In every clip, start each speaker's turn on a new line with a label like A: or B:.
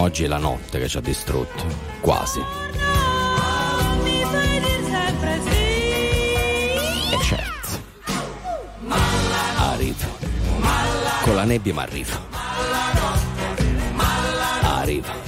A: oggi è la notte che ci ha distrutto, quasi. E certo, arrivo, con la nebbia ma arrivo. Arrivo.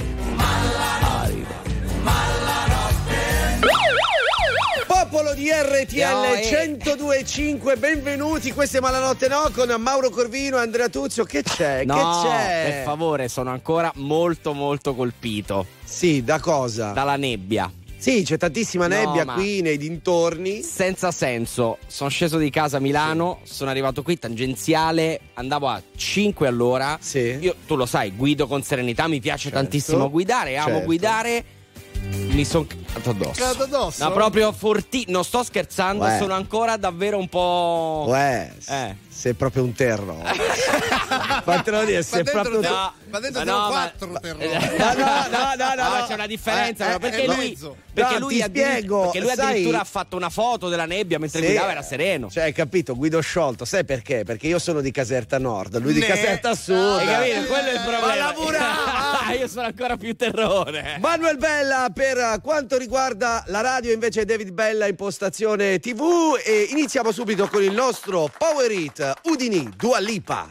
B: Popolo di RTL 102.5, benvenuti, questa è Malanotte No con Mauro Corvino e Andrea Tuzio. Che c'è?
A: No,
B: che c'è?
A: per favore, sono ancora molto molto colpito.
B: Sì, da cosa?
A: Dalla nebbia.
B: Sì, c'è tantissima nebbia qui nei dintorni.
A: Senza senso. Sono sceso di casa a Milano, sono arrivato qui tangenziale, andavo a 5 all'ora.
B: Sì.
A: Io, tu lo sai, guido con serenità, mi piace tantissimo guidare, amo guidare. Mi sono cagato addosso. No, proprio non sto scherzando, sono ancora davvero un po'.
B: Sei proprio un terror. Fatelo dire, sei proprio.
C: Ma dentro sono 4 terrori.
A: No, c'è una differenza, perché lui
B: ti spiego,
A: perché lui addirittura ha fatto una foto della nebbia mentre guidava, era sereno.
B: Cioè, hai capito, guido sciolto, sai perché? Perché io sono di Caserta Nord, lui di Caserta Sud.
A: Hai capito? Quello è il problema.
B: Ma
A: io sono ancora più terrore.
B: Manuel Bella per quanto riguarda la radio, invece David Bella in postazione TV, e iniziamo subito con il nostro Power Hit Udini, Dua Lipa.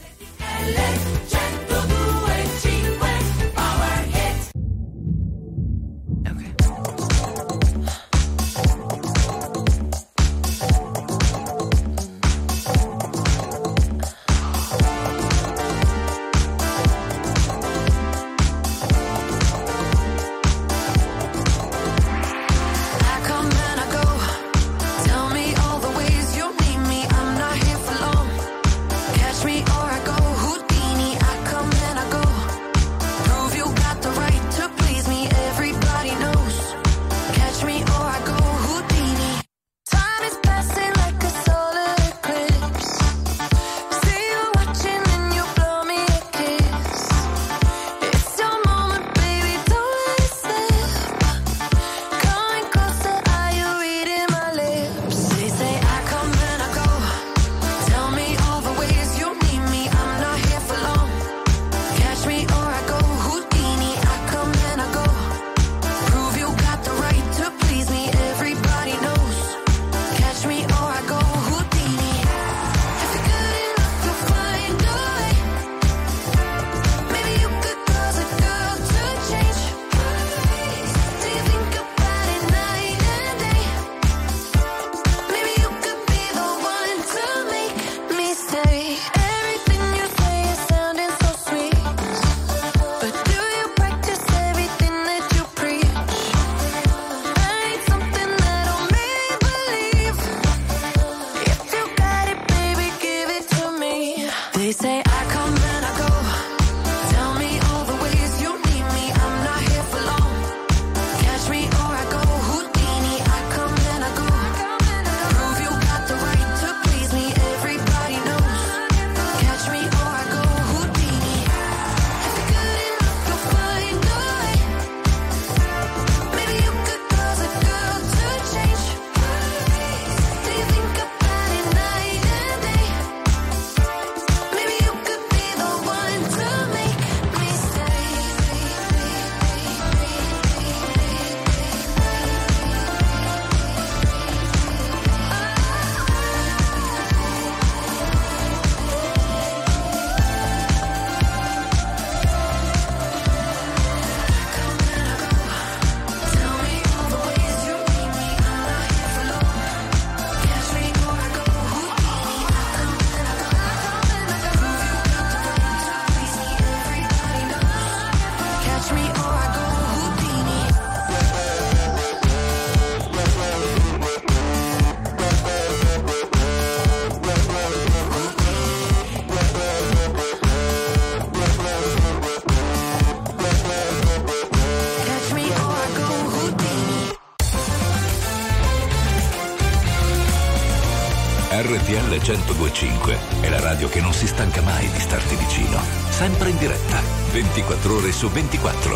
D: RTL 102.5 è la radio che non si stanca mai di starti vicino, sempre in diretta, 24 ore su 24.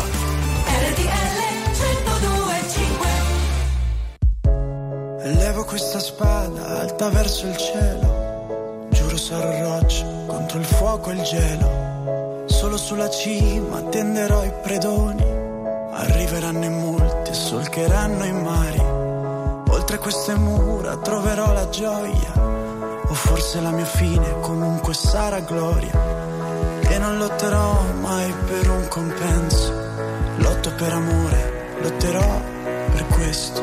E: RTL 102.5.
F: Levo questa spada alta verso il cielo, giuro sarò roccia contro il fuoco e il gelo. Solo sulla cima tenderò i predoni, arriveranno in molti e solcheranno i mari. Oltre queste mura troverò la gioia, o forse la mia fine comunque sarà gloria. E non lotterò mai per un compenso, lotto per amore, lotterò per questo.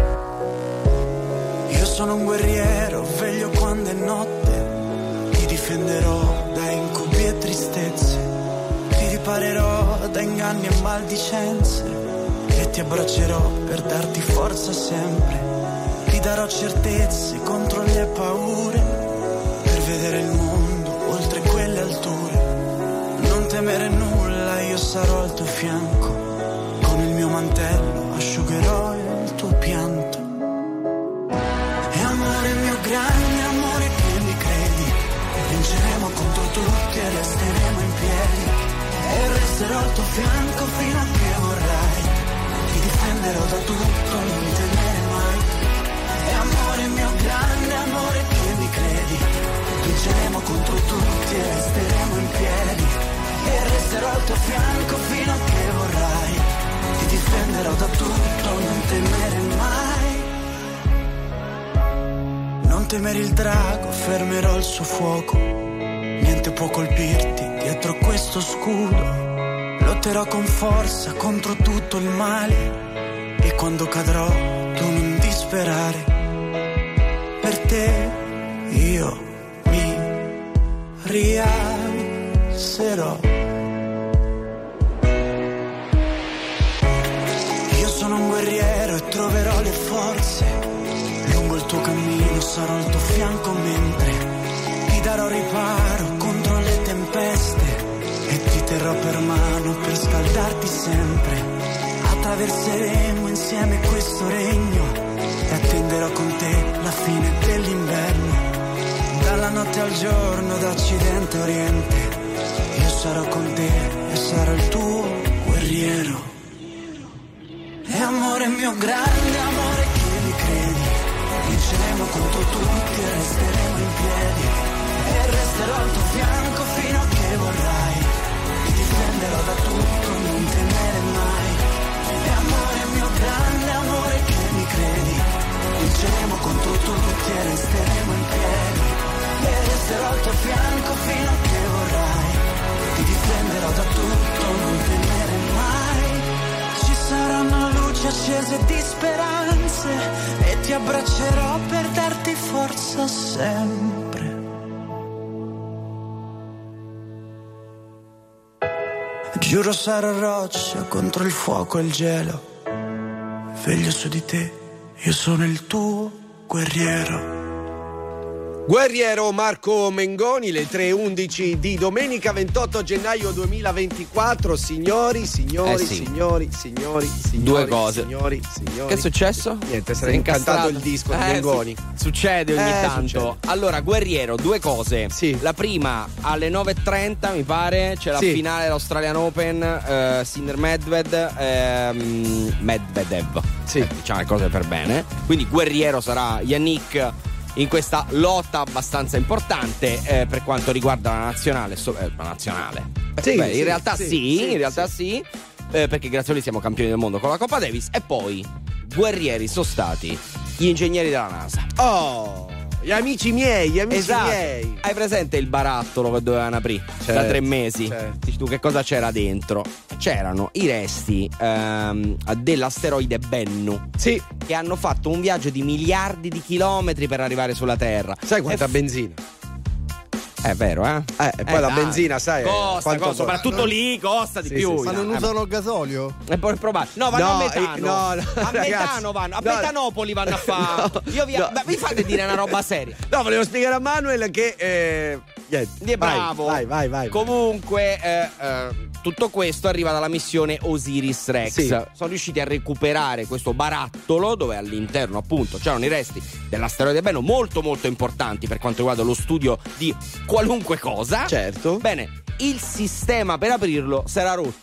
F: Io sono un guerriero, veglio quando è notte, ti difenderò da incubi e tristezze, ti riparerò da inganni e maldicenze, e ti abbraccerò per darti forza sempre, ti darò certezze contro le paure, per vedere il mondo oltre quelle alture. Non temere nulla, io sarò al tuo fianco, con il mio mantello asciugherò il tuo pianto. E amore mio grande, amore che mi credi, vinceremo contro tutti e resteremo in piedi, e resterò al tuo fianco fino a che vorrai, ti difenderò da tutto, non temere mai. E amore mio grande, amore che mi credi, vinceremo contro tutti e resteremo in piedi, e resterò al tuo fianco fino a che vorrai, ti difenderò da tutto, non temere mai. Non temere il drago, fermerò il suo fuoco, niente può colpirti dietro questo scudo. Lotterò con forza contro tutto il male, e quando cadrò tu non disperare. Per te io mi rialzerò. Io sono un guerriero e troverò le forze, lungo il tuo cammino sarò al tuo fianco mentre ti darò riparo contro le tempeste, e ti terrò per mano per scaldarti sempre. Attraverseremo insieme questo regno e attenderò con te la fine dell'inverno. Dalla notte al giorno, da occidente a oriente, io sarò con te e sarò il tuo guerriero. E amore mio grande, amore che mi credi, vinceremo contro tutti e resteremo in piedi, e resterò al tuo fianco fino a che vorrai, ti difenderò da tutto, non temere mai. E amore mio grande, amore che mi credi, vinceremo contro tutti e resteremo in piedi, e resterò al tuo fianco fino a che vorrai, ti difenderò da tutto, non temere mai. Ci saranno luci accese di speranze, e ti abbraccerò per darti forza sempre. Giuro sarò roccia contro il fuoco e il gelo, veglio su di te, io sono il tuo guerriero.
B: Guerriero Marco Mengoni, le 3:11 di domenica 28 gennaio 2024. Signori,
A: due cose.
B: Signori.
A: Che è successo?
B: Niente, sarà incantato il disco di Mengoni.
A: Sì. Succede ogni tanto. Succede. Allora, Guerriero, due cose.
B: Sì.
A: La prima, alle 9:30 mi pare, c'è la finale dell'Australian Open, Sinner Medvedev. Sì. Diciamo le cose per bene. Quindi Guerriero sarà Yannick in questa lotta abbastanza importante per quanto riguarda la nazionale. La nazionale.
B: Sì,
A: in realtà sì. Perché grazie a lui siamo campioni del mondo con la Coppa Davis. E poi guerrieri sono stati gli ingegneri della NASA.
B: Oh, gli amici miei.
A: Hai presente il barattolo che dovevano aprire da 3 mesi?
B: Certo.
A: Dici tu che cosa c'era dentro? C'erano i resti dell'asteroide Bennu, che hanno fatto un viaggio di miliardi di chilometri per arrivare sulla Terra.
B: Sai quanta benzina?
A: È vero,
B: e poi la benzina, sai,
A: costa, soprattutto lì costa di più.
C: Ma non usano gasolio?
A: È probabile. No, vanno a metano. A metano vanno. A Metanopoli vanno a fare. Vi fate dire una roba seria.
B: No, volevo spiegare a Manuel che niente.
A: Bravo.
B: Vai.
A: Comunque tutto questo arriva dalla missione Osiris Rex.
B: Sì.
A: Sono riusciti a recuperare questo barattolo dove all'interno appunto c'erano i resti dell'asteroide Bennu, molto molto importanti per quanto riguarda lo studio di qualunque cosa.
B: Certo.
A: Bene, il sistema per aprirlo si era rotto.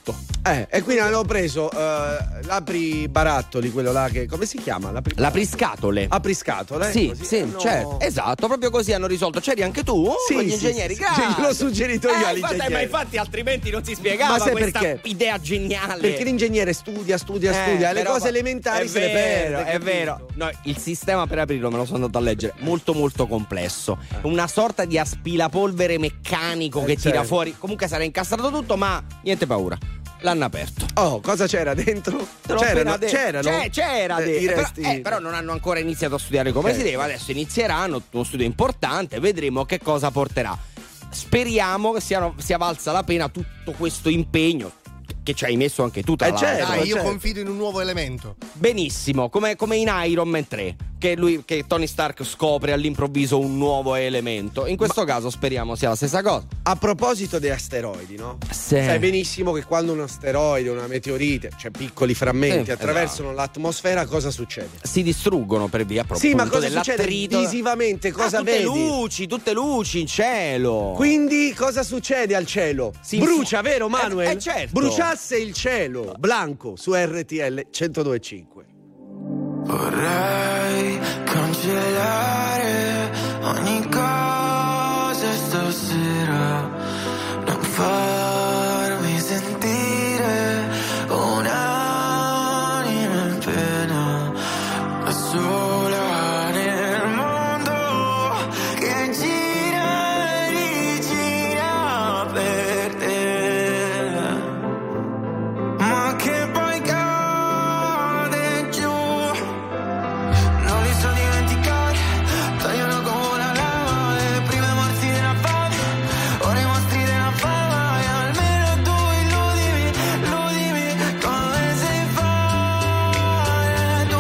B: E quindi hanno preso l'apri-barattoli, quello là che come si chiama?
A: L'apriscatole.
B: Apriscatole?
A: Sì, certo, esatto, proprio così hanno risolto. C'eri anche tu? Con gli ingegneri?
B: Sì, l'ho suggerito io all'ingegnere.
A: Ma infatti altrimenti non si spiegava questa idea geniale.
B: Perché l'ingegnere studia, le cose elementari se le perde.
A: È vero. No, il sistema per aprirlo me lo sono andato a leggere, molto molto complesso. Una sorta di aspirapolvere meccanico che tira fuori. Comunque sarà incastrato tutto, ma niente paura. L'hanno aperto.
B: Oh, cosa c'era dentro? C'erano i resti.
A: Però non hanno ancora iniziato a studiare come si deve. Adesso inizieranno uno studio importante, vedremo che cosa porterà. Speriamo che sia valsa la pena tutto questo impegno che ci hai messo anche tu, tra l'altro.
C: Io confido in un nuovo elemento.
A: Benissimo, come in Iron Man 3, che Tony Stark scopre all'improvviso un nuovo elemento. In questo caso speriamo sia la stessa cosa.
B: A proposito degli asteroidi, no?
A: Sì.
B: Sai benissimo che quando un asteroide, una meteorite, cioè piccoli frammenti attraversano l'atmosfera, cosa succede?
A: Si distruggono per via proprio.
B: Sì, ma cosa succede visivamente? Cosa vedi?
A: Tutte luci in cielo.
B: Quindi cosa succede al cielo? Brucia, vero Manuel?
A: Certo.
B: Bruciasse il cielo, Blanco su RTL 102.5.
F: Vorrei cancellare ogni cosa stasera, non farmi sentire un'anima in pena, da sola nel mondo che gira e rigira per te, ma che poi cade giù. Non li so dimenticare, tagliano come la lava, le prime morti della fame, ora i mostri della fama, e almeno tu illudimi come sai fare tu.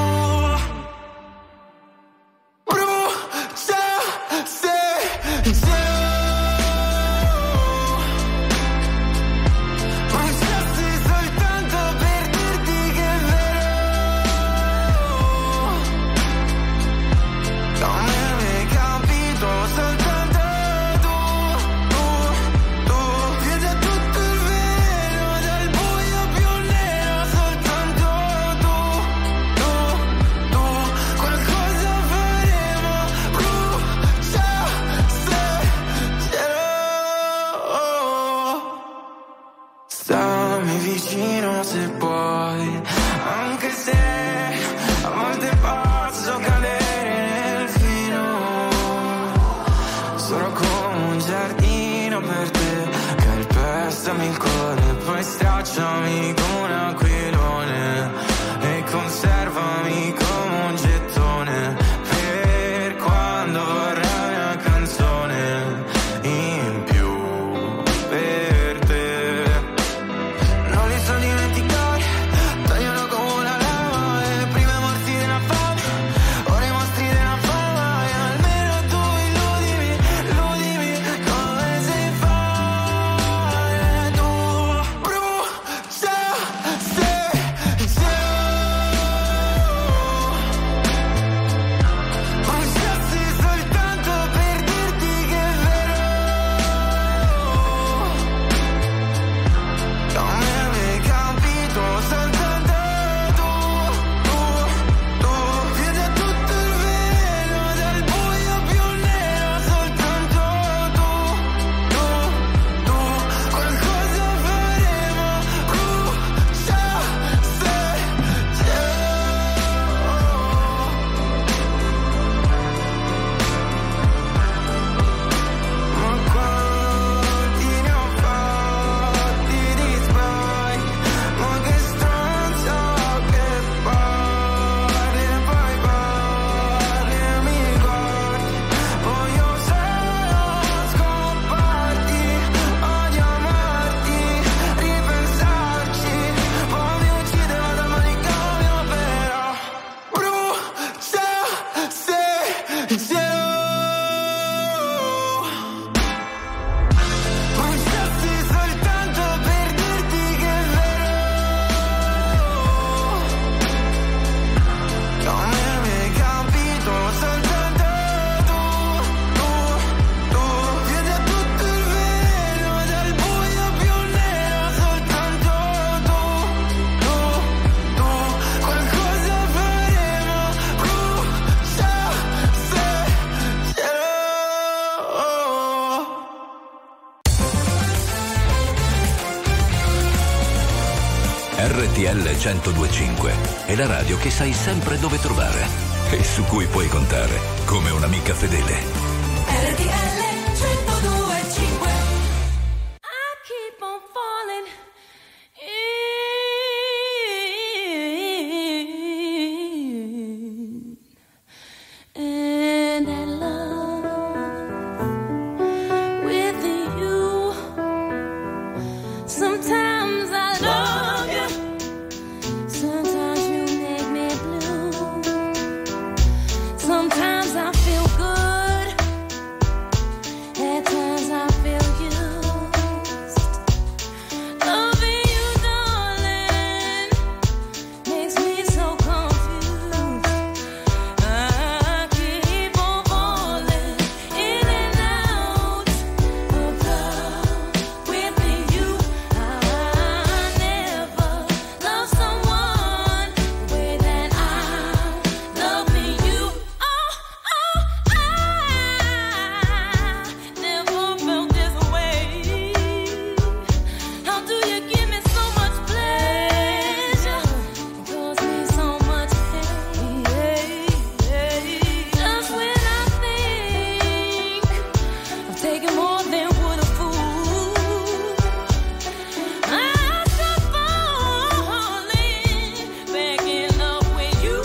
F: Brucia se bruciassi soltanto per dirti che è vero. Non mi avevi capito, soltanto tu vedi a tutto il vero, dal buio più nero, soltanto tu, qualcosa faremo, brucia se cielo. Stammi vicino se puoi, anche se a volte posso cadere nel filo. Sono come un giardino per te, calpestami il cuore, poi stracciami come un aquilone e conservami come un gettone per quando vorrai una canzone in più per te. Non li so dimenticare, tagliano come la lava, le prime morti della fame, ora i mostri della fama, e almeno tu illudimi come sai fare tu. Brucia
D: RTL 102.5 è la radio che sai sempre dove trovare e su cui puoi contare come un'amica fedele.
E: RTL 102.5.
G: I keep on falling in and I love with you. Sometimes I love you, sometimes you make me blue. Sometimes I feel good, at times I feel used. Loving you, darling, makes me so confused. I keep on falling in and out of love with you. I never loved someone the way that I'm loving you. I never felt this way. How do you give me so much pleasure and cause me so much pain? Just when I think I'm taking more than would a fool, I start falling back in love with you.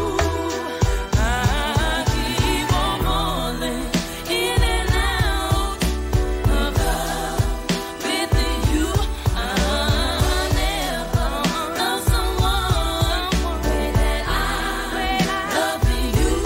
G: I keep on falling in and out of love with you. I never loved someone the way that I love you.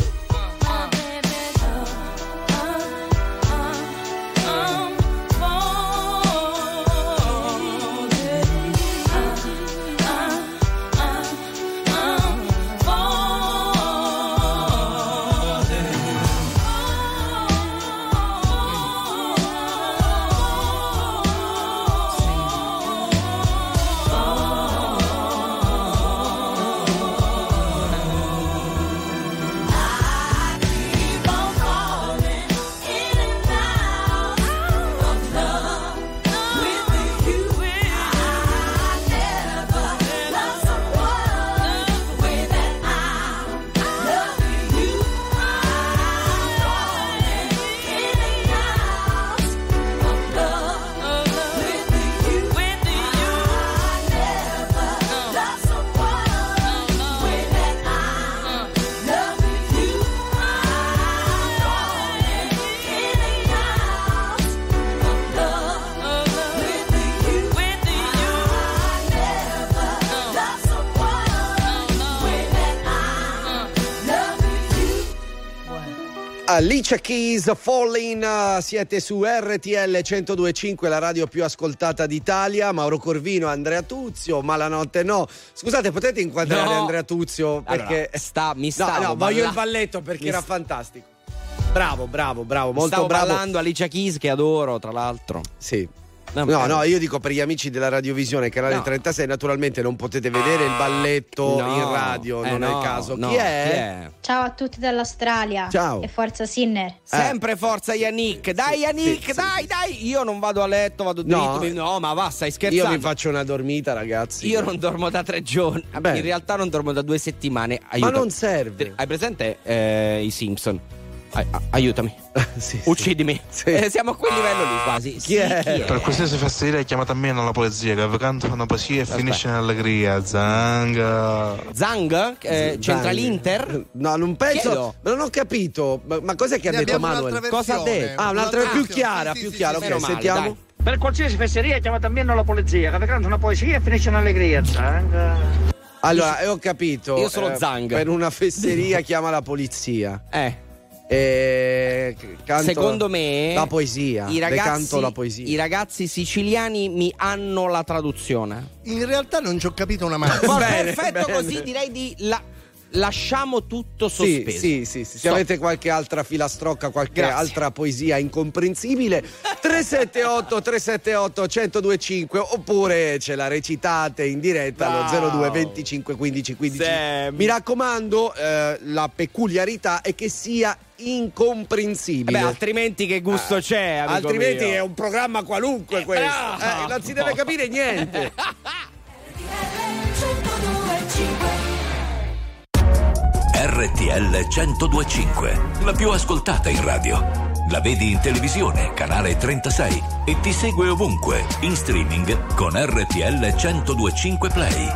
B: Alicia Keys, Falling, siete su RTL 102.5, la radio più ascoltata d'Italia. Mauro Corvino, Andrea Tuzio, Malanotte no. Scusate, potete inquadrare
A: No.
B: Andrea Tuzio? Perché
A: Allora,
B: voglio il balletto perché era fantastico. Bravo, molto
A: stavo
B: bravo.
A: ballando Alicia Keys, che adoro, tra l'altro.
B: Sì.
A: No,
B: No, io dico per gli amici della radiovisione, canale
A: No.
B: 36, naturalmente non potete vedere il balletto
A: No.
B: in radio, non è
A: no,
B: il caso.
A: no.
B: Chi è?
H: Ciao a tutti dall'Australia.
B: Ciao.
H: E forza Sinner.
A: Sempre forza Yannick. Dai Yannick,
B: sì.
A: dai. Io non vado a letto, vado
B: No.
A: dritto. No, ma va, stai scherzando.
B: Io mi faccio una dormita, ragazzi.
A: Io non dormo da 3 giorni.
B: Vabbè.
A: In realtà non dormo da 2 settimane.
B: Ma
A: Aiutami.
B: non serve.
A: Hai presente i Simpson? Aiutami.
B: Sì, sì.
A: Uccidimi.
B: Sì.
A: Siamo a quel livello lì quasi.
B: Chi è?
I: Per qualsiasi fesseria chiamate a me non la polizia, che canta una poesia e finisce in allegria. Zanga.
A: Zang? C'entra l'Inter?
B: No, non penso.
A: Chiedo.
B: Non ho capito. Ma cos'è che ha
C: Ne
B: detto
C: abbiamo
B: Manuel?
C: un'altra
A: Cosa ha
C: versione.
A: detto?
B: Ah, un'altra più
C: versione.
B: chiara,
C: Sì,
B: più
C: sì,
B: chiara.
C: sì,
B: Ok,
A: meno male,
B: sentiamo.
A: dai.
J: Per qualsiasi fesseria chiamate a me non la polizia, che vi canta una poesia e finisce in allegria. Zanga.
B: Allora, ho capito.
A: Io sono Zang.
B: Per una fesseria chiama la polizia. Canto
A: Secondo me
B: la poesia.
A: i ragazzi,
B: canto la poesia.
A: i ragazzi siciliani mi hanno la traduzione.
C: In realtà non ci ho capito una mazza.
A: Ma
B: Bene,
A: perfetto,
B: bene.
A: così direi di lasciamo tutto sospeso.
B: Sì. Se avete qualche altra filastrocca, qualche altra poesia incomprensibile, 378 1025, oppure ce la recitate in diretta allo 02 25 15 15. Mi raccomando, la peculiarità è che sia incomprensibile.
A: Beh, altrimenti che gusto c'è, amico
B: altrimenti
A: mio?
B: è un programma qualunque questo.
A: bravo.
B: Non si deve capire niente.
E: RTL
D: RTL 1025, la più ascoltata in radio. La vedi in televisione, canale 36, e ti segue ovunque, in streaming con RTL 1025 Play.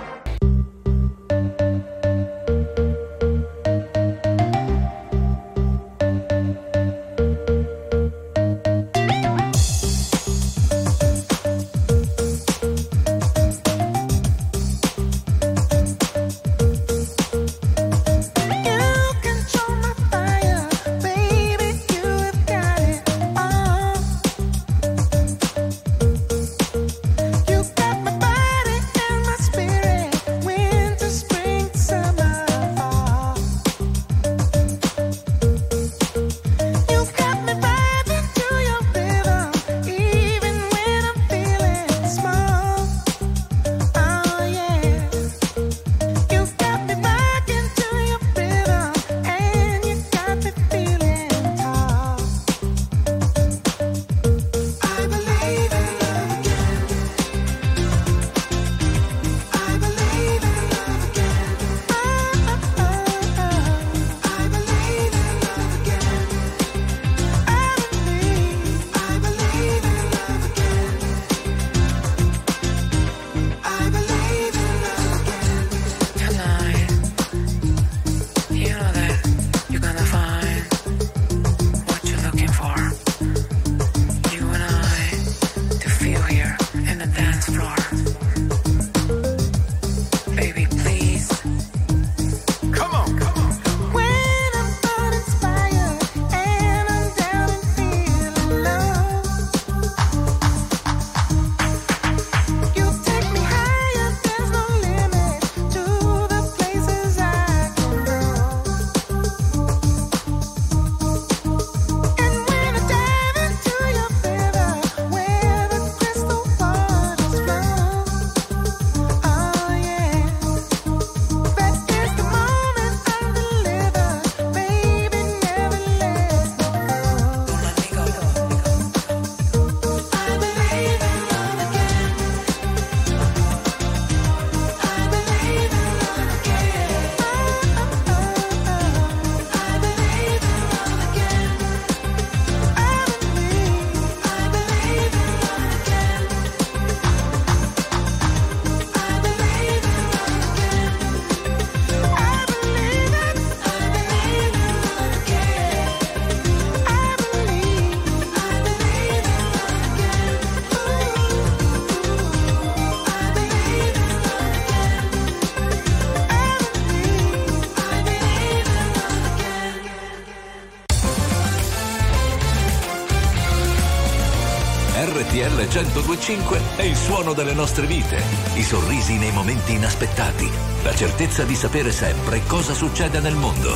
D: RTL 1025 è il suono delle nostre vite, i sorrisi nei momenti inaspettati, la certezza di sapere sempre cosa succede nel mondo.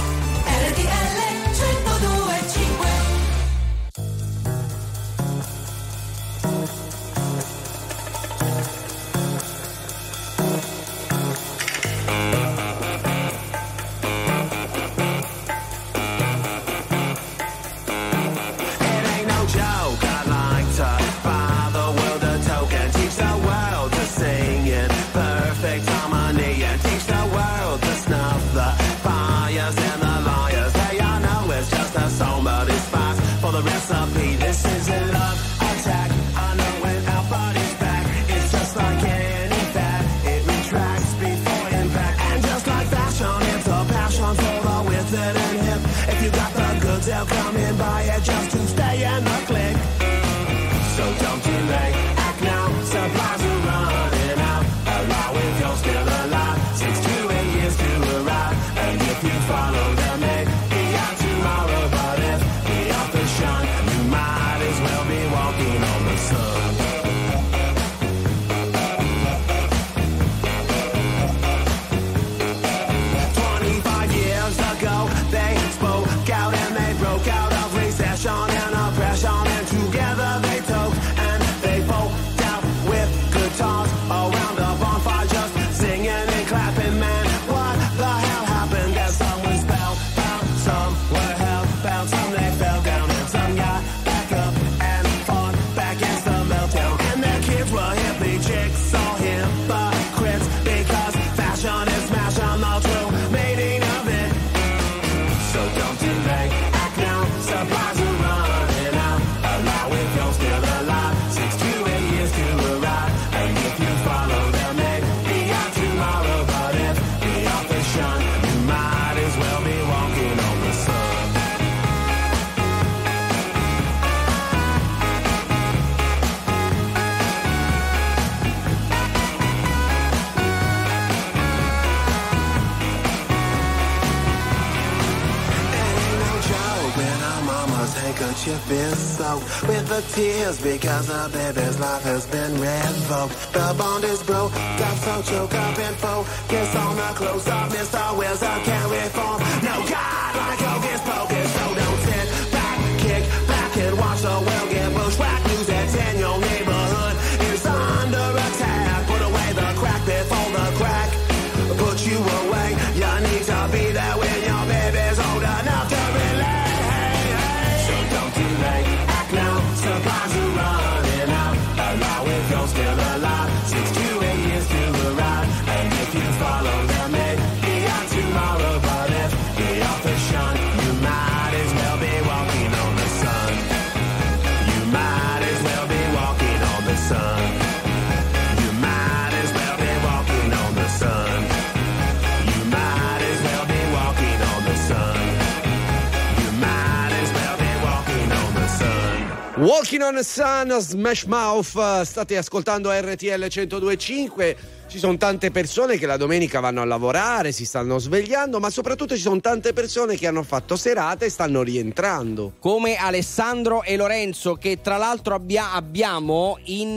E: RTL 1025.
F: They'll come in by it just to stay in the click. So don't delay, act now, supplies are running out. Allow if you're still alive, 6 to 8 years to arrive. And if you follow the make, be out tomorrow. But if the author's shun, you might as well be walking on the sun. They spoke out and they broke out of recession and oppression into
K: Cause handkerchief is soaked with the tears because the baby's life has been revoked. The bond is broke, got so choke up and focus on the close up. Mr. Wilson can't reform. No God like hocus pocus, so don't sit back, kick back and watch the world get bushwhacked. News that's in your neighborhood is under attack. Put away the crack before the crack put you away. You need to be there when your baby's old enough to relate. So don't delay, act now, supplies are running out. Allow if you're still alive, 6 to 8 years to arrive. And if you follow the maid, be out tomorrow. But if the author shun, you might as well be walking on the sun. You might as well be walking on the sun. You might as well be walking on the sun. You might as well be walking on the sun. You might as well be walking on the sun.
B: Walking on the Sun, Smash Mouth. State ascoltando RTL 102.5. Ci sono tante persone che la domenica vanno a lavorare, si stanno svegliando, ma soprattutto ci sono tante persone che hanno fatto serata e stanno rientrando.
A: Come Alessandro e Lorenzo, che tra l'altro abbiamo in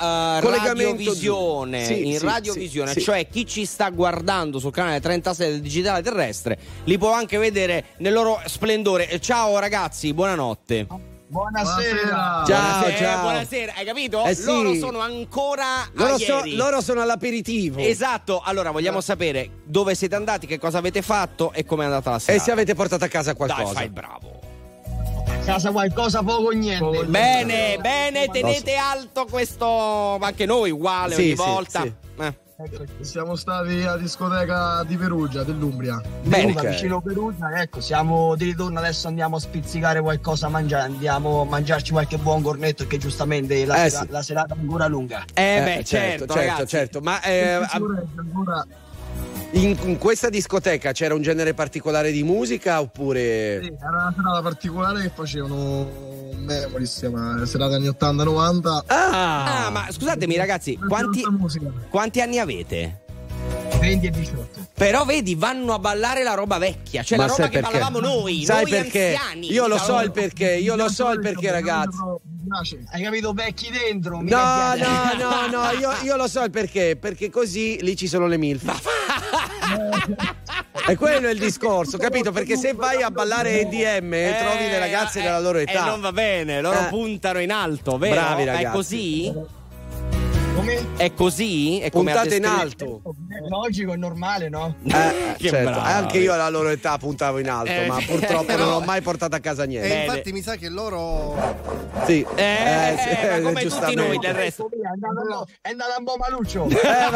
A: radiovisione.
B: Sì,
A: in
B: sì,
A: radiovisione,
B: sì,
A: cioè chi ci sta guardando sul canale 36 del Digitale Terrestre li può anche vedere nel loro splendore. Ciao ragazzi, buonanotte.
L: Buonasera.
B: Ciao.
A: Buonasera, hai capito?
B: Sì.
A: Loro sono ancora ieri.
B: Loro sono all'aperitivo.
A: Esatto, allora vogliamo sapere dove siete andati, che cosa avete fatto e come è andata la serata.
B: E se avete portato a casa qualcosa.
A: Dai, fai il bravo.
L: A casa qualcosa, poco o niente.
A: Bene, tenete alto questo, anche noi uguale ogni volta.
B: Sì.
L: Siamo stati a discoteca di Perugia, dell'Umbria.
A: Bene,
L: vicino Perugia, ecco, siamo di ritorno, adesso andiamo a spizzicare qualcosa a mangiare, andiamo a mangiarci qualche buon cornetto perché giustamente la serata è ancora lunga.
B: Certo. Ma in questa discoteca c'era un genere particolare di musica oppure?
L: Sì, era una serata particolare che facevano Memories, una serata anni 80-90.
A: Ah, ma scusatemi ragazzi, quanti anni avete?
L: 20 e 18.
A: Però vedi, vanno a ballare la roba vecchia, cioè la roba che ballavamo noi.
B: Sai
A: noi
B: perché?
A: Anziani.
B: Io lo so il perché, ragazzi.
L: Hai capito, vecchi dentro?
B: No, io lo so il perché così lì ci sono le MILF. E quello è il discorso, capito? Perché se vai a ballare EDM trovi le ragazze della loro età.
A: E non va bene, loro puntano in alto, vero?
B: Bravi ragazzi.
A: È così?
L: Come?
A: È così? È come
B: puntate in alto.
L: Logico, è normale, no?
B: Certo. Anche io alla loro età puntavo in alto, ma purtroppo non ho mai portato a casa niente.
C: E infatti mi sa che loro
B: sì.
A: Ma come tutti noi del resto.
L: È andata un po' maluccio.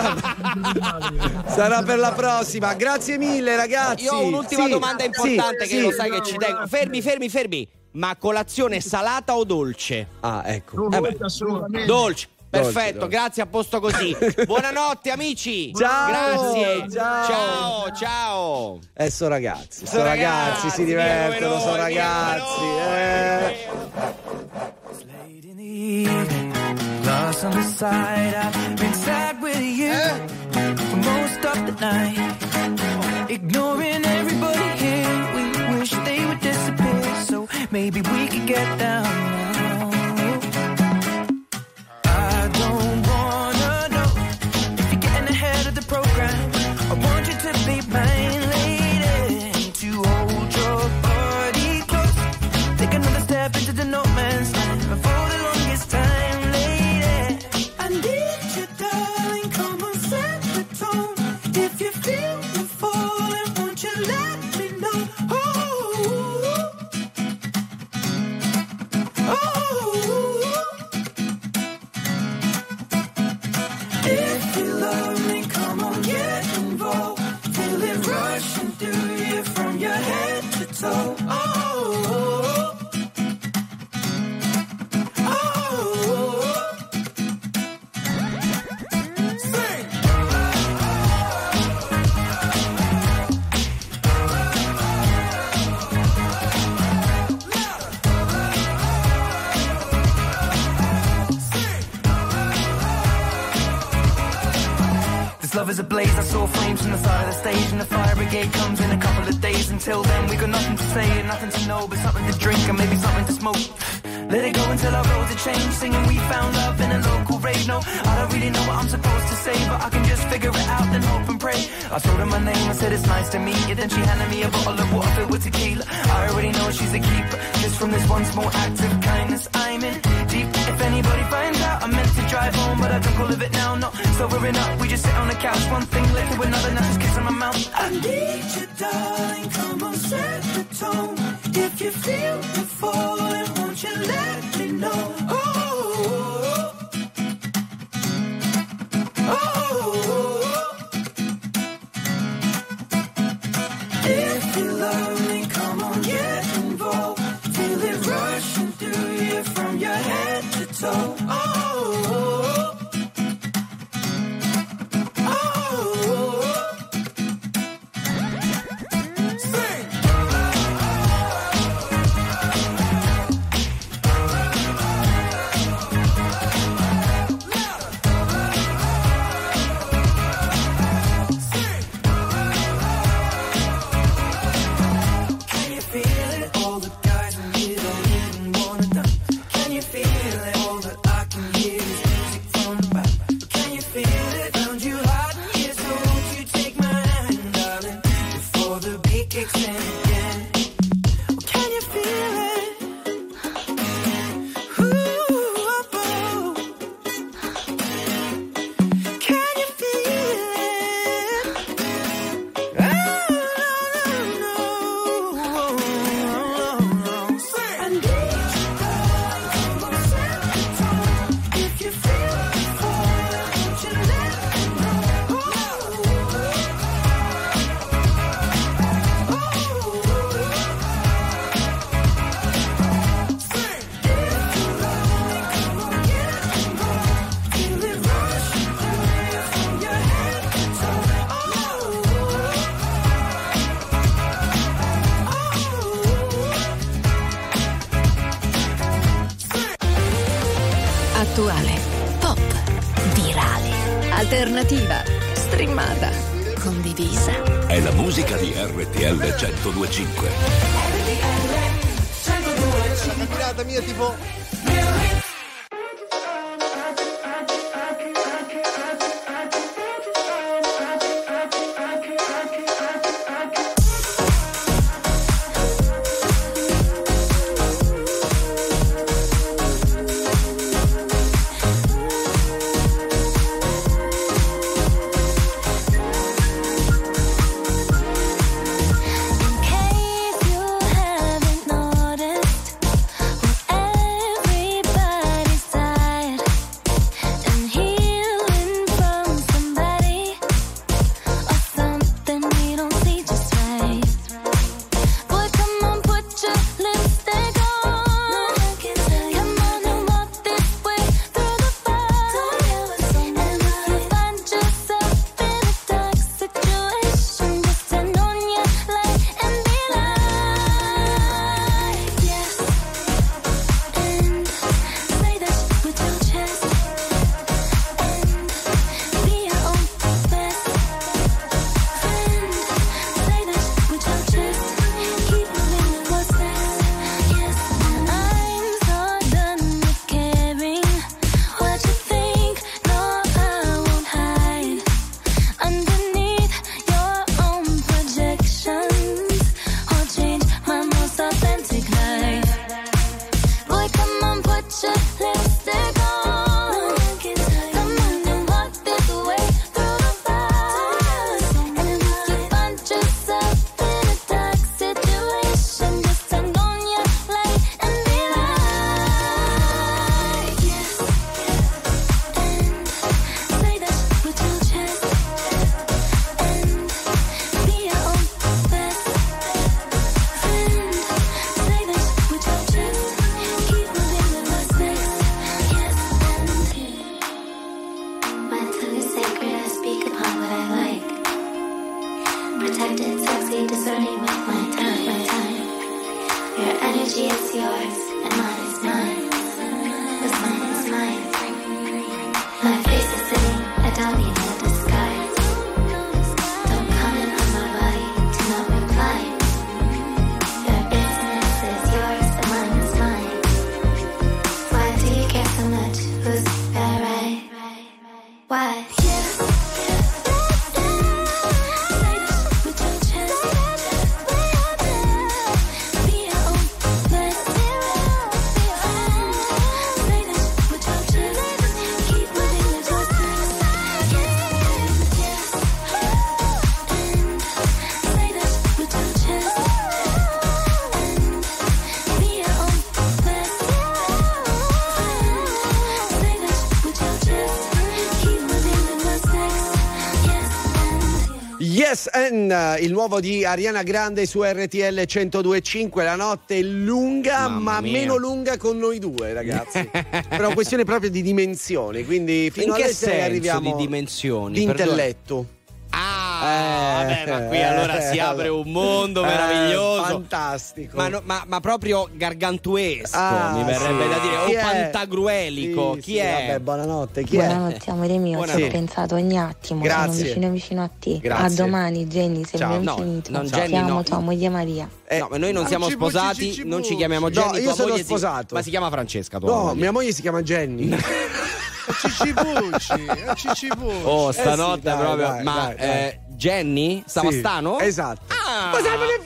B: Sarà per la prossima. Grazie mille ragazzi.
A: Io ho un'ultima domanda importante che lo sai che ci tengo. Fermi. Ma colazione salata o dolce?
B: Ah, ecco.
L: Assolutamente.
A: Dolce. Perfetto, grazie, a posto così. Buonanotte amici.
B: Ciao.
A: Grazie.
B: Ciao. Sono ragazzi. Si divertono, sono ragazzi.
F: Lost on the side, I've been sad with you for most of the night. Ignoring everybody here, we wish they would disappear. So maybe we could get down now. I don't wanna know if you're getting ahead of the program. I want you to be mine, lady, to hold your body close. Take another step into the no man's land for the longest time, lady. I need you, darling, come on, set the tone. If you feel the falling, won't you let me know? love is ablaze. I saw flames from the side of the stage, and the fire brigade comes in a couple of days. Until then, we got nothing to say and nothing to know, but something to drink and maybe something to smoke. Let it go until our roads are changed. Singing we found love in a local rave. No, I don't really know what I'm supposed to say, but I can just figure it out and hope and pray. I told her my name, I said it's nice to meet you. Then she handed me a bottle of water filled with tequila. I already know she's a keeper. Just from this one small act of kindness, I'm in deep. If anybody finds out, I meant to drive home, but I drunk all of it now. No, sobering up, we just sit on the couch. One thing led to another, now just kissing my mouth. I need you, darling, come on, set the tone. If you feel the falling, won't you let me know? Oh, oh, oh. If you love me, come on, get involved. Feel it rushing through you from your head to toe. Oh, oh, oh.
M: Attuale, pop, virale, alternativa, streamata, condivisa.
D: È la musica di RTL 102.5.
C: La mattinata mia tipo...
N: My face is sitting, I don't need no disguise.
B: Yes, and il nuovo di Ariana Grande su RTL 102.5. La notte è lunga, ma meno lunga con noi due, ragazzi. Per una questione proprio di dimensioni, quindi fino alle 6 arriviamo.
A: Di dimensioni?
B: Di intelletto.
A: Vabbè, ma qui allora si apre un mondo meraviglioso,
B: fantastico,
A: ma proprio gargantuesco, mi verrebbe da dire, o pantagruelico. Chi è?
B: Vabbè, buonanotte, chi è?
N: Buonanotte, amore mio, ci ho pensato ogni attimo.
B: Grazie.
N: Sono vicino a te.
B: Grazie.
N: A domani, Jenny, sei il mio infinito. Ti amo, tua moglie Maria.
A: No, ma noi non siamo sposati, non ci chiamiamo Jenny.
B: No, io sono sposato.
A: Ma si chiama Francesca, tua
B: No,
A: moglie.
B: mia moglie si chiama Jenny.
C: Ciccibucci.
A: Oh, stanotte
B: dai,
A: proprio.
B: dai,
A: ma
B: dai.
A: Jenny? Savastano?
B: Esatto.
A: Ah.
B: Ma salve le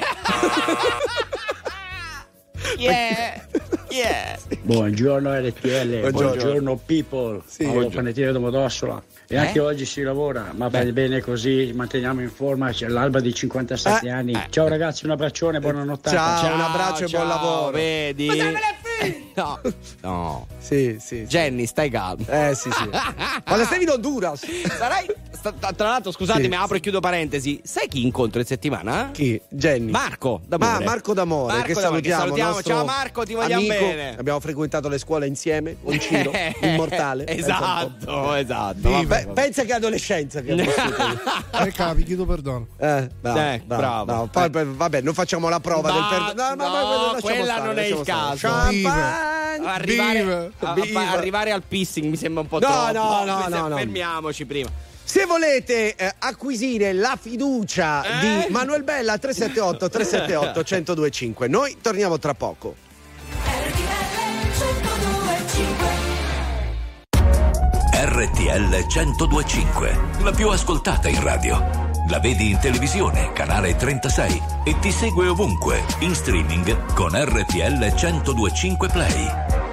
B: figlie!
A: Yeah.
O: Buongiorno RTL, buongiorno people,
B: Buongiorno.
O: Panettiere Domodossola. E anche oggi si lavora, ma va bene così, manteniamo in forma, c'è l'alba di 57 anni. Ciao ragazzi, un abbraccione, buona nottata.
B: Ciao, un abbraccio e buon lavoro.
A: Vedi?
B: Ma salve le figlie!
A: No.
B: Sì.
A: Jenny, stai calmo.
B: Sì. Ma la stai in Honduras?
A: Sarai. Tra l'altro, scusatemi, apro e chiudo parentesi. Sai chi incontro in settimana?
B: Chi? Jenny.
A: Marco D'Amore.
B: Marco D'Amore, che salutiamo.
A: Ciao Marco, ti vogliamo bene.
B: Abbiamo frequentato le scuole insieme con Ciro, immortale.
A: Esatto.
B: Pensa che adolescenza che ho vissuto.
C: Vi chiedo perdono.
B: Bravo. Poi, vabbè, non facciamo la prova del perdono.
A: No, quella non è il caso. Arrivare al pissing mi sembra un po' troppo.
B: No.
A: Fermiamoci prima.
B: Se volete acquisire la fiducia di Manuel Bella, 378 1025. Noi torniamo tra poco.
D: RTL 102.5, la più ascoltata in radio. La vedi in televisione, canale 36, e ti segue ovunque, in streaming con RTL 102.5 Play.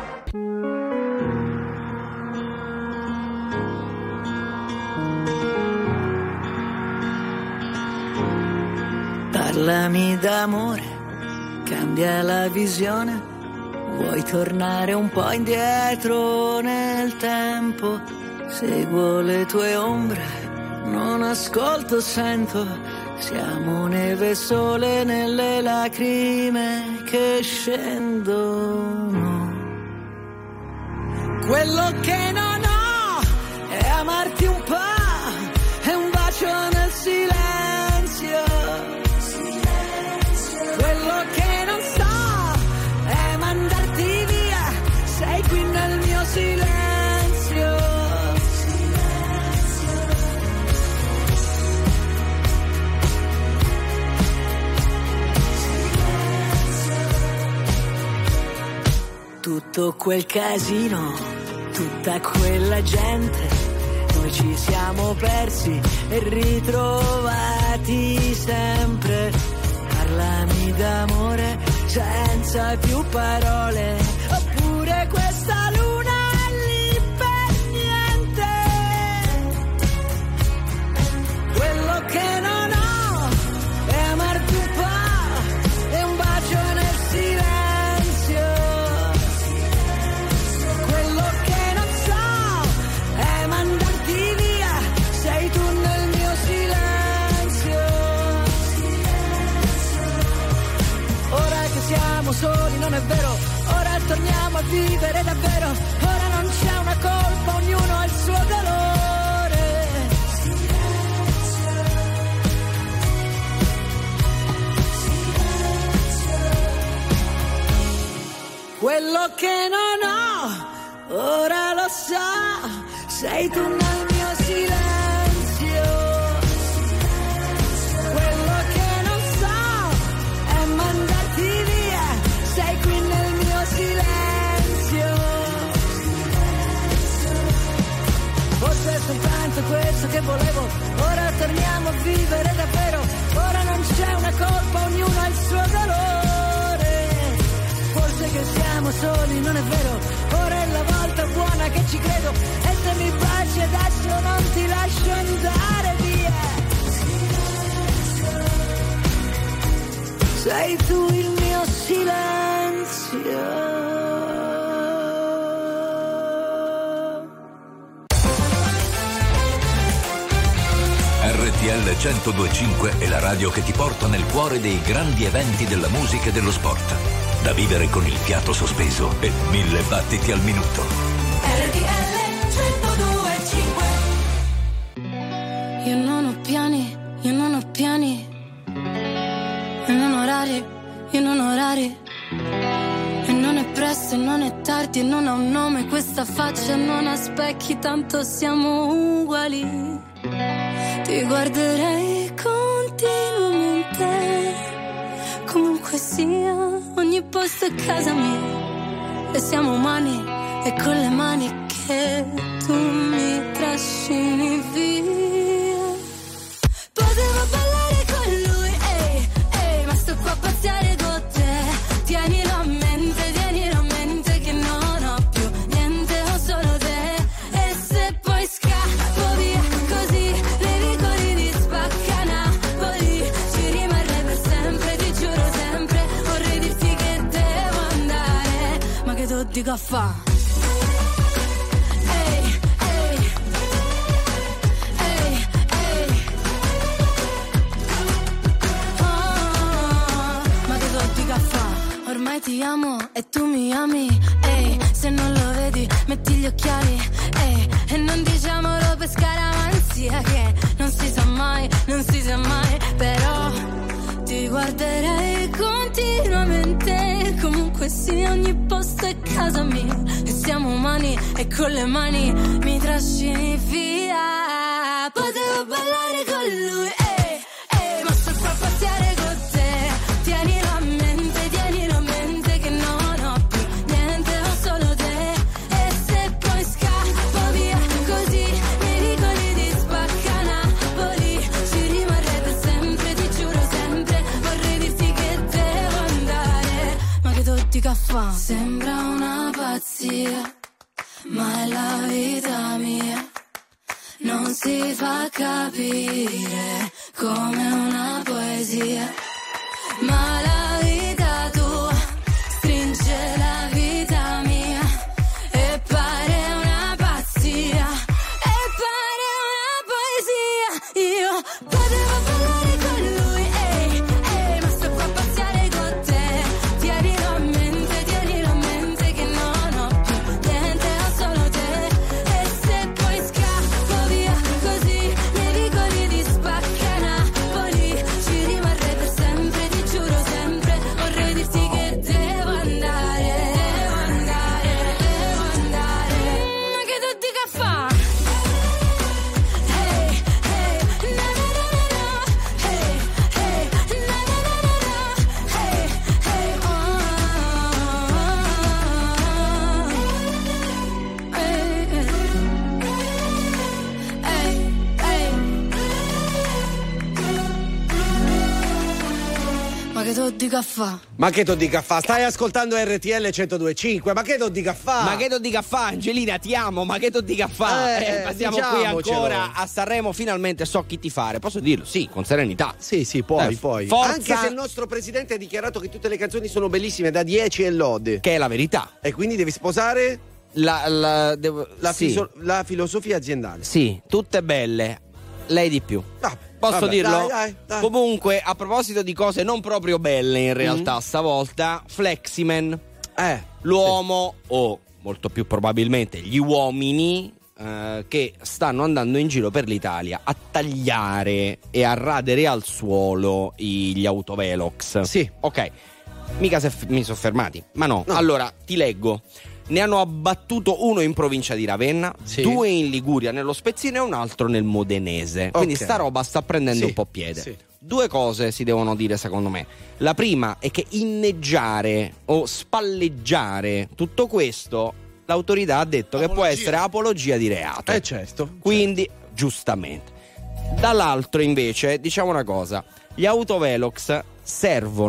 F: Parlami d'amore, cambia la visione. Vuoi tornare un po' indietro nel tempo? Seguo le tue ombre, non ascolto, sento. Siamo neve e sole nelle lacrime che scendono. Quello che non ho è amarti un po', è un bacio nel silenzio. Quello che non so è mandarti via, sei qui nel mio silenzio. Tutto quel casino, tutta quella gente, noi ci siamo persi e ritrovati sempre. Parlami d'amore senza più parole, oppure questa luna è lì per niente. Quello che non ho è amarti un po', è un bacio nel silenzio. Quello che non so è mandarti via, sei tu nel mio silenzio. Siamo soli, non è vero, ora torniamo a vivere davvero, ora non c'è una colpa, ognuno ha il suo dolore. Quello che non ho, ora lo so, sei tu nel mio silenzio. Sei qui nel mio silenzio. Forse è soltanto questo che volevo. Ora torniamo a vivere davvero. Ora non c'è una colpa, ognuno ha il suo dolore. Forse che siamo soli, non è vero. Ora è la volta buona che ci credo. E se mi baci adesso non ti lascio andare via. Sei tu il mio silenzio.
D: RTL 102.5 è la radio che ti porta nel cuore dei grandi eventi della musica e dello sport. Da vivere con il fiato sospeso e 1000 battiti al minuto.
E: RTL 102.5.
G: Io non ho piani, io non ho piani. E non orari, io non ho orari. E non è presto e non è tardi e non ha un nome questa faccia, non ha specchi, tanto siamo uguali. Ti guarderei continuamente, comunque sia, ogni posto è casa mia. E siamo umani e con le mani che tu mi trascini via. Potevo ballare con lui, ehi, ehi, ma sto qua a pazziare con te. Tienilo a mente che non ho più niente, ho solo te. E se poi scappo via così, nei vicoli di Spaccanapoli, ci rimarrei per sempre, ti giuro sempre. Vorrei dirti che devo andare, ma che tu dico a fa'? Ormai ti amo e tu mi ami, ehi, se non lo vedi metti gli occhiali, ehi, e non diciamolo per scaramanzia che non si sa mai, non si sa mai, però ti guarderei continuamente, comunque sì, ogni posto è casa mia, e siamo umani e con le mani mi trascini via. Potevo ballare con lui, ehi, ehi, ma sto qua a pazziare con te. Tienilo a mente che non ho più niente, ho solo te. E se poi scappo via così, nei vicoli di Spaccanapoli, ci rimarrei per sempre, ti giuro sempre. Vorrei dirti che devo andare, ma che tu dica fa'? Sembra una pazzia, ma è la vita mia. Non si fa capire come una poesia, ma la vita tua stringe la vita mia e pare una pazzia, e pare una poesia. Io potevo ballare con lui, ehi, ehi, ma sto qua a pazziare con te. Tienilo a mente che non ho più niente, ho solo te. E se poi scappo via così, nei vicoli di Spaccanapoli, ci rimarrei per sempre, ti giuro sempre. Vorrei dirti che devo andare, ma che tu dica fa'? Hey, hey, na na na na, hey, hey, na na na na, hey, hey, oh, hey, hey. Ma che tu dica fa'?
B: Ma che tu dica fa? Stai ascoltando RTL 102.5. Ma che tu dica fa?
A: Ma che tu dica fa, Angelina, ti amo, ma che tu dica fa? Ma siamo qui ancora a Sanremo, finalmente so chi ti fare. Posso dirlo? Sì, con serenità.
B: Sì, puoi.
A: Forza.
B: Anche se il nostro presidente ha dichiarato che tutte le canzoni sono bellissime, da 10 e lode.
A: Che è la verità.
B: E quindi devi sposare la filosofia aziendale.
A: Sì, tutte belle. Lei di più. Posso dirlo?
B: Dai.
A: Comunque, a proposito di cose non proprio belle in realtà, stavolta, Fleximan, l'uomo, o molto più probabilmente gli uomini che stanno andando in giro per l'Italia a tagliare e a radere al suolo gli autovelox.
B: Sì.
A: Ok, mica mi sono fermati, ma no. Allora, ti leggo. Ne hanno abbattuto uno in provincia di Ravenna, 2 in Liguria nello Spezzino e un altro nel Modenese. Quindi sta roba sta prendendo un po' piede.
B: Sì.
A: 2 cose si devono dire secondo me. La prima è che inneggiare o spalleggiare tutto questo, l'autorità ha detto che può essere apologia di reato.
B: Certo.
A: Quindi, giustamente. Dall'altro invece, diciamo una cosa, gli autovelox servono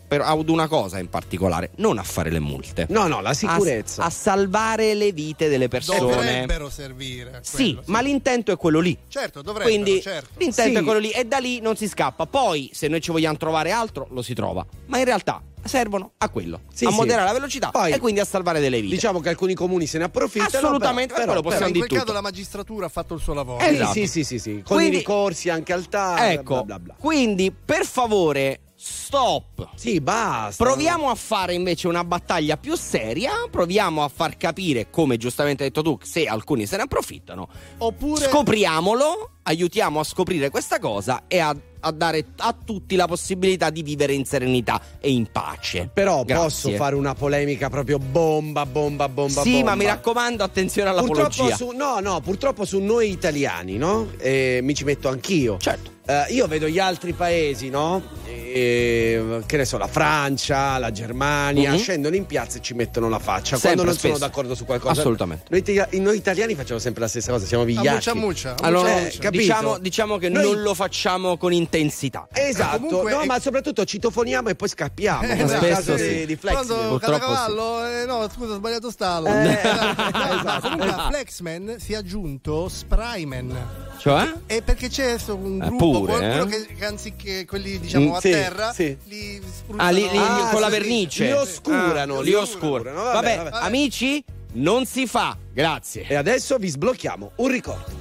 A: ad una cosa in particolare, non a fare le multe.
B: No, la sicurezza.
A: A salvare le vite delle persone.
C: Dovrebbero servire.
A: Sì, ma l'intento è quello lì.
C: Certo, dovrebbero.
A: Quindi
C: certo.
A: l'intento è quello lì e da lì non si scappa. Poi, se noi ci vogliamo trovare altro, lo si trova. Ma in realtà servono a quello, a moderare la velocità e quindi a salvare delle vite.
B: Diciamo che alcuni comuni se ne approfittano.
A: Assolutamente, però possiamo
C: in
A: dire
C: quel
A: tutto.
C: caso la magistratura ha fatto il suo lavoro.
B: Esatto. Sì. Con i ricorsi anche al TAR.
A: Ecco,
B: bla bla bla.
A: quindi per favore stop.
B: Sì, basta.
A: Proviamo a fare invece una battaglia più seria. Proviamo a far capire, come giustamente hai detto tu, se alcuni se ne approfittano.
C: Oppure
A: scopriamolo, aiutiamo a scoprire questa cosa e a dare a tutti la possibilità di vivere in serenità e in pace.
B: Però
A: Grazie.
B: posso fare una polemica proprio bomba.
A: Sì, ma mi raccomando, attenzione all'apologia.
B: Purtroppo su noi italiani, no? Mi ci metto anch'io.
A: Certo.
B: Io vedo gli altri paesi, no? Che ne so, la Francia, la Germania, scendono in piazza e ci mettono la faccia
A: sempre,
B: quando non
A: spesso.
B: sono d'accordo su qualcosa.
A: Assolutamente.
B: Noi italiani facciamo sempre la stessa cosa, siamo vigliacchi.
C: Muccia.
A: Allora,
B: capito?
A: diciamo che non lo facciamo con intensità.
B: Esatto,
C: comunque,
B: ma soprattutto citofoniamo e poi scappiamo. Come nel
A: spesso
B: caso
A: sì.
B: di Flexman.
C: Quando Catacavallo, no, scusa, ho sbagliato stallo.
B: Esatto.
C: Comunque a Flexman si è aggiunto Spryman.
A: Cioè?
C: E perché c'è un gruppo, quello che anziché quelli diciamo a terra, li spruzzano.
A: Con la vernice.
B: Li oscurano.
A: Li oscurano. Vabbè, amici, non si fa. Grazie.
B: E adesso vi sblocchiamo un ricordo.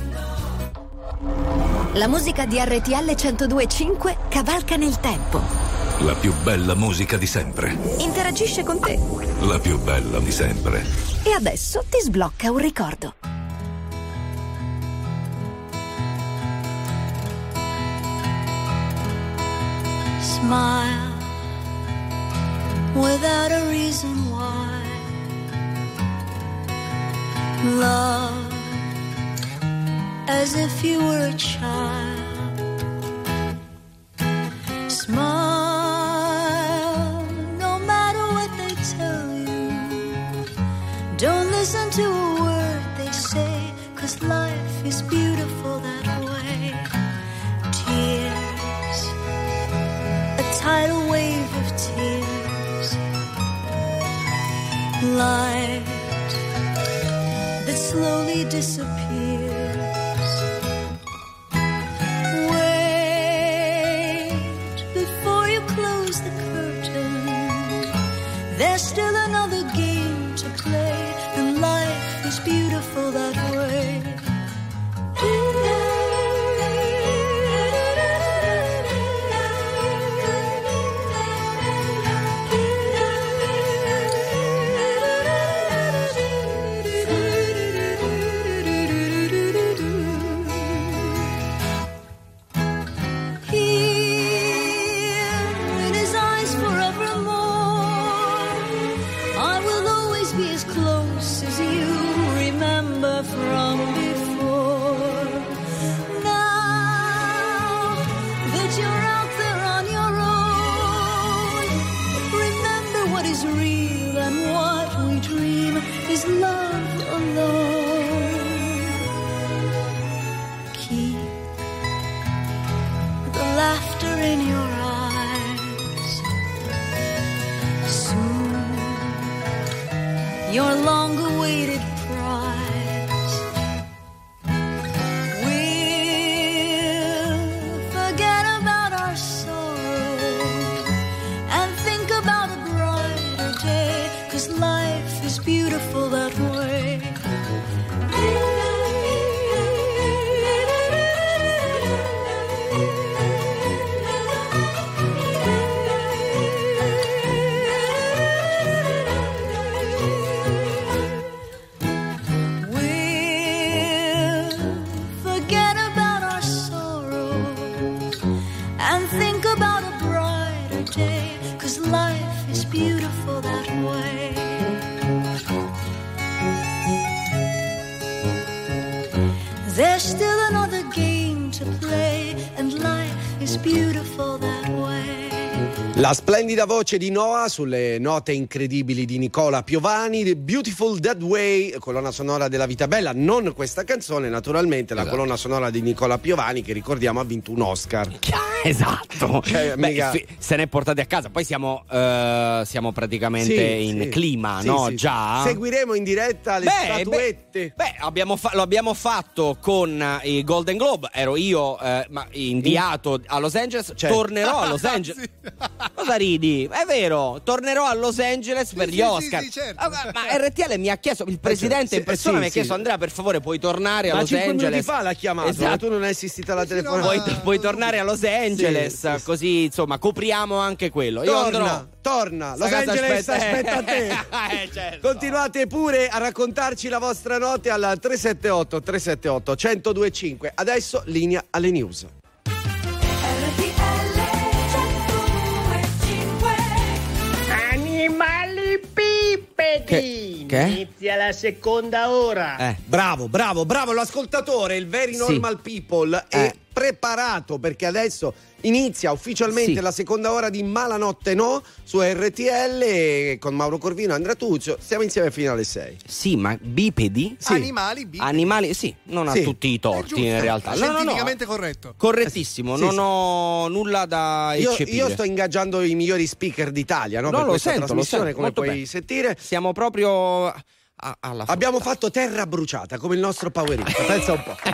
M: La musica di RTL 102.5 cavalca nel tempo.
D: La più bella musica di sempre.
M: Interagisce con te.
D: La più bella di sempre.
M: E adesso ti sblocca un ricordo.
G: Smile without a reason why. Love as if you were a child. Smile no matter what they tell you. Don't listen to a word they say, 'cause life is beautiful that way. Tears, a tidal wave of tears, light that slowly disappears. Wait before you close the curtain. There's still another game to play, and life is beautiful that way. Your long-awaited prize. We'll forget about our sorrow and think about a brighter day, 'cause life is beautiful that way. Beautiful that way. There's still another game to play, and life is beautiful that way.
B: La splendida voce di Noah sulle note incredibili di Nicola Piovani, The Beautiful That Way, colonna sonora della Vita Bella, non questa canzone naturalmente, la colonna sonora di Nicola Piovani che ricordiamo ha vinto un Oscar.
A: Esatto. Se ne è portati a casa. Poi siamo praticamente in clima, no?
B: Sì.
A: Già.
B: Seguiremo in diretta le statuette.
A: Lo abbiamo fatto con i Golden Globe. Ero io inviato a Los Angeles. Tornerò a Los Angeles. Cosa ridi? È vero, tornerò a Los Angeles per gli Oscar.
C: Sì, certo.
A: Ma RTL mi ha chiesto, il presidente in persona mi ha chiesto: Andrea, per favore, puoi tornare a Los Angeles?
B: 5 minuti fa l'ha chiamato, ma tu non hai assistito alla telefonata.
A: Puoi tornare a Los Angeles, così insomma copriamo anche quello.
B: Torna. Los Angeles aspetta a te.
A: Certo.
B: Continuate pure a raccontarci la vostra notte al 378 1025. Adesso linea alle news.
P: Animali pipedi.
A: Che?
P: Inizia la seconda ora.
B: Bravo l'ascoltatore, il Very Normal People è preparato, perché adesso inizia ufficialmente la seconda ora di Malanotte No su RTL con Mauro Corvino e Andrea Tuzio. Stiamo insieme fino alle 6.
A: Sì, ma bipedi?
B: Sì.
C: Animali,
A: sì, non ha tutti i torti in realtà.
C: Scientificamente corretto.
A: Correttissimo, non ho nulla da eccepire.
B: Io sto ingaggiando i migliori speaker d'Italia, no?
A: No,
B: per questa
A: lo
B: trasmissione,
A: sento,
B: come puoi
A: bene
B: sentire.
A: Siamo proprio alla frutta.
B: Abbiamo fatto terra bruciata come il nostro Powerino. Pensa un po'.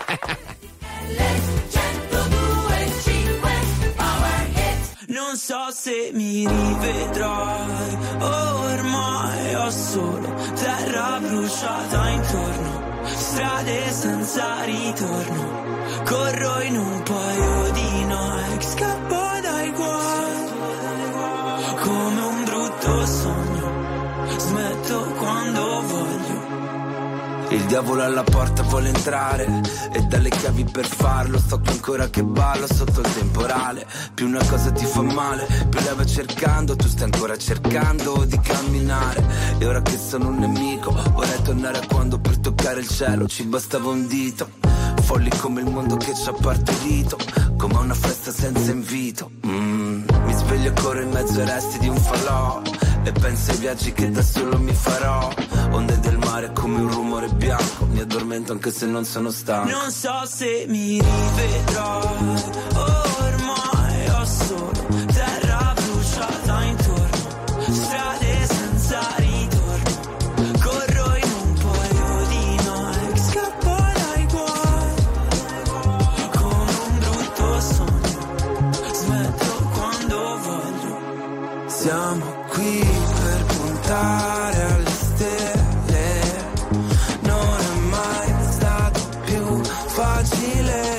F: Non so se mi rivedrai, ormai ho solo terra bruciata intorno, strade senza ritorno, corro in un paio di Nike, scappo dai guai, come un brutto sogno, smetto quando voglio. Il diavolo alla porta vuole entrare e dalle chiavi per farlo. Sto qui ancora che ballo sotto il temporale. Più una cosa ti fa male, più la vai cercando. Tu stai ancora cercando di camminare. E ora che sono un nemico vorrei tornare a quando per toccare il cielo ci bastava un dito. Folli come il mondo che ci ha partorito, come una festa senza invito. Mi sveglio e corro in mezzo ai resti di un falò e penso ai viaggi che da solo mi farò. Onde del mare come un rumore bianco, mi addormento anche se non sono stanco. Non so se mi rivedrai, ormai ho solo terra bruciata intorno, strade senza ritorno, corro in un paio di Nike, scappo dai guai, come un brutto sogno, smetto quando voglio. Siamo qui per puntare alle stelle, non è mai stato più facile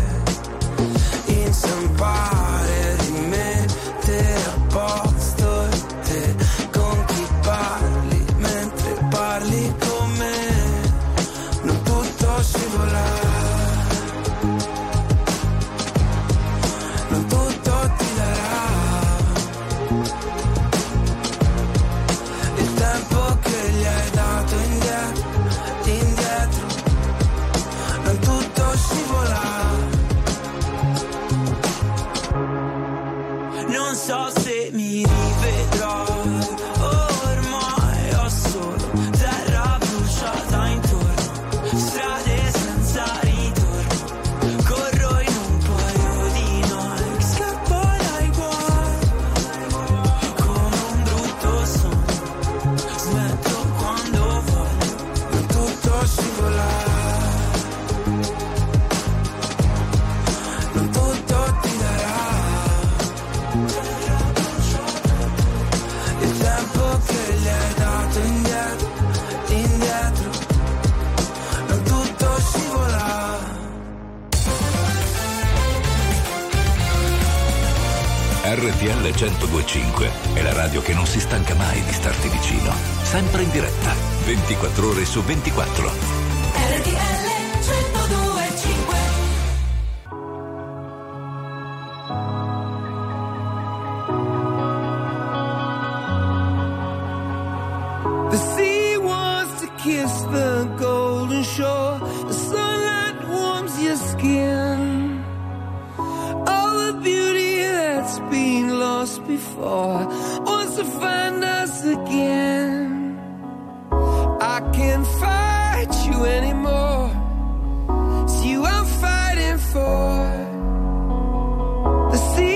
F: inciampare, rimettere a posto te con chi parli mentre parli con me, non tutto scivola, non tutto ti darà il tempo che gli hai dato indietro, non tutto scivola. Non so se mi rivedrai, ormai ho solo terra bruciata intorno, strade senza ritorno, corro in un paio di Nike, scappo dai guai, come un brutto sogno, smetto quando voglio, non tutto scivola, non tutto ti darà il tempo che gli hai dato indietro, non tutto scivola.
D: RTL 1025 è la radio che non si stanca mai di starti vicino, sempre in diretta, 24 ore su 24.
E: RTL 1025.
F: The sea wants to kiss the golden shore. The sunlight warms your skin. All the beauty that's been lost before wants to find us again. I can't fight you anymore. It's you I'm fighting for. The sea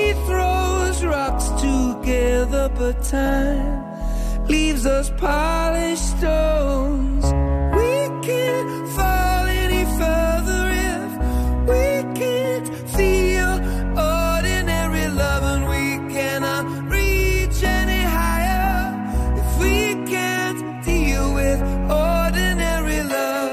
F: time leaves us polished stones. We can't fall any further if we can't feel ordinary love, and we cannot reach any higher if we can't deal with ordinary love.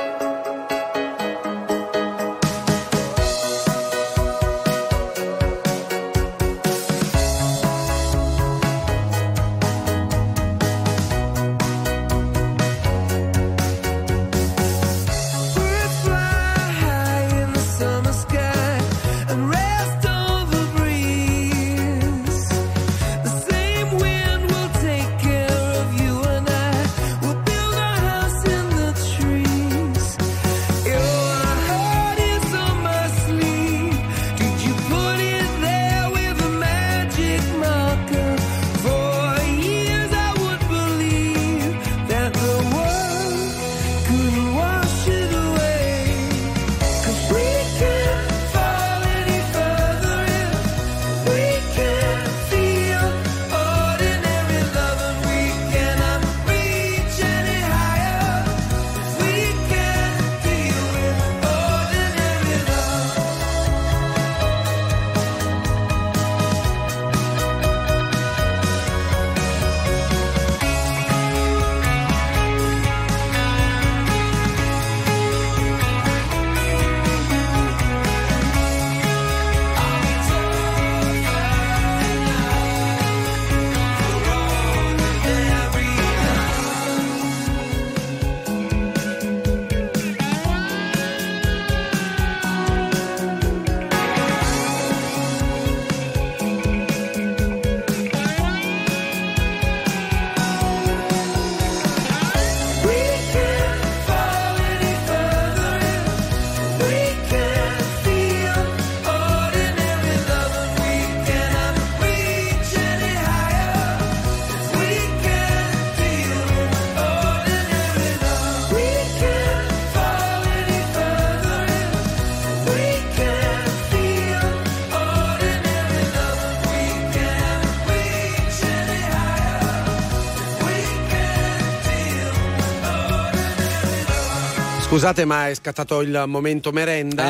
B: Scusate, ma è scattato il momento merenda,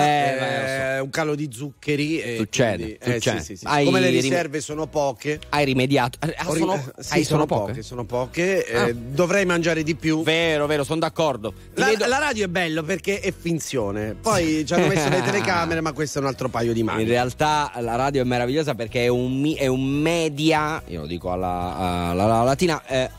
B: un calo di zuccheri.
A: Succede.
B: Sì. Come le riserve sono poche.
A: Hai rimediato.
B: Sono poche. Dovrei mangiare di più.
A: Vero, sono d'accordo.
B: La radio è bello perché è finzione. Poi ci hanno messo le telecamere, ma questo è un altro paio di mani.
A: In realtà la radio è meravigliosa perché è un media, io lo dico alla latina,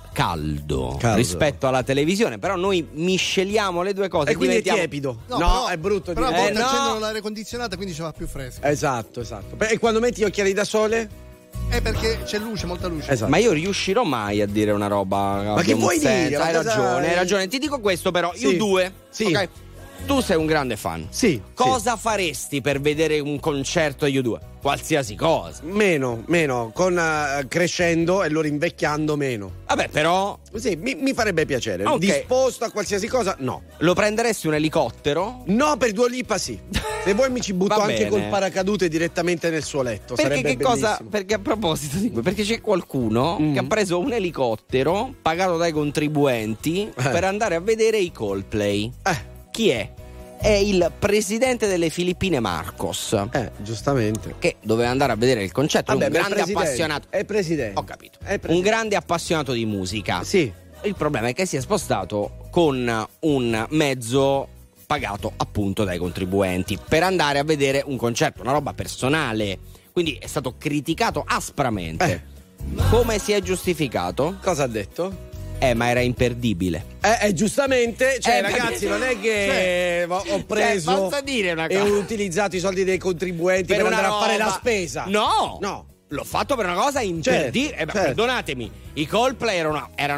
A: caldo rispetto alla televisione, però noi misceliamo le due cose
B: e quindi è tiepido. No, è brutto.
C: Però accendono l'aria condizionata, quindi ci va più fresco.
B: Esatto. E quando metti gli occhiali da sole?
C: Perché c'è luce, molta luce.
B: Esatto.
A: Ma io riuscirò mai a dire una roba?
B: Ma che vuoi dire?
A: Hai ragione. Ti dico questo, però.
B: Sì.
A: U2.
B: Sì.
A: Ok. Tu sei un grande fan.
B: Sì.
A: Cosa faresti per vedere un concerto degli U2? Qualsiasi cosa.
B: Meno, con crescendo e loro invecchiando meno.
A: Vabbè, però
B: sì, mi farebbe piacere.
A: Okay.
B: Disposto a qualsiasi cosa? No.
A: Lo prenderesti un elicottero?
B: No, per Dua Lipa sì. Se vuoi mi ci butto anche col paracadute direttamente nel suo letto.
A: Perché
B: sarebbe bellissimo.
A: Perché a proposito di perché c'è qualcuno che ha preso un elicottero pagato dai contribuenti per andare a vedere i Coldplay. Chi è? È il presidente delle Filippine, Marcos.
B: Giustamente.
A: Che doveva andare a vedere il concerto.
B: Vabbè,
A: un grande appassionato.
B: È presidente.
A: Ho capito. Un grande appassionato di musica.
B: Sì.
A: Il problema è che si è spostato con un mezzo pagato appunto dai contribuenti per andare a vedere un concerto, una roba personale. Quindi è stato criticato aspramente. Come si è giustificato?
B: Cosa ha detto?
A: Ma era imperdibile.
B: Giustamente, ragazzi, non è che ho preso
A: posso dire una cosa?
B: E ho utilizzato i soldi dei contribuenti per andare a fare la spesa.
A: No. L'ho fatto per una cosa imperdibile. Perdonatemi, i Coldplay erano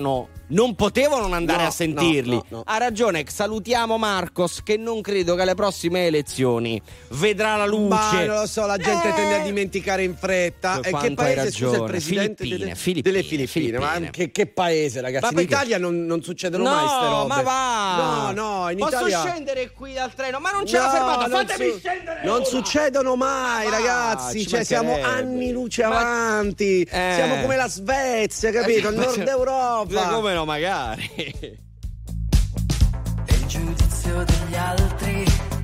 A: non potevo non andare a sentirli. No. Ha ragione, salutiamo Marcos, che non credo che alle prossime elezioni vedrà la luce.
B: Ma non lo so, la gente tende a dimenticare in fretta. E che paese, scusa, il presidente delle Filippine? Ma che paese, ragazzi? Ma in Italia non succedono mai ste robe.
A: Ma va!
B: No, in
A: Posso
B: Italia...
A: scendere qui dal treno? Ma non c'è la fermata, fatemi scendere!
B: Non succedono mai, ragazzi. Cioè, siamo anni luce avanti. Siamo come la Svezia, capito? Il Nord Europa.
A: Come no, magari.
F: E il giudizio degli altri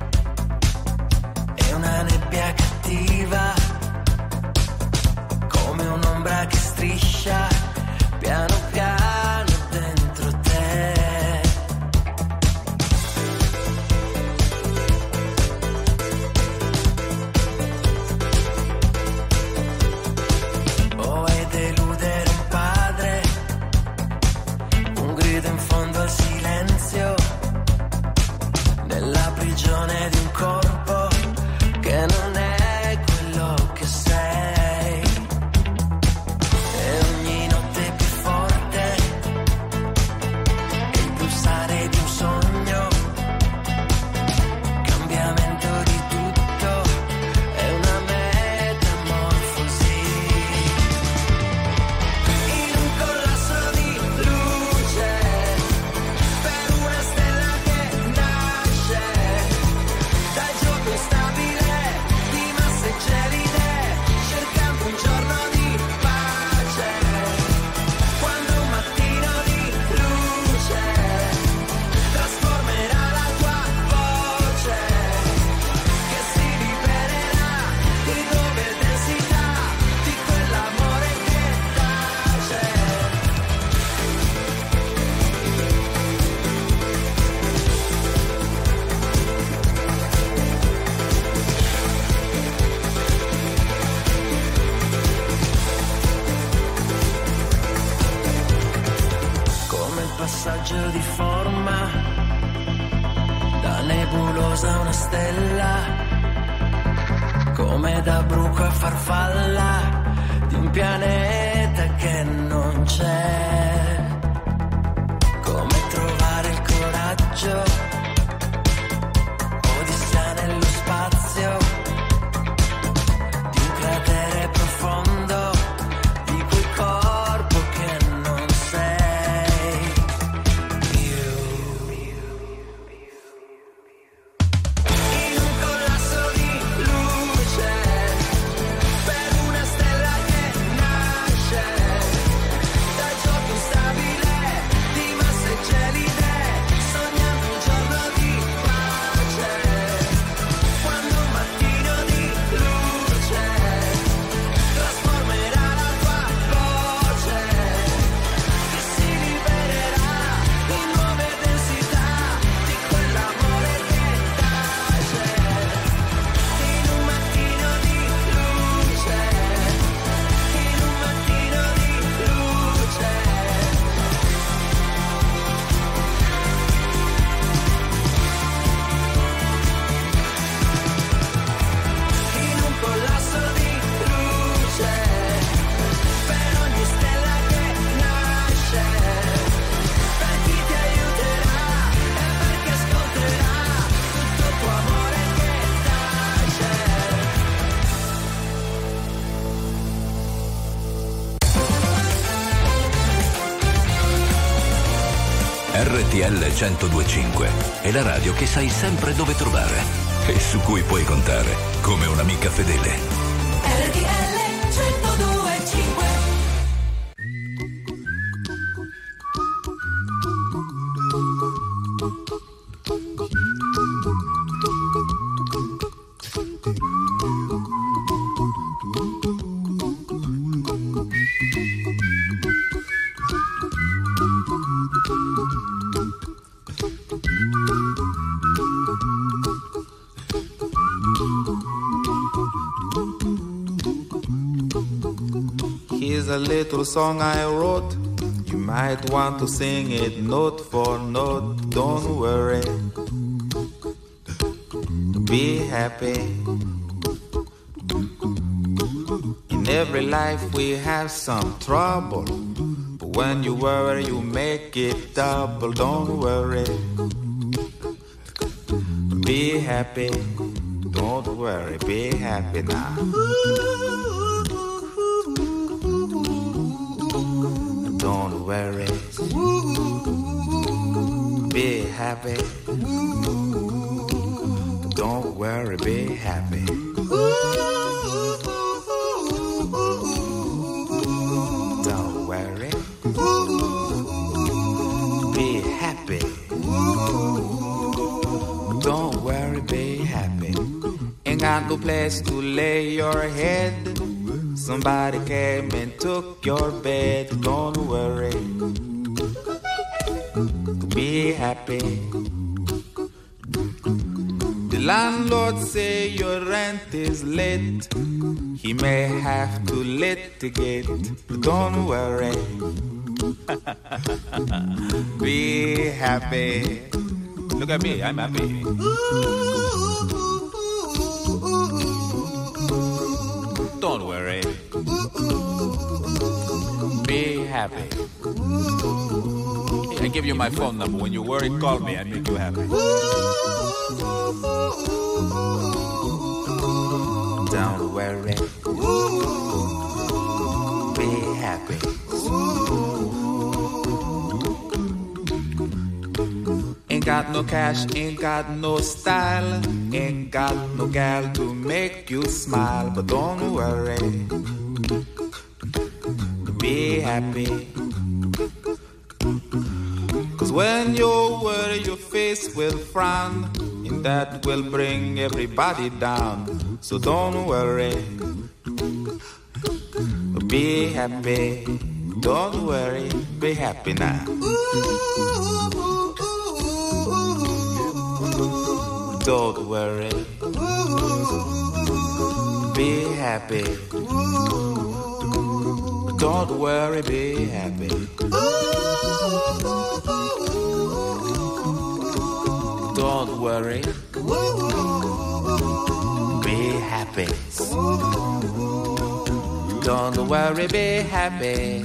F: è una nebbia cattiva, come un'ombra che striscia piano piano dentro te. O è deludere un padre, un grido in fondo al silenzio, nella prigione di un corpo che non è quello che sei. E ogni notte più forte è il pulsare di un sogno, cambiamento di tutto, è una metamorfosi. In un collasso di luce, per una stella che nasce dal gioco instabile di masse gelide, cercando un giorno di pace, quando un mattino di luce trasformerà la tua voce, che si libererà di dove densità di quell'amore che tace. Come il passaggio di forma da nebulosa a una stella, come da bruco a farfalla di un pianeta che non c'è. Come trovare il coraggio, odissea nello spazio, di un cratere profondo, di quel corpo che non sei più. In un collasso di luce, per una stella che nasce dal gioco instabile di masse gelide, sognando un giorno di pace, quando un mattino di luce trasformerà la tua voce, che si libererà in nuove densità di quell'amore che tace. In un mattino di luce, in un mattino di luce. In un collasso di luce, per ogni stella che nasce, per chi ti aiuterà e per chi ascolterà tutto il tuo amore che tace.
D: RTL 1025 è la radio che sai sempre dove trovare e su cui puoi contare come un'amica fedele.
E: RTL 1025.
Q: Here's a little song I wrote. You might want to sing it note for note. Don't worry. Be happy. In every life we have some trouble, but When you worry, you make it double. Don't worry. Be happy. Don't worry. Be happy now. Don't worry. Be happy. Don't worry. Be happy. Don't worry. Be happy. Don't worry, be happy. Ain't got no place to lay your head. Somebody came and took your bed. Don't worry. Be happy. The landlord say your rent is late. He may have to litigate, but don't worry. Be happy. Look at me, I'm happy. Don't worry. Be happy. I give you my phone number. When you worry, call me. I make you happy. Don't worry. Be happy. Ain't got no cash, ain't got no style, ain't got no gal to make you smile, but don't worry. Be happy. Cause when you worry, your face will frown, and that will bring everybody down. So don't worry. Be happy. Don't worry. Be happy now. Don't worry. Be happy. Don't worry, be happy. Don't worry. Be happy. Don't worry, be happy.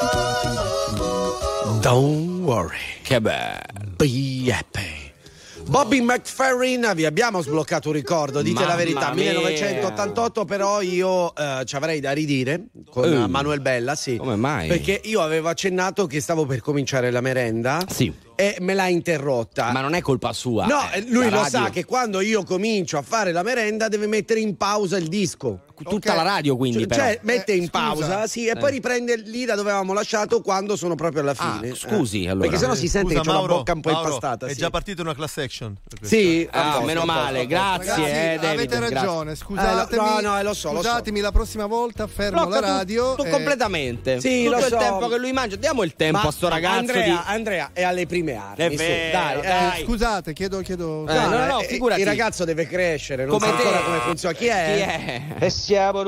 B: Don't worry.
A: Che bello.
B: Be happy. Bobby McFerrin, vi abbiamo sbloccato un ricordo, dite la verità, 1988, però io ci avrei da ridire con Manuel Bella, sì.
A: Come mai?
B: Perché io avevo accennato che stavo per cominciare la merenda.
A: Sì.
B: E me l'ha interrotta.
A: Ma non è colpa sua.
B: No, lui lo sa che quando io comincio a fare la merenda deve mettere in pausa il disco.
A: Tutta la radio, quindi.
B: Cioè mette in pausa, sì, e poi riprende lì da dove avevamo lasciato quando sono proprio alla fine.
A: Scusi, allora.
B: Perché sennò si sente che c'è una bocca un po' impastata.
R: È già partita una class action.
B: Sì,
A: meno male, grazie.
C: Ragazzi, avete ragione, scusatemi.
B: No, lo so.
C: Scusatemi, la prossima volta fermo la radio.
A: Tu completamente.
B: Sì,
A: tutto
B: lo
A: il
B: so.
A: tempo che lui mangia. Diamo il tempo a sto ragazzo.
B: Andrea è alle prime armi.
A: È vero.
C: Dai. Scusate, chiedo.
A: No, figurati.
B: Il ragazzo deve crescere, non
A: come
B: sa ancora come funziona. Chi è?
P: E siamo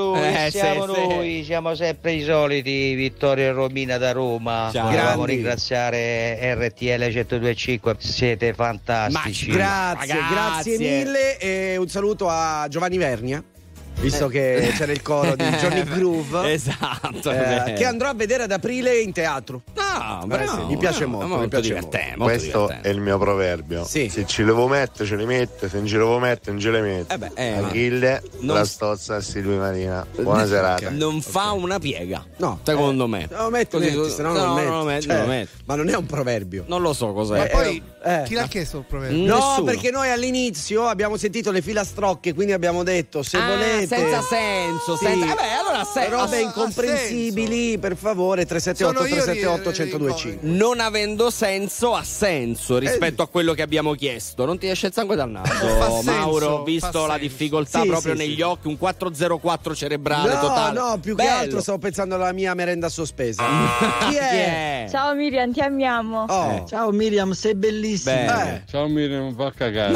P: noi, siamo sempre i soliti, Vittorio e Romina da Roma. Volevamo ringraziare RTL 102.5, siete fantastici.
B: Grazie mille e un saluto a Giovanni Vernia. Visto che c'era il coro di Johnny Groove,
A: esatto,
B: che andrò a vedere ad aprile in teatro.
A: Bravo,
B: mi piace molto.
S: Questo è il mio proverbio.
B: Sì.
S: Se ci le vuoi mettere, ce le mette, se non ce le vuoi mettere, non ce le mette. Achille, la stozza a Silvia Marina. Buona serata.
A: Non fa una piega. No, secondo me.
B: Lo metti, se no non lo metti. Ma non è un proverbio.
A: Non lo so cos'è.
C: Ma poi chi l'ha chiesto il proverbio?
B: No,
A: Nessuno.
B: perché noi all'inizio abbiamo sentito le filastrocche, quindi abbiamo detto se volete.
A: Senza senso,
B: sì.
A: Allora
B: robe incomprensibili, per favore, 378-378-1025.
A: Non avendo senso, ha senso rispetto a quello che abbiamo chiesto. Non ti esce il sangue dal naso, Mauro, visto la difficoltà proprio negli occhi, un 404 cerebrale totale.
B: No, più che altro stavo pensando alla mia merenda sospesa. Chi è?
T: Ciao Miriam, ti amiamo.
P: Ciao Miriam, sei bellissima.
I: Ciao Miriam, fa cagare.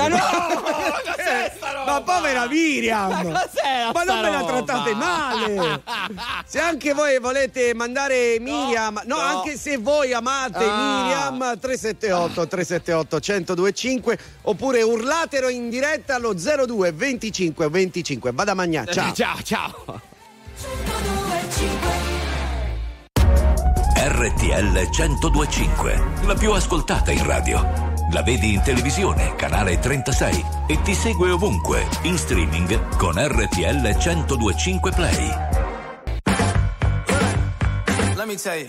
B: Ma povera Miriam! Ma non me la trattate male! Se anche voi volete mandare Miriam, anche se voi amate Miriam, 378-378-1025 oppure urlatelo in diretta allo 02 25 25. Vada a mangiare. Ciao.
A: Ciao.
D: RTL 102.5, la più ascoltata in radio. La vedi in televisione, canale 36, e ti segue ovunque, in streaming con RTL 102.5 Play.
F: Let me tell you,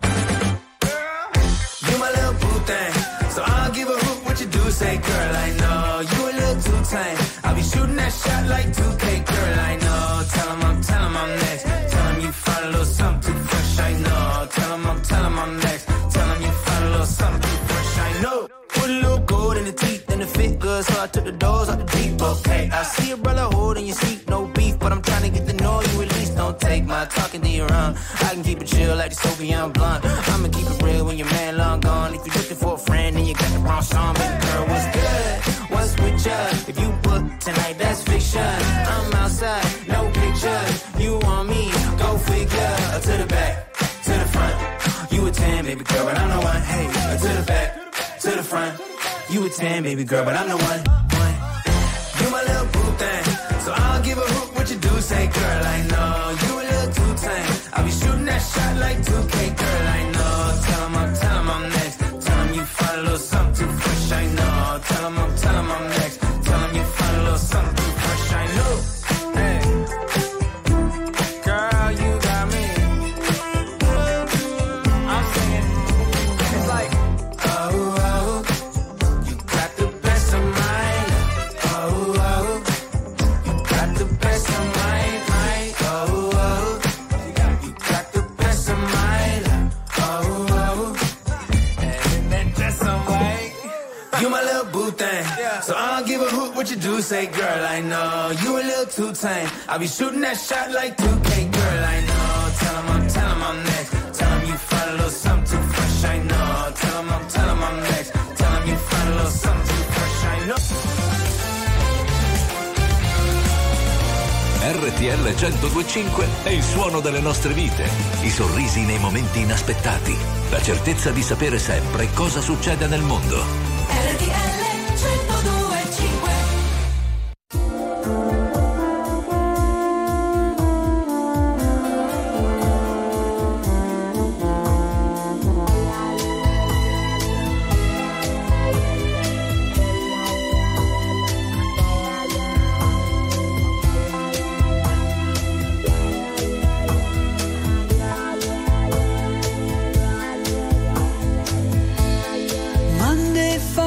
F: you my little boo thing, so I'll give a hoot what you do. Say, girl, I know you a little too tame. I'll be shooting that shot like 2K, girl, I know. Tell 'em I'm next. Tell 'em you find a little something too fresh, I know. Tell 'em I'm next. Tell 'em you find a little something too fresh, I know. Put a little gold in the teeth and it fit good, so I took the doors out the Jeep. Okay, I see a brother holding your seat, no beef, but I'm trying to get to know you at least. Don't take my talking to your own. I can keep it chill like the Soviet blunt. I'ma keep it real when your man long gone. If you're looking for a friend and you got the wrong song, baby girl, what's good? What's with ya? If you book tonight, that's fiction. I'm outside, no pictures. You want me? Go figure. To the back, to the front. You a 10, baby girl, but I'm the one. Hey, to the back, to the front. You a 10, baby girl, but I'm the one. You my little boo thing, so I'll give a hoot what you do. Say, girl, I know you a little too tame. I'll be shooting that shot like 2K, girl, I know. Tell 'em I'm next. Tell 'em you find a little something too fresh, I know. Tell 'em I'm next. Tell 'em you find a little something too fresh, I know. Hey, girl, you got me. I'm singing. It's like, oh, oh, you got the best of mine. Oh, oh, you got the best of mine. Oh, oh, you got the best of mine. Oh, oh, and then just some way. You my little boo thing, so I don't give a hoot what you do. Say, girl, I know you a little too tame. I'll be shooting that shot like 2K, girl, I know. Tell 'em I'm next. Tell 'em you find a little something too fresh, I know. Tell 'em I'm next. Tell 'em you find a little something too fresh, I know.
D: RTL 102.5 è il suono delle nostre vite, i sorrisi nei momenti inaspettati, la certezza di sapere sempre cosa succede nel mondo.
E: RTL 102.5.
F: Monday,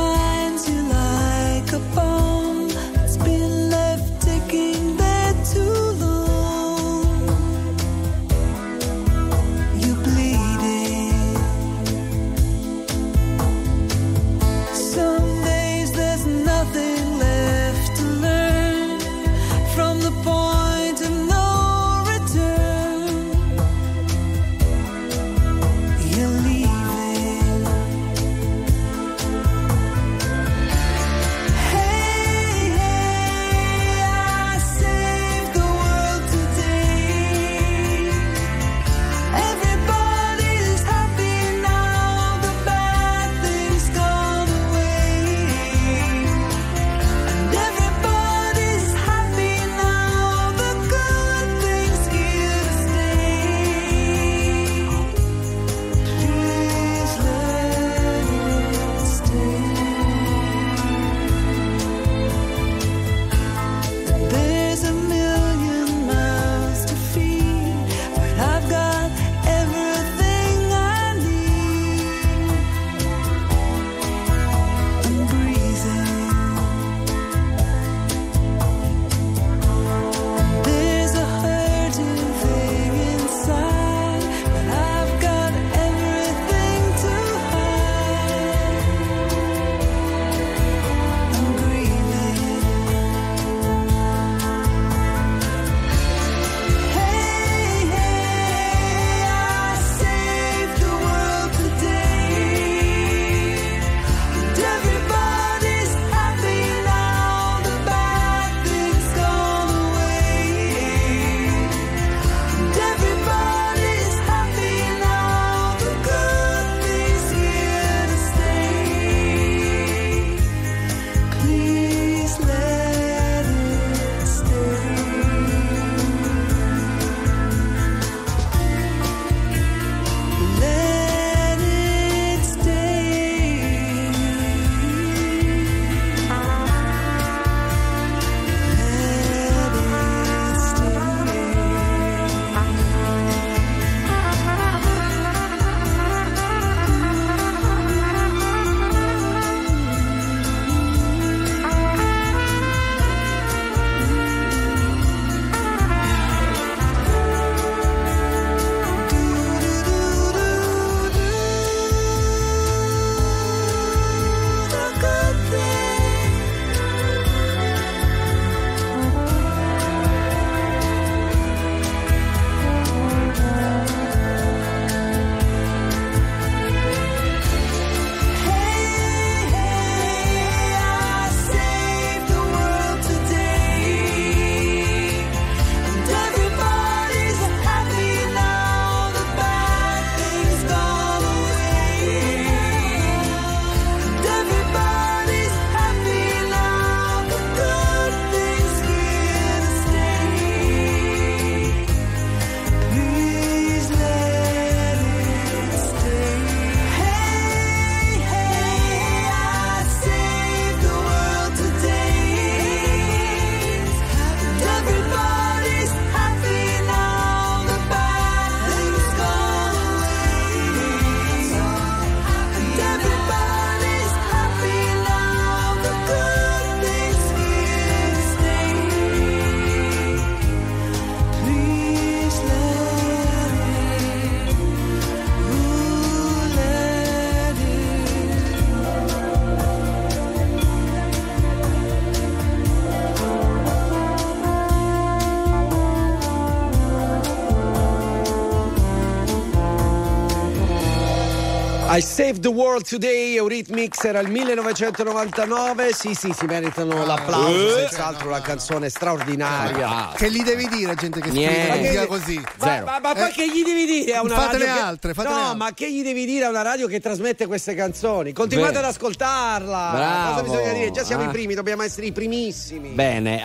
B: I Saved the World Today, Eurythmics, era il 1999. Sì, si meritano l'applauso, senz'altro, una canzone straordinaria.
C: Che gli devi dire, gente che scrive la musica così?
B: Ma poi che gli devi dire a una
C: fatene
B: radio
C: altre,
B: ma che gli devi dire a una radio che trasmette queste canzoni? Continuate ad ascoltarla.
A: Bravo.
B: Cosa bisogna dire? Già siamo i primi, dobbiamo essere i primissimi.
A: Bene,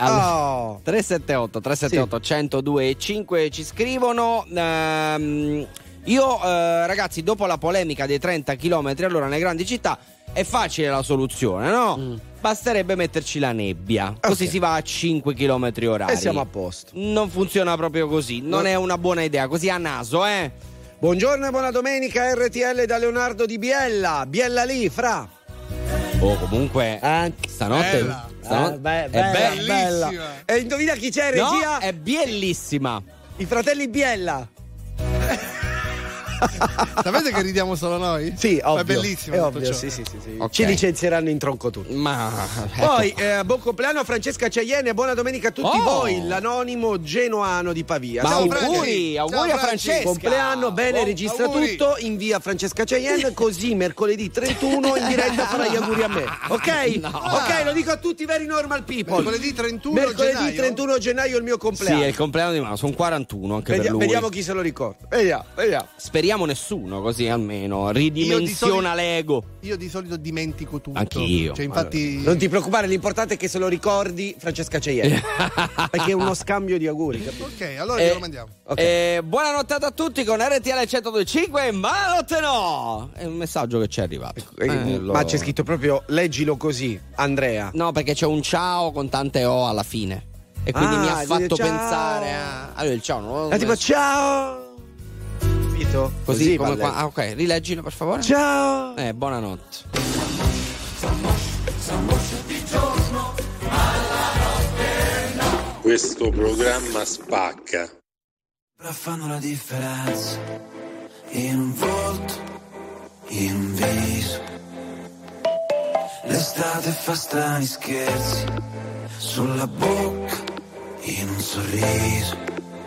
A: 378 102 e 5 ci scrivono. Io ragazzi, dopo la polemica dei 30 km all'ora nelle grandi città è facile la soluzione, no? Basterebbe metterci la nebbia, così si va a 5 km orari
B: e siamo a posto.
A: Non funziona proprio così, non è una buona idea, così a naso,
B: Buongiorno e buona domenica, RTL da Leonardo di Biella lì, fra.
A: Comunque stanotte è
B: bella. E indovina chi c'è, regia?
A: No, è biellissima.
B: I fratelli Biella.
C: Sapete che ridiamo solo noi?
B: Sì, ovvio.
C: È bellissimo.
B: È ovvio, sì. Okay. Ci licenzieranno in tronco tutti. Poi, buon compleanno a Francesca Ceiene, buona domenica a tutti voi, l'anonimo genuano di Pavia.
A: Ma auguri a Francesca.
B: Compleanno, bene, registra auguri. Tutto, invia Francesca Ceiene, così mercoledì 31 in diretta farà gli auguri a me. Ok? No. Ok, lo dico a tutti i veri normal people.
C: Mercoledì 31
B: gennaio è il mio compleanno.
A: Sì, è il compleanno di Mano, sono 41 anche per lui.
B: Vediamo chi se lo ricorda. Vediamo.
A: Speriamo nessuno, così almeno ridimensiona l'ego.
C: Io di solito dimentico tutto.
A: Anch'io.
C: Cioè, infatti,
B: non ti preoccupare, l'importante è che se lo ricordi Francesca Ceiene. Perché è uno scambio di auguri, capito?
C: Ok, allora glielo mandiamo.
A: Buonanotte a tutti con RTL 102.5. Ma notte no! È un messaggio che ci è arrivato.
B: Ma c'è scritto proprio leggilo così, Andrea.
A: No, perché c'è un ciao con tante O alla fine. E quindi mi ha fatto pensare a. Allora il ciao non
B: tipo ciao.
A: Così come qua. Ok, rileggilo per favore.
B: Ciao.
A: Buonanotte.
S: Questo programma spacca.
F: Fanno la differenza in un volto, in un viso. L'estate fa strani scherzi sulla bocca, in un sorriso.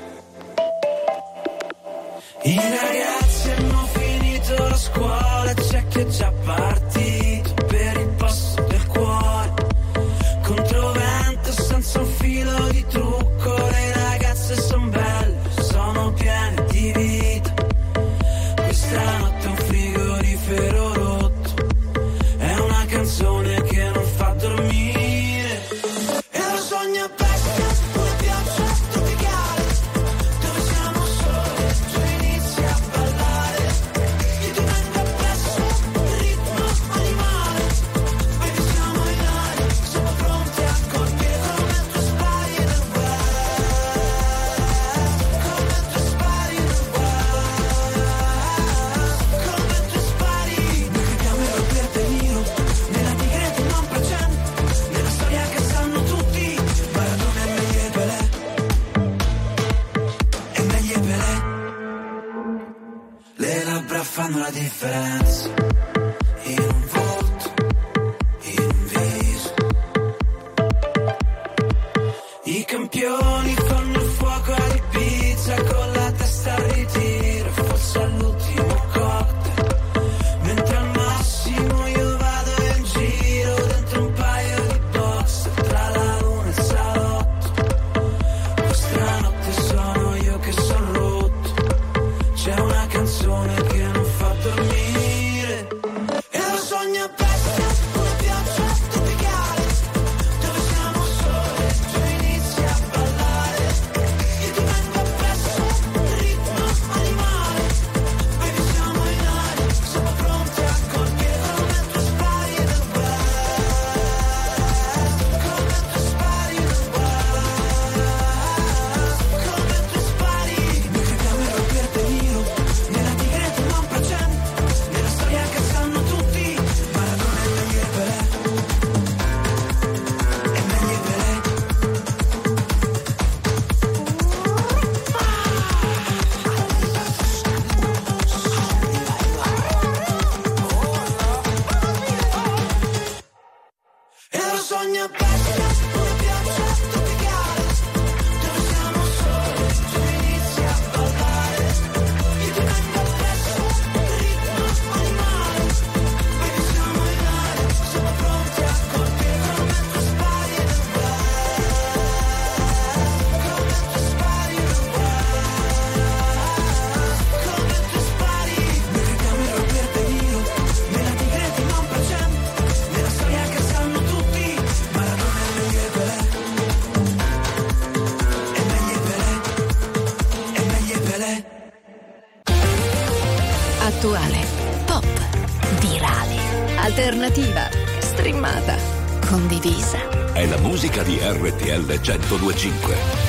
F: I ragazzi hanno finito la scuola, c'è chi è già partito per il posto del cuore. Controvento senza un filo di trucco, le ragazze son belle, sono piene di vita. Questa notte è un frigorifero rotto, è una canzone che non fa dormire. E lo sogno pesca, una pioggia tropicale, dove siamo soli. Fanno la differenza in un volto, in un viso. I campioni fanno il fuoco alla pizza con la testa al ritiro, forse all'ultimo cocktail. Mentre al massimo io vado in giro dentro un paio di box tra la luna e il salotto. Questa notte sono io che sono rotto, c'è una canzone che dormire. E lo sogno pesca, una pioggia tropicale, dove siamo soli, tu inizi a ballare. Io ti vengo appresso, ritmo animale. Baby siamo in aria, siamo pronti a colpirlo mentre spari nel west. Come tu spari nel west. Come tu spari. Noi capiamo il rapper deliro, nella tigre non facciamo. Nella storia che sanno tutti, Maradona è meglio e Pelé. È meglio e Pelé. E lo sogno pesca, una pioggia tropicale, dove siamo soli, tu inizi a ballare. Io ti vengo appresso, ritmo animale.
M: esclusiva, streamata, condivisa.
D: È la musica di RTL 102.5.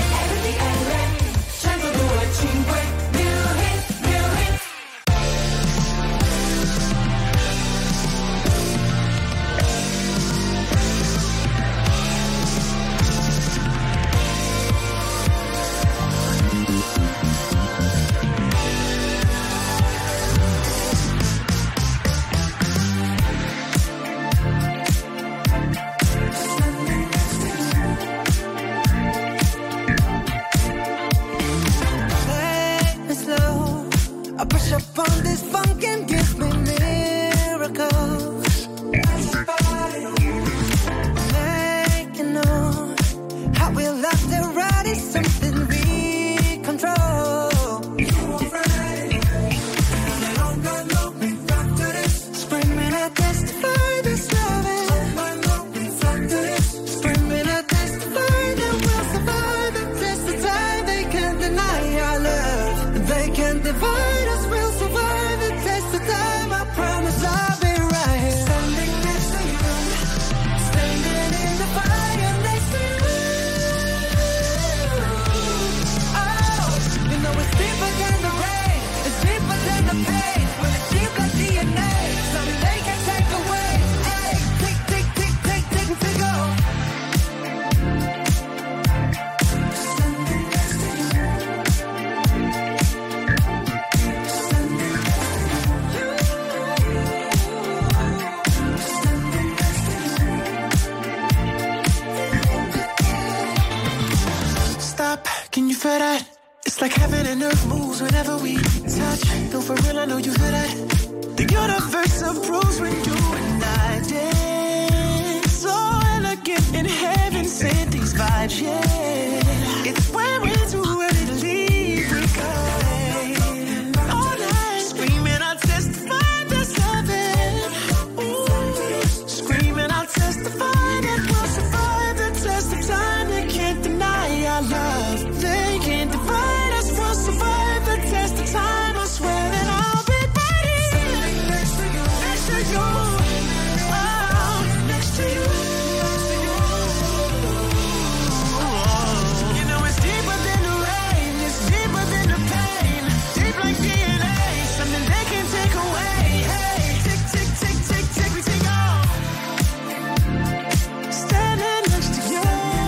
F: Can you feel that? It's like heaven and earth moves whenever we touch. Though for real, I know you feel that. The universe approves when you and I dance. So elegant in heaven, sent these vibes, yeah. It's when we're too ready to leave, we go all night, screaming, I'll testify that's heaven. Ooh, screaming, I'll testify that we'll survive the test of time. They can't deny our love. They can't divide us. We'll survive the test of time. I swear that I'll be right here next to you, next to you. Oh, next to you. You know it's deeper than the rain. It's deeper than the pain. Deep like DNA. Something they can't take away. Hey, tick, tick, tick, tick, tick, we take off. Standing next to you.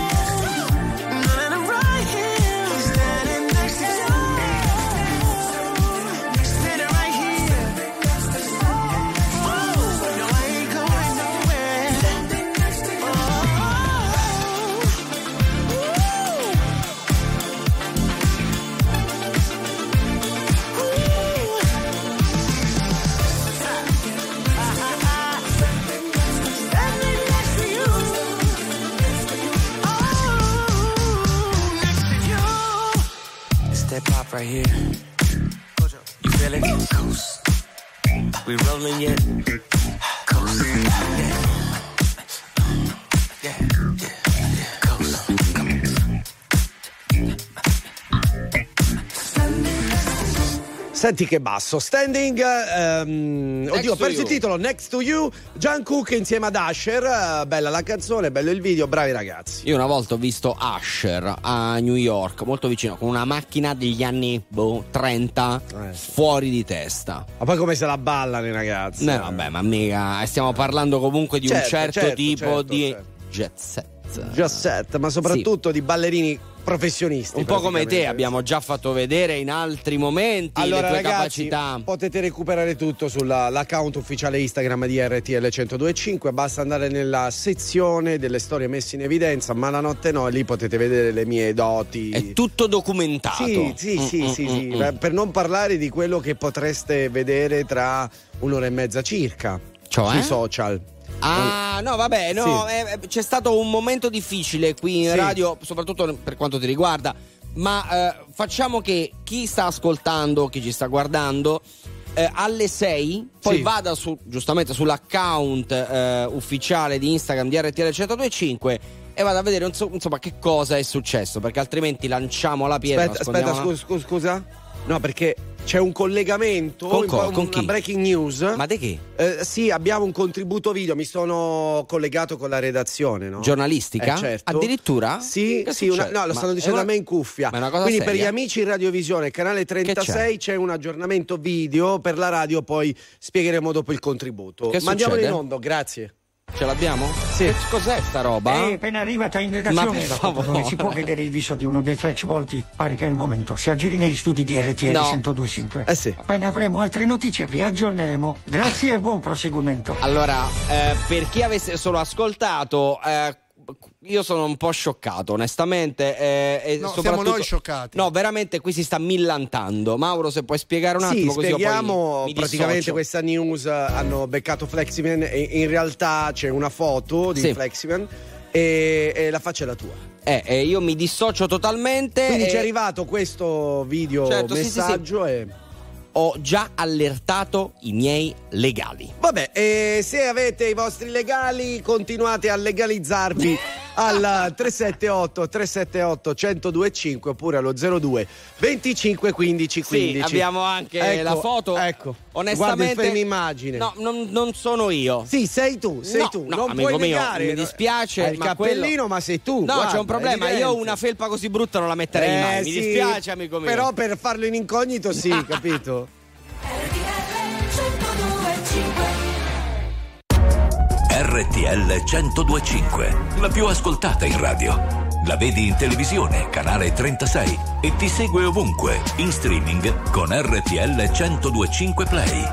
F: That pop right here. You feel it? Coast. We rolling yet? Coast. Yeah. Coast.
B: Senti che basso. Standing, oddio, ho perso il titolo. Next to You, Jungkook insieme ad Usher. Bella la canzone, bello il video, bravi ragazzi.
A: Io una volta ho visto Usher a New York, molto vicino, con una macchina degli anni 30, fuori di testa.
B: Ma poi come se la ballano i ragazzi?
A: No, vabbè, ma mica. Stiamo parlando comunque di un certo tipo di jet set.
B: Jet set, ma soprattutto di ballerini professionisti.
A: Un po' come te, abbiamo già fatto vedere in altri momenti
B: allora,
A: le tue
B: ragazzi,
A: capacità.
B: Potete recuperare tutto sull'account ufficiale Instagram di RTL 102.5. Basta andare nella sezione delle storie messe in evidenza, ma la notte no, lì potete vedere le mie doti.
A: È tutto documentato.
B: Sì. Per non parlare di quello che potreste vedere tra un'ora e mezza circa,
A: cioè?
B: Sui social.
A: Ah, no, vabbè, no, sì. C'è stato un momento difficile qui in radio, soprattutto per quanto ti riguarda, ma facciamo che chi sta ascoltando, chi ci sta guardando, alle 6 poi vada giustamente sull'account ufficiale di Instagram di RTL 102.5 e vada a vedere insomma che cosa è successo, perché altrimenti lanciamo la pietra.
B: Aspetta, scusa. No, perché c'è un collegamento
A: con
B: una breaking news.
A: Ma di che?
B: Sì, abbiamo un contributo video, mi sono collegato con la redazione, no?
A: Giornalistica?
B: Certo.
A: Addirittura?
B: Sì, lo stanno dicendo a me in cuffia.
A: Ma è una cosa
B: quindi
A: seria?
B: per gli amici in Radiovisione, canale 36 c'è un aggiornamento video, per la radio poi spiegheremo dopo il contributo. Mandiamolo in onda, grazie.
A: Ce l'abbiamo?
B: Sì.
A: Che cos'è sta roba?
R: Appena arrivata in redazione non si può vedere il viso di uno dei flash volti. Pare che è il momento. Si aggiri negli studi di RTL 102.5.
B: Sì.
R: Appena avremo altre notizie vi aggiorneremo. Grazie e buon proseguimento.
A: Allora, per chi avesse solo ascoltato, io sono un po' scioccato, onestamente.
C: Siamo noi scioccati.
A: No, veramente qui si sta millantando. Mauro, se puoi spiegare un attimo, così
B: spieghiamo.
A: Poi
B: praticamente questa news hanno beccato Fleximan e in realtà c'è una foto di Fleximan e la faccia è la tua.
A: Io mi dissocio totalmente.
B: Quindi ci è arrivato questo video messaggio e
A: ho già allertato i miei legali.
B: Vabbè, se avete i vostri legali, continuate a legalizzarvi al 378 1025 oppure allo 02 25 15 15.
A: Sì, abbiamo anche la foto.
B: Ecco.
A: Onestamente,
B: guarda il frame immagine.
A: No, non sono io.
B: Sì, sei tu.
A: No,
B: non
A: amico
B: puoi
A: mio,
B: negare.
A: mi dispiace.
B: Hai il cappellino, ma sei tu.
A: No,
B: guarda,
A: c'è un problema. Io una felpa così brutta non la metterei mai. Mi dispiace, amico mio.
B: Però per farlo in incognito, sì, capito?
D: RTL 102.5, la più ascoltata in radio. La vedi in televisione, canale 36 e ti segue ovunque, in streaming con RTL 102.5 Play.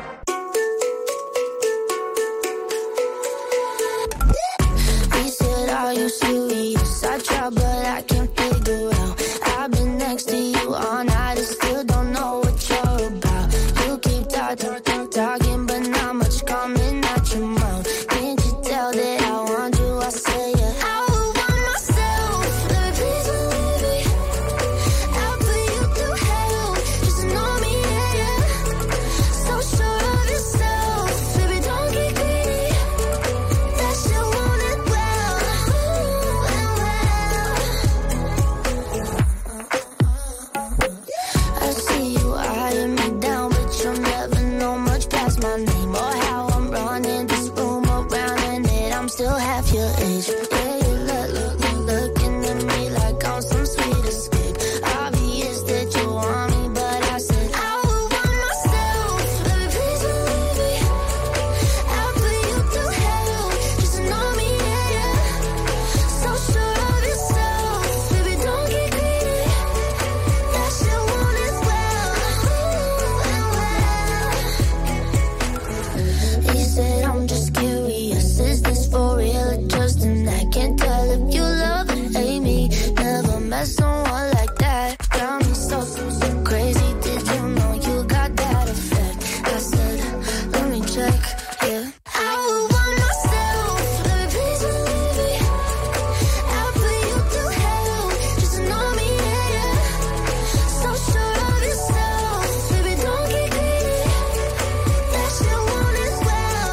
G: He said, are you serious? I try, but I can't figure out. I've been next to you all night and still don't know what you're about. You keep talking, but not much coming out your mouth. Can't you tell that I want you? I say yeah. I would want myself. Let me please believe me. I'll put you through hell. Just know me, yeah. So sure of yourself. Baby, don't get greedy. That shit want it well. I see you eyeing me down, but you'll never know much past my name or how I'm running this room around and that I'm still half your age. Yeah, you looking at me like I'm some sweet escape. Obvious that you want me, but I said I would want myself. Let me please believe me. I'll put you through hell. Just know me, yeah. So sure of yourself, baby, don't get greedy. That shit want it well. He said, I'm just curious, is this for real or just an act? Can't tell if you love or hate me. Never met someone like that. Got me so crazy. Did you know you got that effect? I said, let me check, yeah. I would want myself. Let me please believe me. I'll put you through hell. Just know me, yeah. So sure of yourself, baby, don't get greedy. That shit want it well.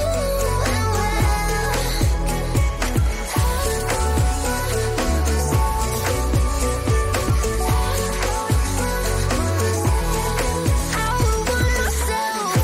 G: I would want myself.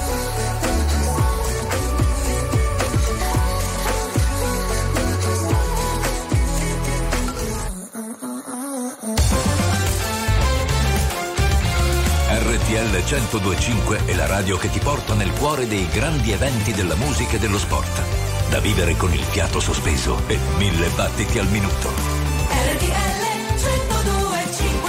D: RTL 102.5 è la radio che ti porta nel cuore dei grandi eventi della musica e dello sport. Da vivere con il fiato sospeso e 1000 battiti al minuto.
E: RTL 102.5.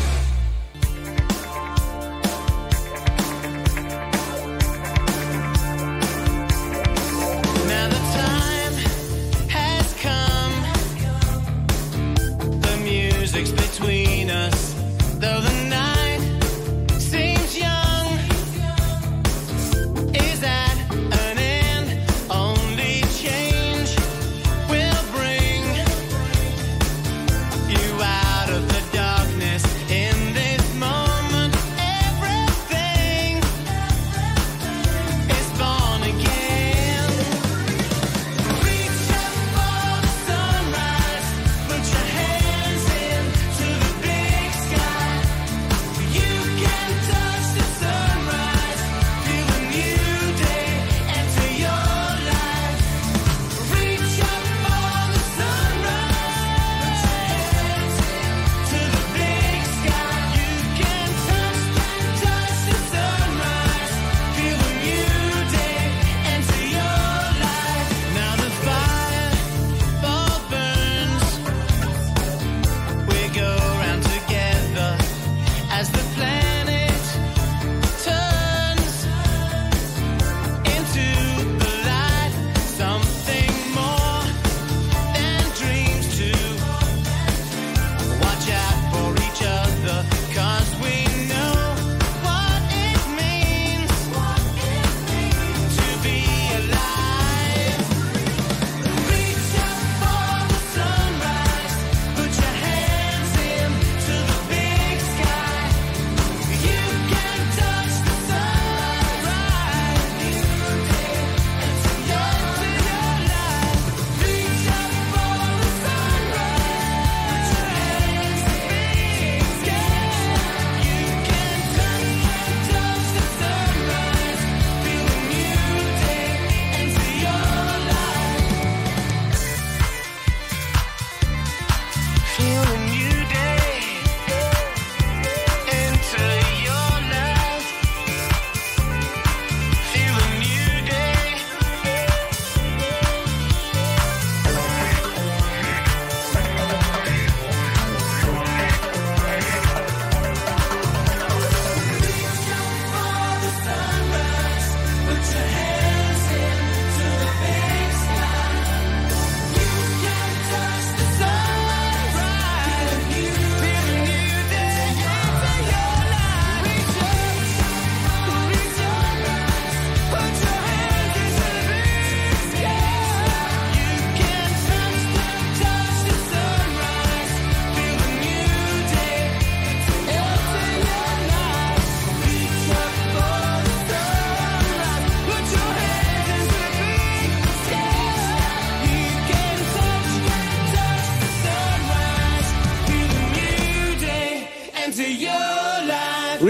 F: Now the time has come. The music's between us. Though the night seems young, is at an end. Only change will bring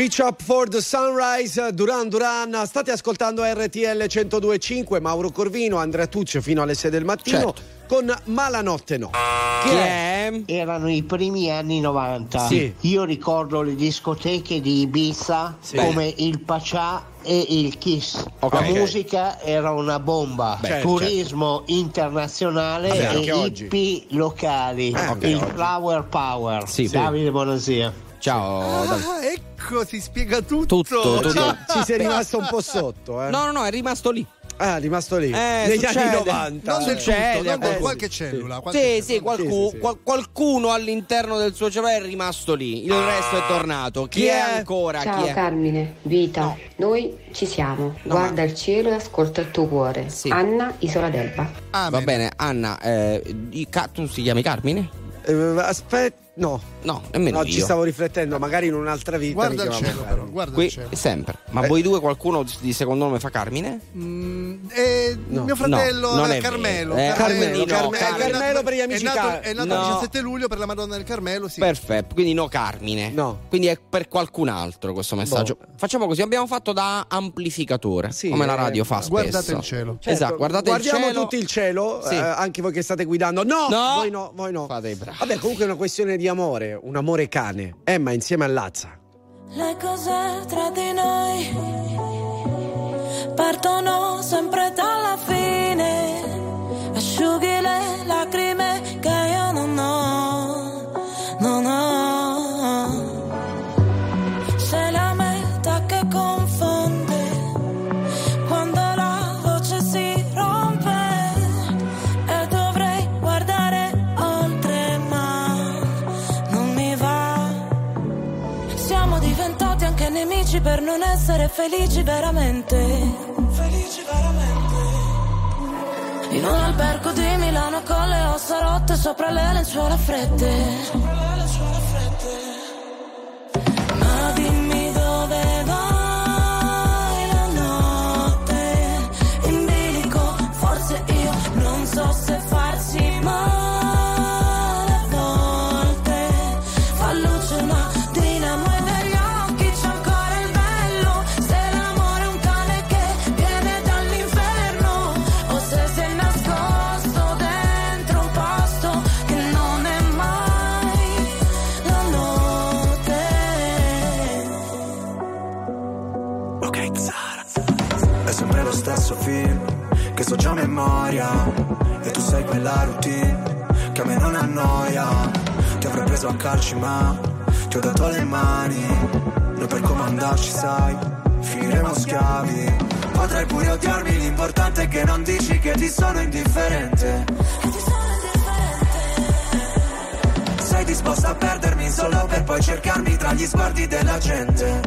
B: Reach Up for the Sunrise, Duran Duran. State ascoltando RTL 102.5, Mauro Corvino, Andrea Tuccio fino alle 6 del mattino, certo, con Malanotte No.
T: Che erano i primi anni 90.
B: Sì.
T: Io ricordo le discoteche di Ibiza, sì, come il Pachà e il Kiss.
B: Okay.
T: La musica era una bomba. Turismo internazionale e hippie locali. Il Flower Power.
B: Sì,
T: Davide Bonasia.
A: Ciao.
C: Ecco, si spiega tutto.
B: Ci sei rimasto un po' sotto, eh?
A: No, è rimasto lì.
B: Ah, è rimasto lì negli anni 90.
C: Non del tutto, non con qualche cellula.
A: Qualcuno all'interno del suo cervello è rimasto lì. Il resto è tornato. Chi è ancora?
N: Ciao
A: Chi è?
N: Carmine, Vita, noi ci siamo. Guarda il cielo e ascolta il tuo cuore.
A: Sì.
N: Anna, Isola d'Elba.
A: Va bene, Anna, tu si chiami Carmine?
B: Aspetta. No,
A: nemmeno io.
B: Ci stavo riflettendo, magari in un'altra vita.
C: Guarda il cielo, però. Guarda il cielo.
A: Sempre. Ma voi due, qualcuno di secondo nome fa Carmine?
C: Mio fratello Carmelo.
B: Carmelo per gli amici.
C: È nato il 17 luglio per la Madonna del Carmelo. Sì.
A: Perfetto, quindi no Carmine.
B: No.
A: Quindi è per qualcun altro questo messaggio. Facciamo così, abbiamo fatto da amplificatore, come la radio fa spesso.
C: Guardate il cielo.
B: Certo,
A: esatto,
B: guardiamo
A: il cielo.
B: tutti il cielo,
A: sì,
B: anche voi che state guidando. Voi no.
A: Fate i bravi.
B: Vabbè, comunque è una questione di amore, un amore cane. Emma insieme a Lazza.
G: Le cose tra di noi partono sempre dalla fine. Asciughi le lacrime che io non ho. Sei la meta che confonde quando la voce si rompe e dovrei guardare oltre ma non mi va. Siamo diventati anche nemici per non essere felici veramente. In un albergo di Milano con le ossa rotte sopra le lenzuola fredde. Ma dimmi dove vai la notte in bilico, forse io non so se farsi male a volte. Fa luce una dinamo e negli occhi c'è ancora il bello. Se l'amore è un cane che viene dall'inferno o se si è nascosto dentro un posto che non è mai la notte.
F: Ok, Zara. È sempre lo stesso film che so già a memoria e tu sei quella routine che a me non annoia. Ti avrei preso a calci ma ti ho dato le mani. Noi per comandarci sai finiremo schiavi. Potrai pure odiarmi, l'importante è che non dici che ti sono indifferente. Sei disposta a perdermi solo per poi cercarmi tra gli sguardi della gente.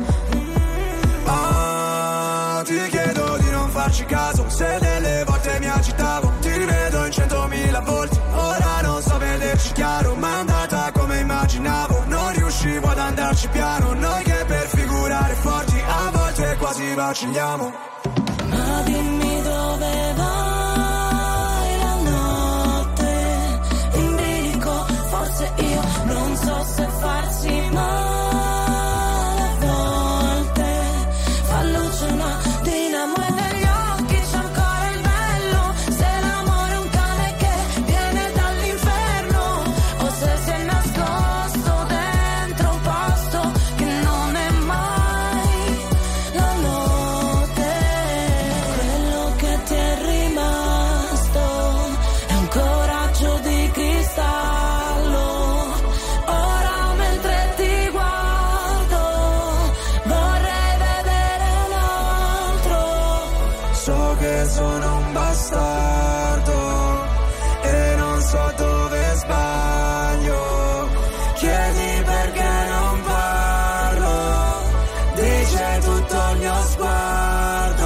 F: Ti chiedo di non farci caso, se delle volte mi agitavo. Ti rivedo in 100.000 volti, ora non so vederci chiaro. Ma è andata come immaginavo, non riuscivo ad andarci piano. Noi che per figurare forti a volte quasi vacilliamo.
G: Ma dimmi dove vai la notte in bilico, forse io non so se farsi male a volte. Fa luce una dinamo e negli occhi c'è ancora il bello. Se l'amore è un cane che viene dall'inferno o se si è nascosto dentro un posto che non è mai la notte. Quello che ti è rimasto è un coraggio di cristallo. Ora mentre ti guardo vorrei vedere un altro.
F: So che sono un bastardo e non so dove sbaglio. Chiedi perché non parlo, dice tutto il mio sguardo.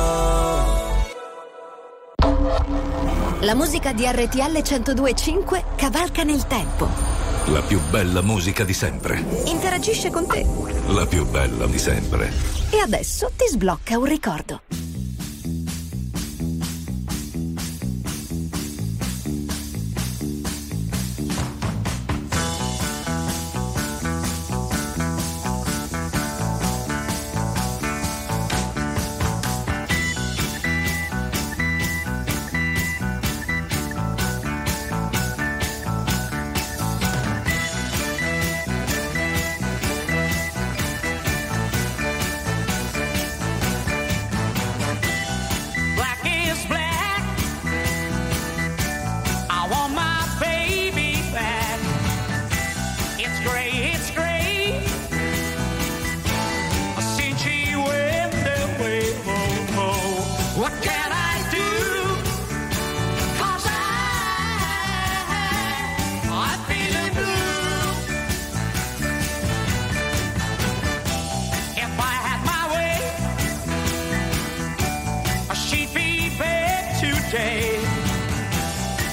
M: La musica di RTL 102.5 cavalca nel tempo.
D: La più bella musica di sempre.
M: Interagisce con te.
D: La più bella di sempre.
M: E adesso ti sblocca un ricordo.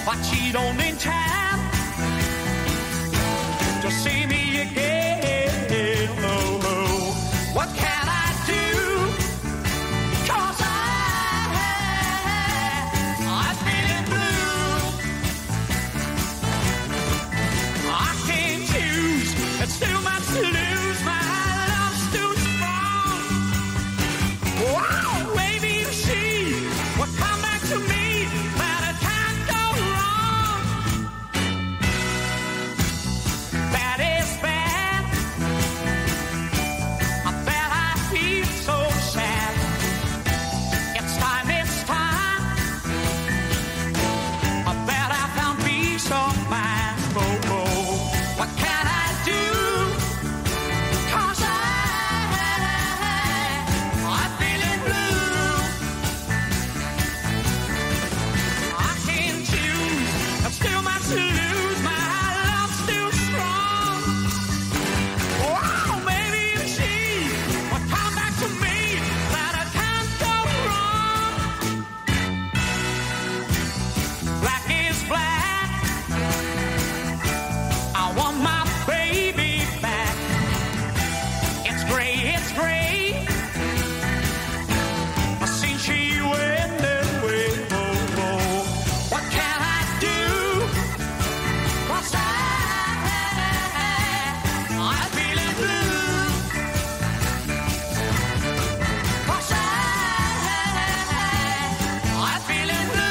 F: I cheat on in time to see me again. Oh, oh. What can I do? 'Cause I'm feeling blue. I can't choose, it's too much to lose. My love's too strong. Wow, maybe she will come back to me, but it can't go wrong. That is bad. I bet I feel so sad. It's time. I bet I found peace of mind. Oh, oh. What can I do? 'Cause I'm feeling blue. I can't choose, I'm still much to lose. My love's still strong. Wow, maybe if she would come back to me, that I can't go wrong. Black is black. I want my baby back. It's gray, it's gray. Since she went away, oh, oh. What can I do? 'Cause I'm feeling blue. 'Cause I'm feeling blue.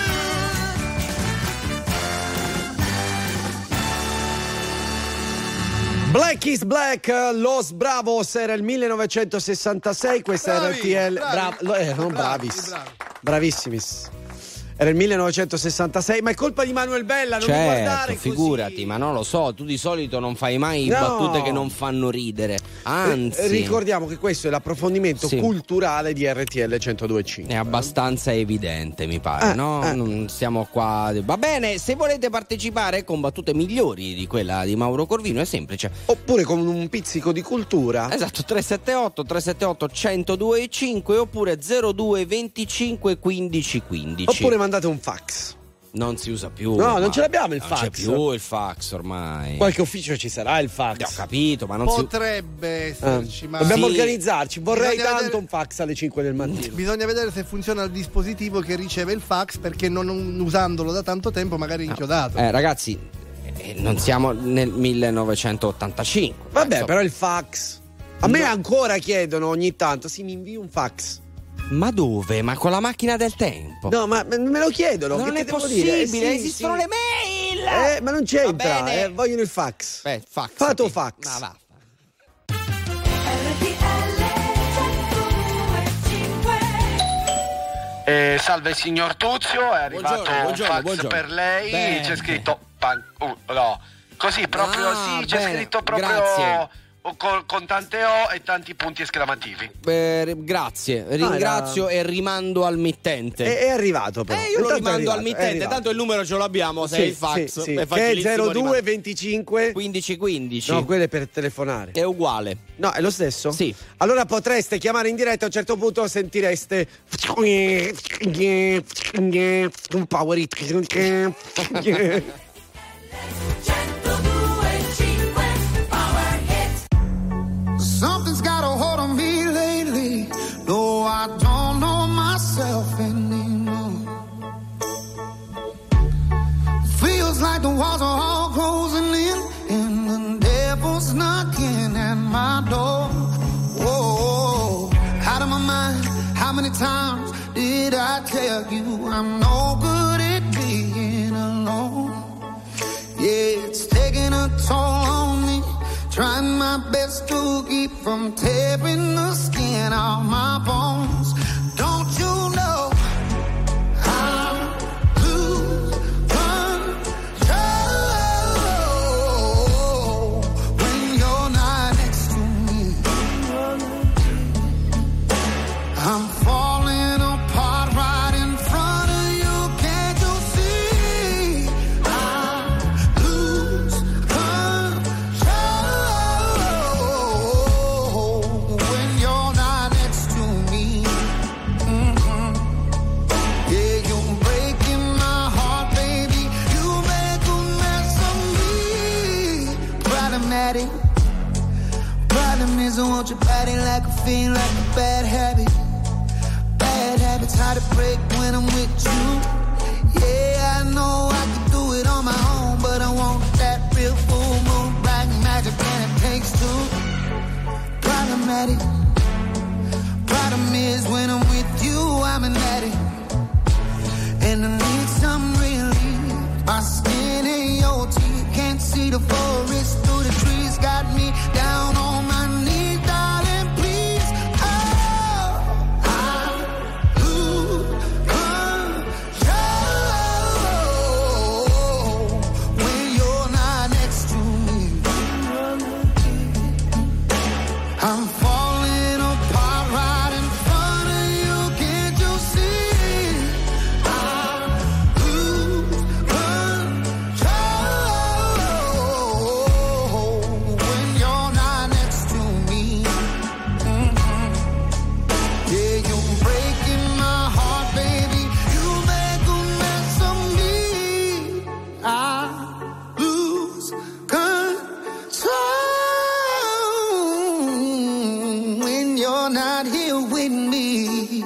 B: Black is Black, Los Bravos, era il 1966, questa era RTL. Erano bravissimis. Era il 1966, ma è colpa di Manuel Bella, non mi guardare così.
A: Figurati, ma non lo so, tu di solito non fai mai battute che non fanno ridere. Anzi,
B: ricordiamo che questo è l'approfondimento culturale di RTL 102.5.
A: È abbastanza evidente, mi pare, no? Non siamo qua. Va bene, se volete partecipare con battute migliori di quella di Mauro Corvino è semplice.
B: Oppure con un pizzico di cultura.
A: Esatto, 378 1025 oppure 02 25 15 15.
B: Oppure mandate un fax.
A: Non si usa più.
B: No, non ce l'abbiamo il fax.
A: Non c'è più il fax ormai.
B: Qualche ufficio ci sarà il fax.
A: Ho capito, ma non
C: potrebbe esserci, ma
B: dobbiamo organizzarci. Vorrei tanto un fax alle 5 del mattino.
C: Bisogna vedere se funziona il dispositivo che riceve il fax, perché non usandolo da tanto tempo magari è inchiodato.
A: Ragazzi, non siamo nel 1985.
B: Vabbè, però il fax. A me ancora chiedono ogni tanto, mi invii un fax.
A: Ma dove? Ma con la macchina del tempo?
B: No, ma me lo chiedono.
A: Non
B: che
A: è possibile, esistono le mail!
B: Ma non c'entra, vogliono il fax.
A: Fax.
B: Fato fax.
A: Ma va.
U: Salve signor Tuzio, è arrivato un fax per lei.
A: Bene.
U: C'è scritto no. Così proprio c'è scritto proprio.
A: Grazie.
U: Con tante O e tanti punti esclamativi.
A: Grazie, ringrazio e rimando al mittente.
B: È arrivato però.
A: Io lo rimando al mittente, tanto il numero ce l'abbiamo, se è il fax.
B: Sì. È che è 02 25
A: 15 15.
B: No, quello è per telefonare.
A: È uguale.
B: No, è lo stesso?
A: Sì.
B: Allora potreste chiamare in diretta, a un certo punto sentireste un power it.
F: Something's got a hold on me lately. No, I don't know myself anymore. Feels like the walls are all closing in, and the devil's knocking at my door. Whoa, out of my mind. How many times did I tell you I'm no good at being alone? Yeah, it's taking a toll on me. Trying my best to keep from tearing the skin off my bones. Don't you know I lose control when you're not next to me? I'm falling apart right in front of you. Can't you see? I lose control when you're not next to me. at it. Problem is I want your body like a fiend, like a bad habit. Bad habits hard to break when I'm with you. Yeah, I know I can do it on my own, but I want that real full moon, black magic, and it takes two. Problematic. Problem is when I'm with you, I'm an addict, and I need some relief. My skin and your teeth, can't see the forest through the trees, got me down on my knees, darling, please. Oh, I lose control when you're not next to me. I'm falling apart right in front of you, can't you see? I lose control when you're not next to me. Yeah, you're breaking my heart, baby. You make a mess of me. I lose control when you're not here with me.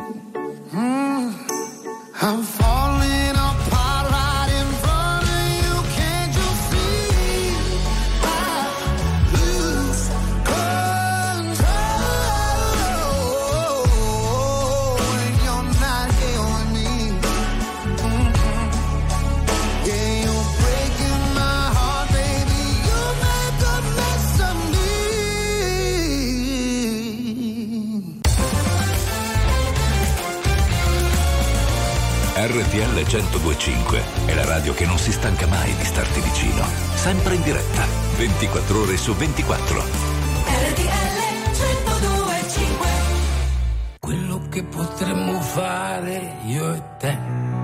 F: I'm falling apart right in front of you, can't you see? I lose control when you're not here with me. Yeah, you're breaking my heart, baby. You make a mess of me.
D: RTL 102.5 è la radio che non si stanca mai di starti vicino, sempre in diretta, 24 ore su 24.
E: RTL 102.5.
H: Quello che potremmo fare io e te,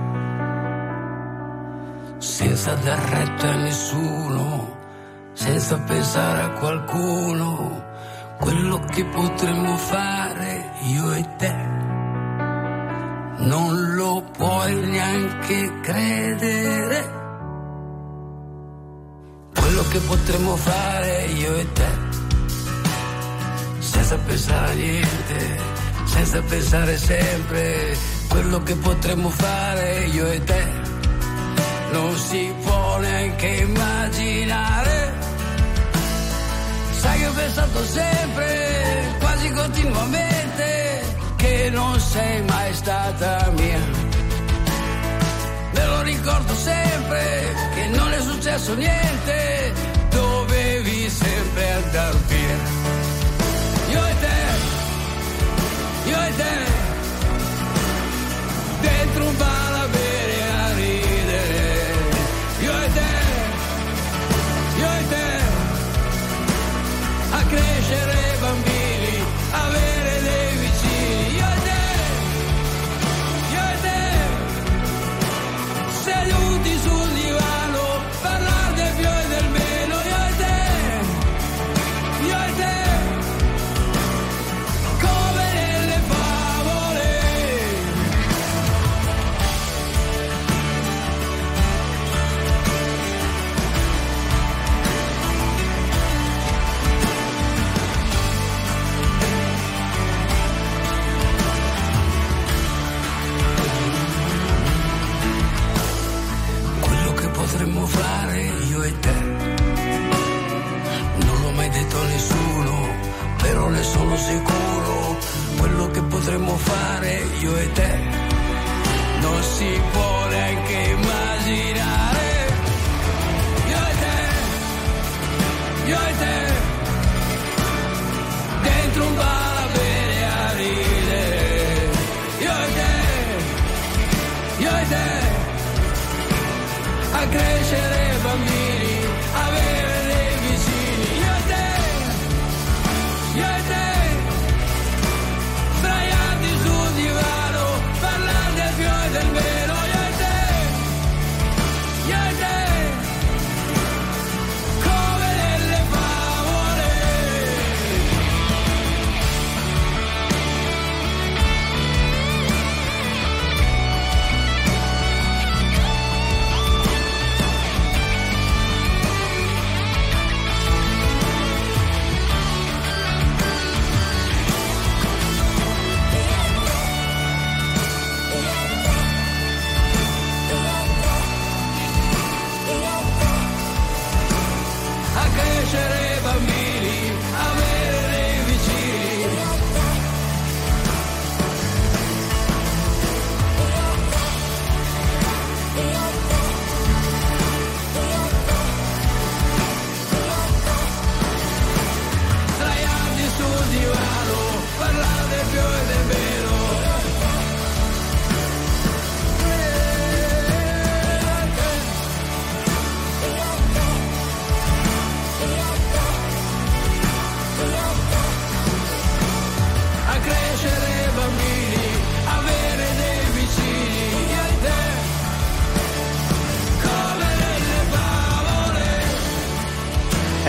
H: senza dar retta a nessuno, senza pensare a qualcuno. Quello che potremmo fare io e te, non lo puoi neanche credere. Quello che potremmo fare io e te, senza pensare a niente, senza pensare sempre. Quello che potremmo fare io e te, non si può neanche immaginare. Sai che ho pensato sempre, quasi continuamente, che non sei mai stata mia. Me lo ricordo sempre, che non è successo niente, dovevi sempre andar via. Io e te, dentro un bar a bere a ridere. Io e te, a crescere bambini, avere dei vicini. Io e te, seduti sul divano, parlare del più e del meno. Io e te, come nelle favole. Quello che potremmo fare io e te, non l'ho mai detto a nessuno, però ne sono sicuro. Quello che potremmo fare io e te, non si può neanche immaginare. Io e te, dentro un bar a bere a ridere. Io e te, a crescere bambini, avere dei vicini. Io e te, sdraiati sul divano, parlare del più e del meno. Io e te, come nelle favole.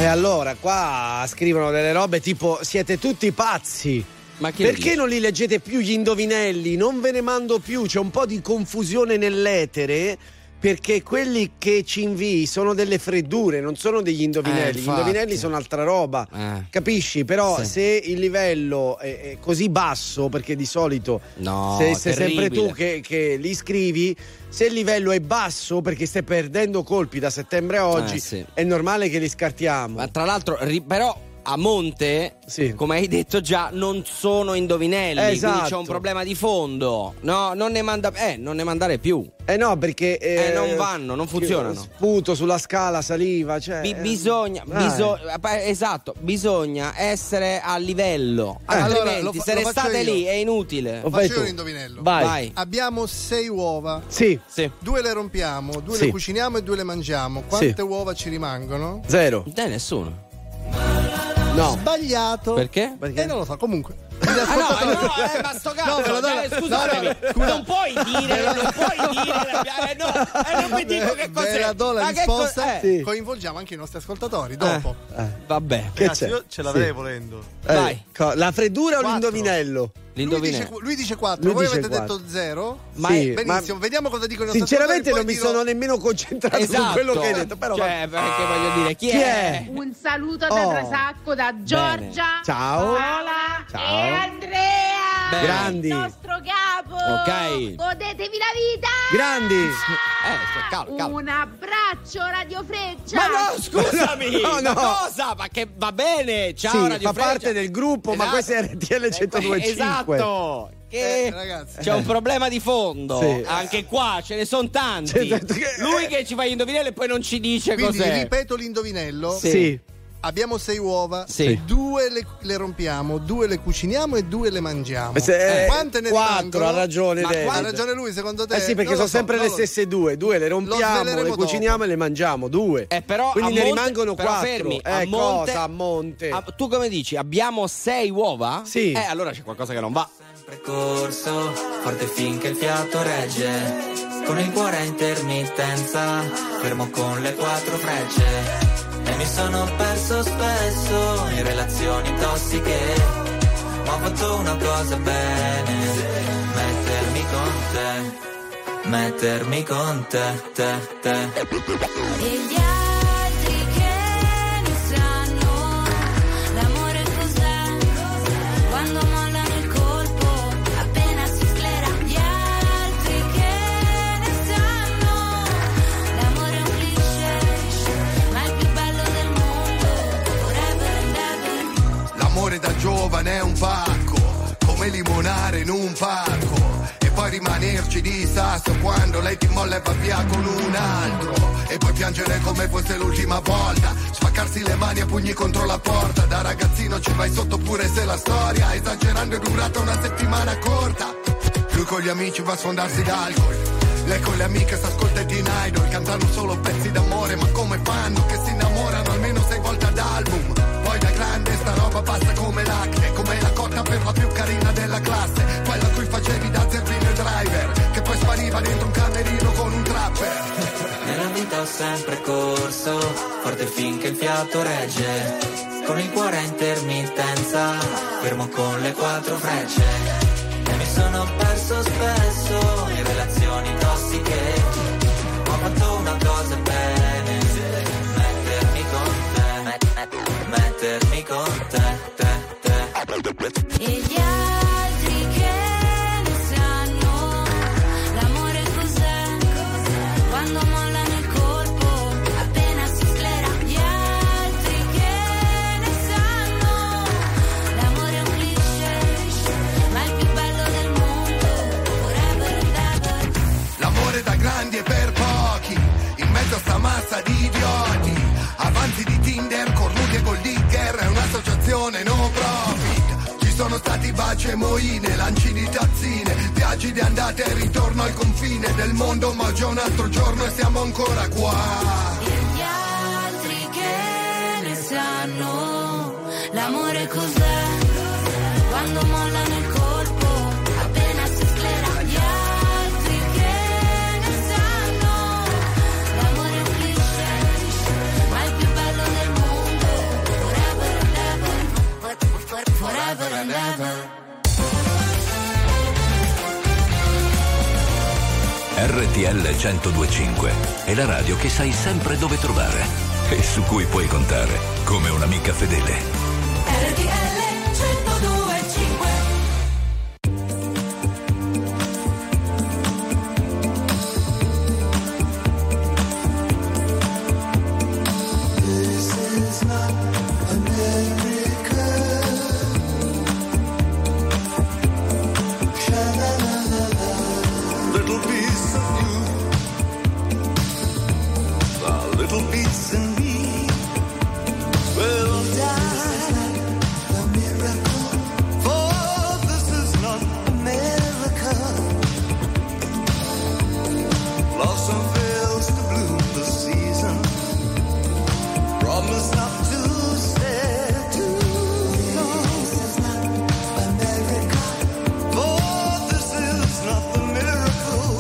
B: E allora qua scrivono delle robe tipo siete tutti pazzi.
A: Ma
B: perché non li leggete più gli indovinelli? Non ve ne mando più, c'è un po' di confusione nell'etere. Perché quelli che ci invii sono delle freddure, non sono degli indovinelli. Gli indovinelli sono altra roba, capisci? Però se il livello è così basso, perché di solito se sei sempre tu che li scrivi, se il livello è basso perché stai perdendo colpi da settembre a oggi, è normale che li scartiamo.
A: Ma tra l'altro, però a monte, come hai detto già, non sono indovinelli, quindi c'è un problema di fondo. No, non ne mandare più.
B: No, perché
A: non vanno, non funzionano.
B: Sputo sulla scala, saliva, cioè
A: bisogna essere a livello. Altrimenti se restate lì è inutile.
C: Faccio un indovinello.
B: Vai.
C: Abbiamo 6 uova.
B: Sì.
C: 2 le rompiamo, 2 le cuciniamo e 2 le mangiamo. Quante uova ci rimangono?
B: 0.
A: Nessuno.
B: No.
C: Sbagliato.
A: Perché?
C: Non lo so, comunque.
A: Ma sto cazzo, scusami, non puoi dire, non mi dico che cos'è.
C: Ve la do la risposta. Coinvolgiamo anche i nostri ascoltatori dopo.
A: Vabbè.
C: Ragazzi, io ce l'avrei volendo.
B: Vai. La freddura o l'indovinello?
C: Lui dice 4, voi avete detto 0. Benissimo, vediamo cosa dicono i nostri
B: sinceramente non mi sono nemmeno concentrato su quello che hai detto. Però
A: perché voglio dire, chi è?
J: Un saluto da Trasacco, da Giorgia.
B: Ciao.
J: Paola e Andrea.
B: Grandi.
J: Il nostro capo.
A: Ok.
J: Godetevi la vita.
B: Grandi.
A: Calma.
J: Un abbraccio, Radio Freccia.
A: Ma no, scusami.
B: No.
A: Cosa? Ma che va bene. Ciao, Radio
B: fa
A: Freccia.
B: Parte del gruppo, ma questo è RTL 102.5.
A: Esatto.
C: Ragazzi,
A: c'è un problema di fondo. Anche qua ce ne sono tanti. Lui che ci fa gli indovinelli e poi non ci dice
C: quindi,
A: cos'è.
C: Ripeto l'indovinello. Abbiamo 6 uova, 2 le rompiamo, 2 le cuciniamo e 2 le mangiamo. Quante ne
B: 4, ha ragione.
C: Ha ragione lui, secondo te?
B: Sì, perché sono sempre le stesse 2. 2 le rompiamo, le cuciniamo e le mangiamo. 2.
A: Però
B: quindi ne rimangono 4.
A: Fermi,
B: a monte.
A: Tu come dici? Abbiamo 6 uova?
B: Sì.
A: Allora c'è qualcosa che non va.
Q: Percorso, forte finché il fiato regge, con il cuore a intermittenza, fermo con le 4 frecce. E mi sono perso spesso in relazioni tossiche, ma ho fatto una cosa bene, mettermi con te.
G: E gli altri che ne sanno, l'amore cos'è, quando mollano il colpo, appena si sclera. Gli altri che ne sanno, l'amore è un cliché, ma il più bello del mondo, forever and ever.
V: L'amore da giovane è un pacco, come limonare in un parco, e poi rimanerci di sasso quando lei ti molla e va via con un altro, e poi piangere come fosse l'ultima volta, spaccarsi le mani a pugni contro la porta. Da ragazzino ci vai sotto pure se la storia esagerando è durata una settimana corta. Lui con gli amici va a sfondarsi d'alcol, lei con le amiche s'ascolta i Teen Idol, cantano solo pezzi d'amore, ma come fanno che si innamorano almeno 6 volte ad album. Poi da grande sta roba passa come l'acne, come la cotta per la più carina della classe, quella a cui facevi da zerbino e driver, che poi spariva dentro un camerino con un trapper.
Q: Nella vita ho sempre corso, forte finché il fiato regge, con il cuore a intermittenza, fermo con le 4 frecce. E mi sono perso spesso in relazioni tossiche, ma ho fatto una cosa bene, mettermi con te.
G: E gli altri che ne sanno, l'amore cos'è, quando mollano il colpo, appena si sclera. Gli altri che ne sanno, l'amore è un cliché, ma il più bello del mondo, forever and ever.
V: L'amore da grandi e per pochi, in mezzo a sta massa di idioti, avanti di Tinder, cornuti e gold digger, è un'associazione no profit. Ci sono stati baci e moine, lanci di tazzine, viaggi di andata e ritorno al confine del mondo, ma oggi è un altro giorno e siamo ancora qua.
G: E gli altri che ne sanno, l'amore cos'è, quando mollano il colpo, appena si sclera. Gli altri che ne sanno, l'amore è un cliché, ma il più bello del mondo,
D: RTL 102.5 è la radio che sai sempre dove trovare e su cui puoi contare come un'amica fedele.
E: RTL 102.5.
V: This is not America. Sha-la-la-la-la. Little piece of you, a little piece in me will die. A miracle, for this is not America. Blossom fails to bloom the season. Promise not to stay too long. This is not America. For this is not the miracle.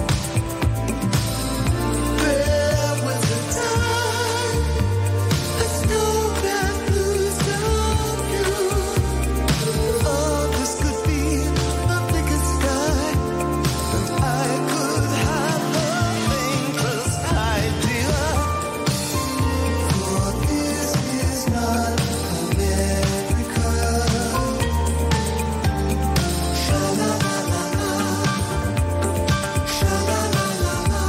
V: There was a time the snow got loose on you. Oh, this could be the biggest sky, and I could have the faintest idea. For this is not America. Sha-la-la-la-la. Sha-la-la-la-la.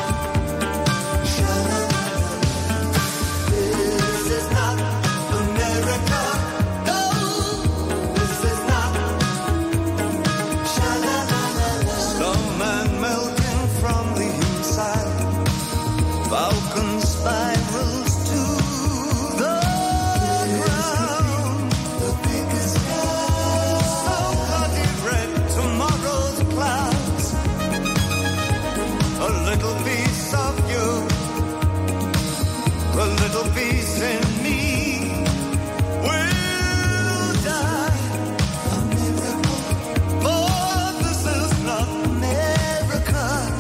V: Sha-la-la-la-la. This is not America. No, this is not. Sha-la-la-la-la. Snowman melting from the inside. Falcon spirals to the ground. The biggest sky. So bloody red, tomorrow's clouds. A little piece of you, a little piece in me will die. A miracle, for this is not America.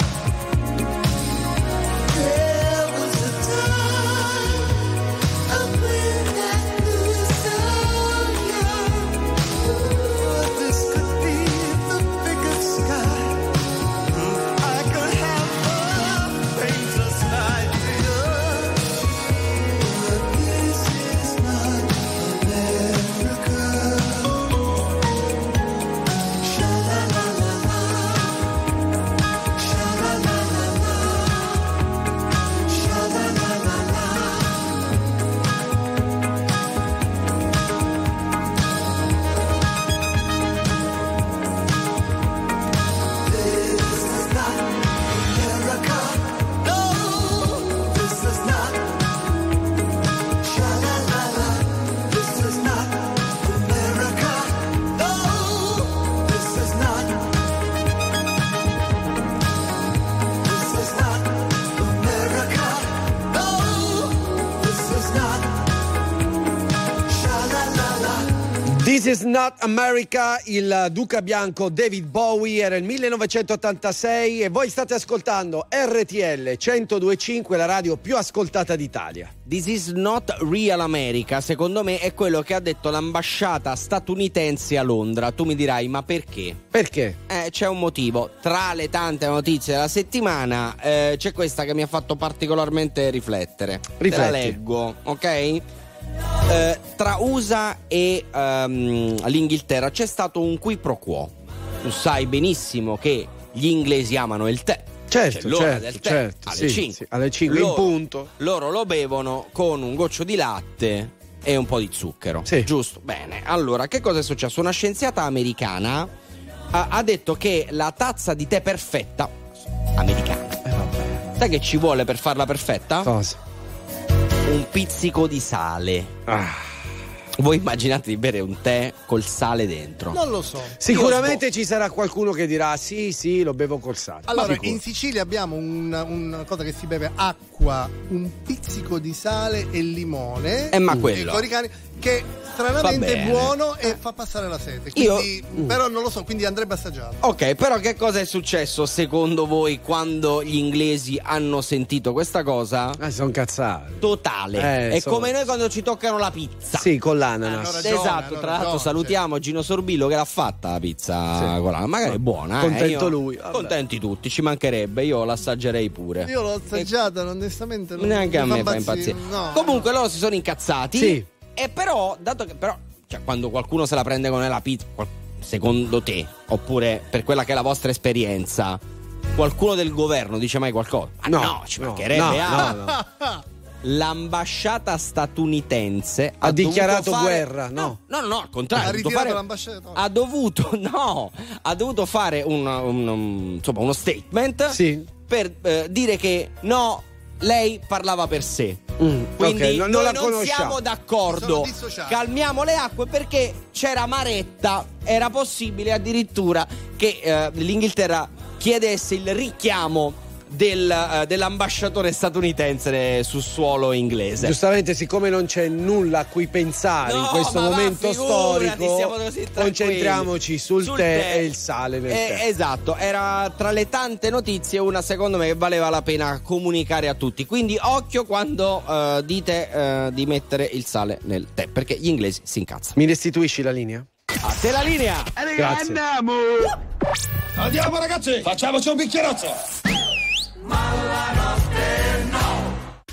V: There was a time a wind that blew so young. This could be the biggest sky. I could have the faintest idea. But this is not America. Sha-la-la-la-la. Sha-la-la-la-la. Sha-la-la-la-la. This is not America. No, this is not. Sha-la-la-la. This is not America. No, this is not. This is not America. No, this is not. Sha-la-la-la.
B: This is not America, il Duca Bianco David Bowie, era il 1986 e voi state ascoltando RTL 102.5, la radio più ascoltata d'Italia.
A: This is not real America, secondo me è quello che ha detto l'ambasciata statunitense a Londra. Tu mi dirai, ma perché?
B: Perché?
A: C'è un motivo. Tra le tante notizie della settimana c'è questa che mi ha fatto particolarmente riflettere. Te la leggo, ok? Tra USA e l'Inghilterra c'è stato un qui pro quo. Tu sai benissimo che gli inglesi amano il tè.
B: Certo,
A: C'è l'ora
B: certo,
A: del tè
B: certo,
A: alle
B: sì,
A: 5.
B: sì, alle 5 in punto.
A: Loro lo bevono con un goccio di latte e un po' di zucchero.
B: Sì.
A: Giusto? Bene. Allora, che cosa è successo? Una scienziata americana ha detto che la tazza di tè perfetta americana. Sai che ci vuole per farla perfetta?
B: Cosa?
A: Un pizzico di sale. Voi immaginate di bere un tè col sale dentro?
C: Non lo so.
B: Sicuramente ci sarà qualcuno che dirà sì, lo bevo col sale.
C: Allora, in Sicilia abbiamo una cosa che si beve: acqua, un pizzico di sale e limone.
A: Ma quello.
C: che stranamente è buono e fa passare la sete. Quindi, però non lo so, quindi andrebbe assaggiato.
A: Ok, però che cosa è successo secondo voi quando gli inglesi hanno sentito questa cosa?
B: Sono cazzati.
A: Totale. È come noi quando ci toccano la pizza.
B: Sì, con l'ananas.
A: Esatto, tra l'altro salutiamo Gino Sorbillo che l'ha fatta la pizza con l'ananas. Magari è buona.
B: Contento lui. Vabbè.
A: Contenti tutti, ci mancherebbe. Io l'assaggerei pure.
C: Io l'ho assaggiata, onestamente.
A: Neanche a me fa impazzire. No. Comunque loro si sono incazzati.
B: Sì.
A: E però, dato che cioè, quando qualcuno se la prende con la pizza, secondo te, oppure per quella che è la vostra esperienza, qualcuno del governo dice mai qualcosa? No, ci mancherebbe. No. L'ambasciata statunitense
B: ha dichiarato guerra. No,
A: al contrario.
C: Ha ritirato l'ambasciata.
A: Ha dovuto fare uno statement per dire che no, lei parlava per sé. Quindi
B: non
A: siamo d'accordo. Calmiamo le acque perché c'era maretta. Era possibile addirittura che l'Inghilterra chiedesse il richiamo dell'ambasciatore statunitense sul suolo inglese.
B: Giustamente, siccome non c'è nulla a cui pensare in questo momento storico, concentriamoci sul tè e il sale nel tè.
A: Esatto, era tra le tante notizie una secondo me che valeva la pena comunicare a tutti. Quindi occhio quando dite di mettere il sale nel tè, perché gli inglesi si incazzano.
B: Mi restituisci la linea?
A: A te la linea.
B: Grazie.
U: Andiamo ragazzi, facciamoci un bicchierozzo. Ma la notte no.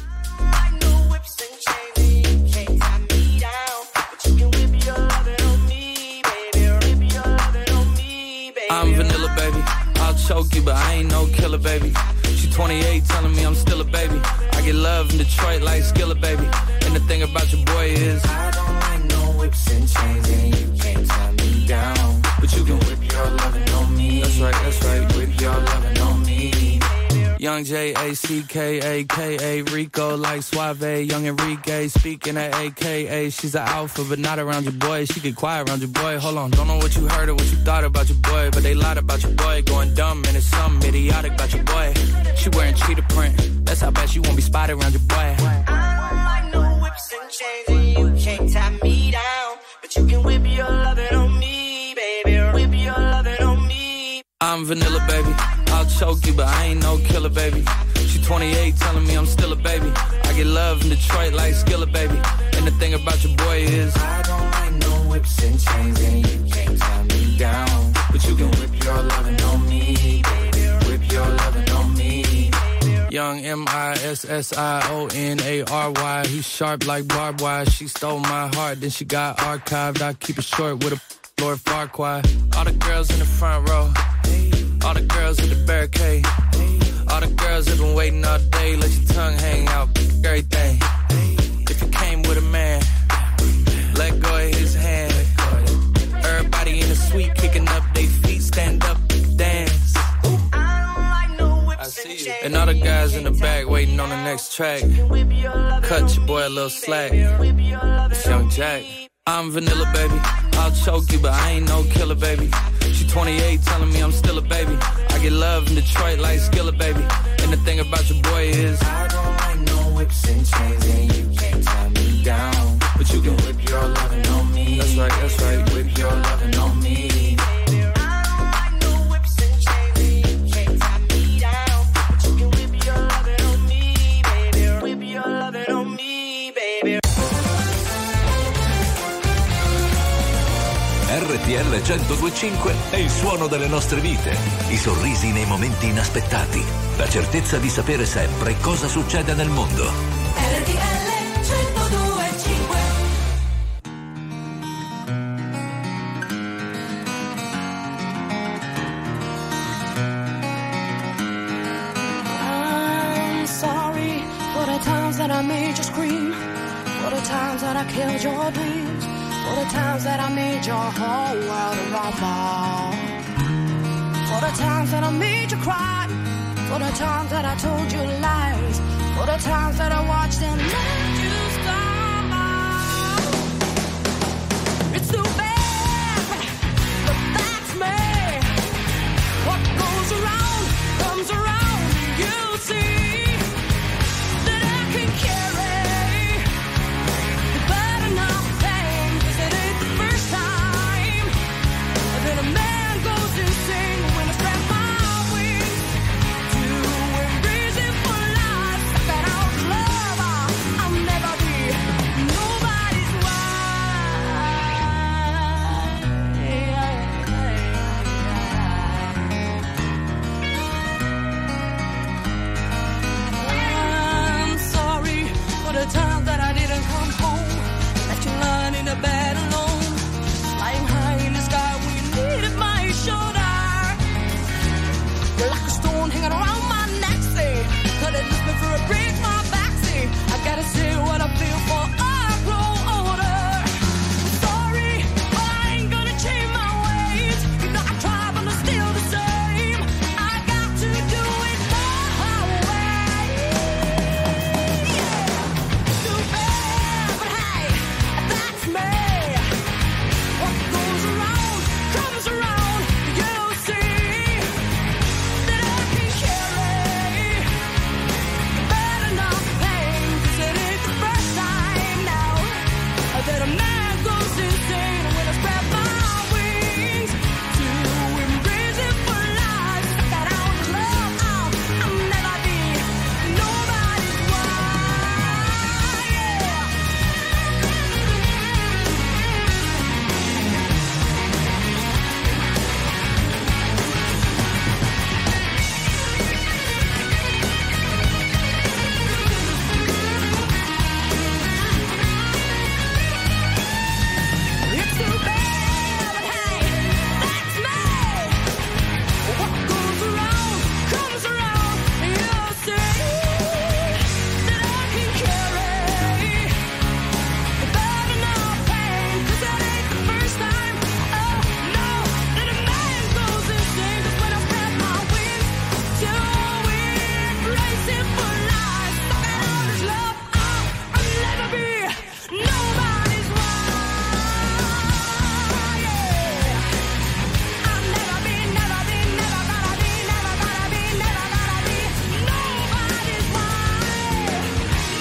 K: I'm vanilla, baby. I'll choke you, but I ain't no killer, baby. She 28, telling me I'm still a baby. I get love in Detroit like Skillet, baby. And the thing about your boy is I don't like no whips and chains, and you can't tie me down. But you can whip your lovin' on me. That's right, whip your lovin' on me. Young J-A-C-K-A-K-A Rico like Suave, young Enrique speaking at AKA. She's an alpha but not around your boy. She get quiet around your boy. Hold on, don't know what you heard or what you thought about your boy, but they lied about your boy. Going dumb and it's something idiotic about your boy. She wearing cheetah print, that's how bad she won't be spotted around your boy.
F: I don't like no whips and chains, and you can't tie me down, but you can whip your lovin' on me, baby. Whip your lovin' on me.
K: I'm vanilla, baby. I'll choke you, but I ain't no killer, baby. She 28, telling me I'm still a baby. I get love in Detroit like Skillet, baby. And the thing about your boy is I don't like no whips and chains, and you can't tie me down, but you can whip your lovin' on me, baby. Whip your lovin' on me. Young M-I-S-S-I-O-N-A-R-Y. He's sharp like barbed wire. She stole my heart, then she got archived. I keep it short with a Lord Farquaad. All the girls in the front row, all the girls in the barricade, all the girls have been waiting all day. Let your tongue hang out, everything. If you came with a man, let go of his hand. Everybody in the suite kicking up their feet, stand up, dance. I see you. And all the guys in the back waiting on the next track. Cut your boy a little slack. It's Young Jack. I'm vanilla, baby. I'll choke you, but I ain't no killer, baby. She 28, telling me I'm still a baby. I get love in Detroit like Skillet, baby. And the thing about your boy is I don't like no whips and chains, and you can't tie me down, but you can whip your lovin' on me. That's right, whip your lovin' on me.
D: RTL 102.5 è il suono delle nostre vite, i sorrisi nei momenti inaspettati, la certezza di sapere sempre cosa succede nel mondo.
E: RTL 102.5.
G: I'm sorry for the times that I made you scream, for the times that I killed your dreams, for the times that I made your whole world rumble, for the times that I made you cry, for the times that I told you lies, for the times that I watched and let you stumble. It's too bad, but that's me. What goes around comes around. You see that I can carry the burden of pain.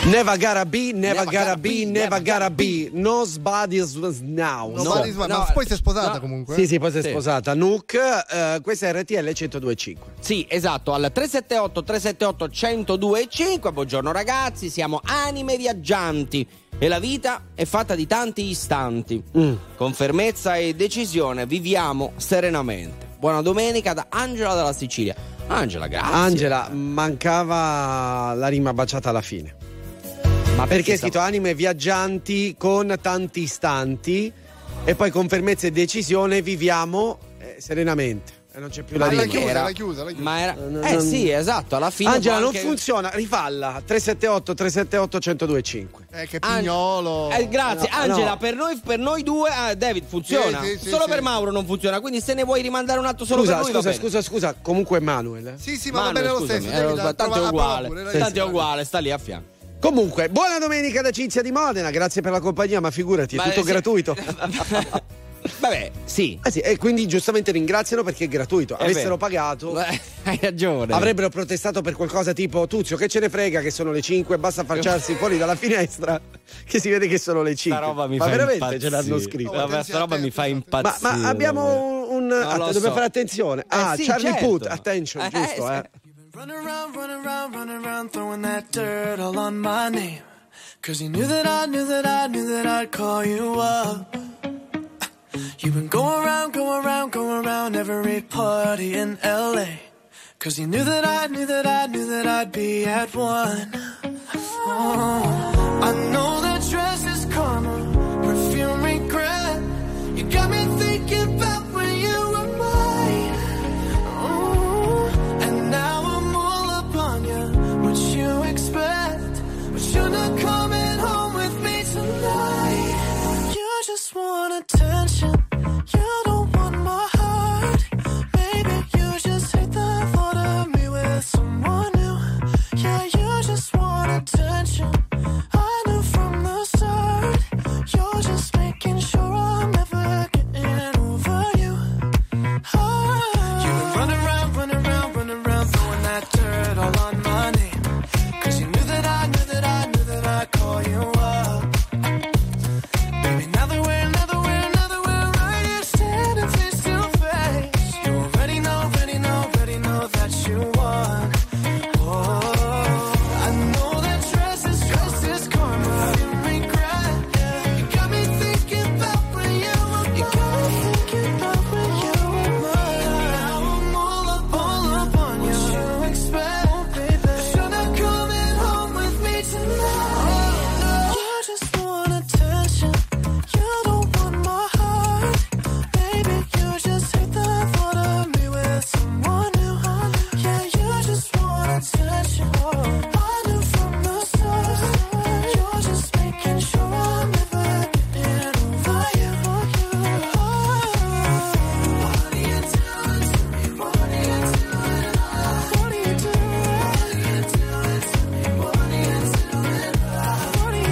B: Never gotta be, never gotta be, never gotta be. Nobody's now.
C: Ma poi si è sposata comunque.
B: Sì, poi si è sposata. Nook, questa è RTL 102.5.
A: Sì, esatto, al 378-378-1025. Buongiorno ragazzi, siamo anime viaggianti e la vita è fatta di tanti istanti. Con fermezza e decisione viviamo serenamente. Buona domenica da Angela dalla Sicilia. Angela, grazie.
B: Angela, mancava la rima baciata alla fine. Ma perché è scritto anime viaggianti con tanti istanti e poi con fermezza e decisione viviamo serenamente. E non c'è più la rima.
C: L'hai chiusa.
A: Ma era sì, esatto, alla fine.
B: Angela, non funziona, rifalla. 378-378-1025.
C: Che pignolo.
A: Grazie, Angela, no. per noi due, David, funziona. Sì, solo per Mauro non funziona, quindi se ne vuoi rimandare un altro solo per lui.
B: Scusa, comunque Manuel.
C: Sì, ma va bene lo stesso.
A: Tanto è uguale, sta lì a fianco.
B: Comunque, buona domenica da Cinzia di Modena, grazie per la compagnia, ma figurati, è tutto gratuito.
A: Vabbè, sì.
B: E quindi giustamente ringraziano perché è gratuito. Avessero pagato,
A: hai ragione.
B: Avrebbero protestato per qualcosa tipo: Tuzio, che ce ne frega che sono le 5, basta affacciarsi fuori dalla finestra che si vede che sono le 5.
A: Sta roba mi
B: ma
A: fa
B: veramente
A: impazzire.
B: Ce l'hanno scritto.
A: Sta roba mi fa impazzire.
B: Ma abbiamo dobbiamo fare attenzione.
A: Sì,
B: Charlie
A: certo.
B: Puth, attention, giusto,
F: Run around, throwing that dirt all on my name. Cause you knew that I'd call you up. You've been going around every party in LA. Cause you knew that I'd be at one. I know that dress is karma, perfume regret. You got me thinking about when you were mine. And now I'm all up on you, what you expect. But you're not coming home with me tonight. You just want attention, you don't want my heart. Maybe you just hate the thought of me with someone new. Yeah, you just want attention, I knew from the start. You're just making sure I'm never getting over you. You've been running around, throwing that dirt all on my name. Cause you knew that I'd call you up. Baby, now that we're right here standing face to face, you already know that you won. I know that dress is karma, you regret. You got me thinking about when you were mine. Now I'm all up on you. What you expect? But you're not coming home with me tonight. You just want attention, you don't want my heart. Baby, you just hate the thought of me with someone new. Yeah, you just want attention, I knew from the start. You're just making sure I'm never getting over you. What are you doing to me? What are you doing? What are you doing to me? What are you doing? What are you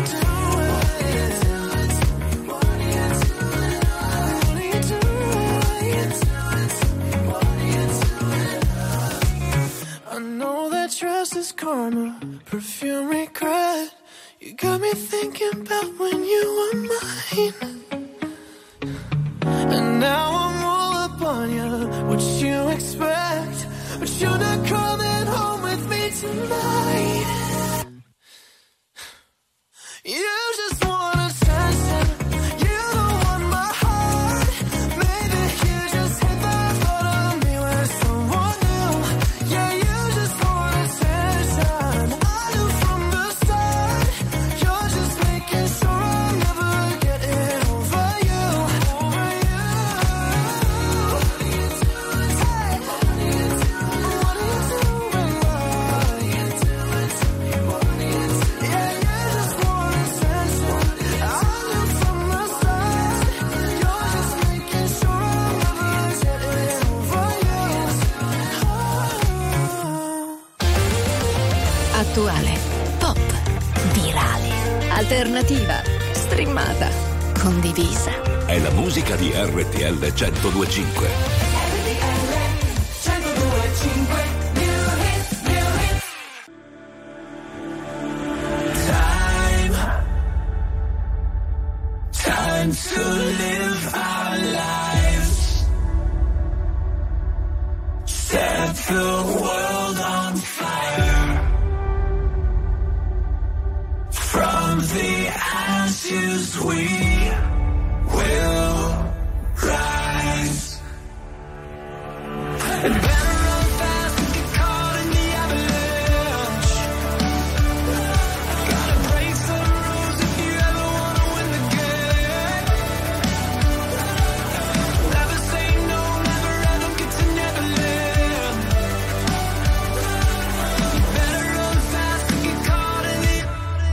F: doing? What are you doing? I know that dress is karma, perfume regret. You got me thinking about when you were mine. And now I'm all up on you, what you expect. But you're not coming home with me tonight. You just want attention, you don't want my heart. Maybe you just hate the thought of me with someone new. Yeah, you just want attention, I knew from the start. You're just making sure I'm never getting over you. What are you doing? Hey, what are you doing? What are you doing? What are you doing? Yeah, you just want attention, I knew from the start. You're just making sure I'm never getting over you.
M: Attuale, pop, virale, alternativa, streamata, condivisa.
D: È la musica di RTL 102.5.
E: Time
F: to live our lives. Set the world on fire. From the ashes we will rise. And better run fast than get caught in the avalanche. Gotta break some rules if you ever wanna win the game. Never say no, never ever get to Neverland. Better run fast than get caught in the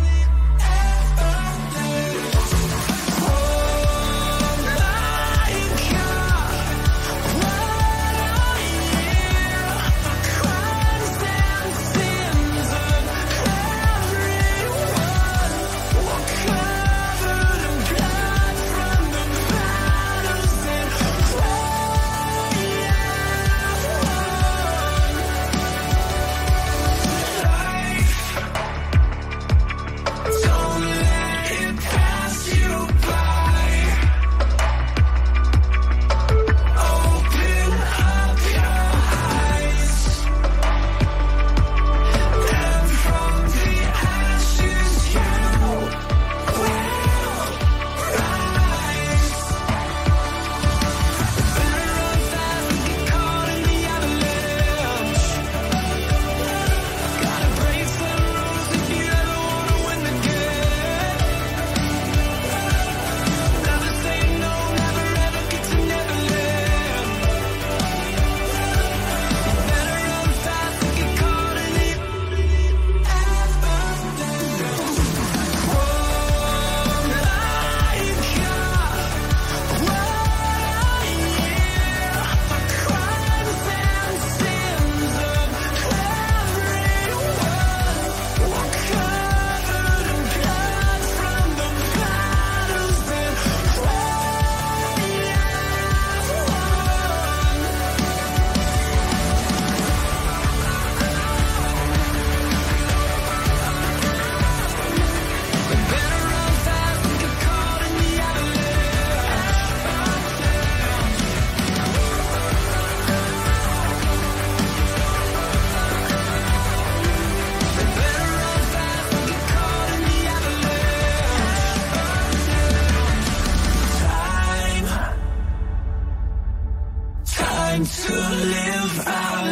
F: to live our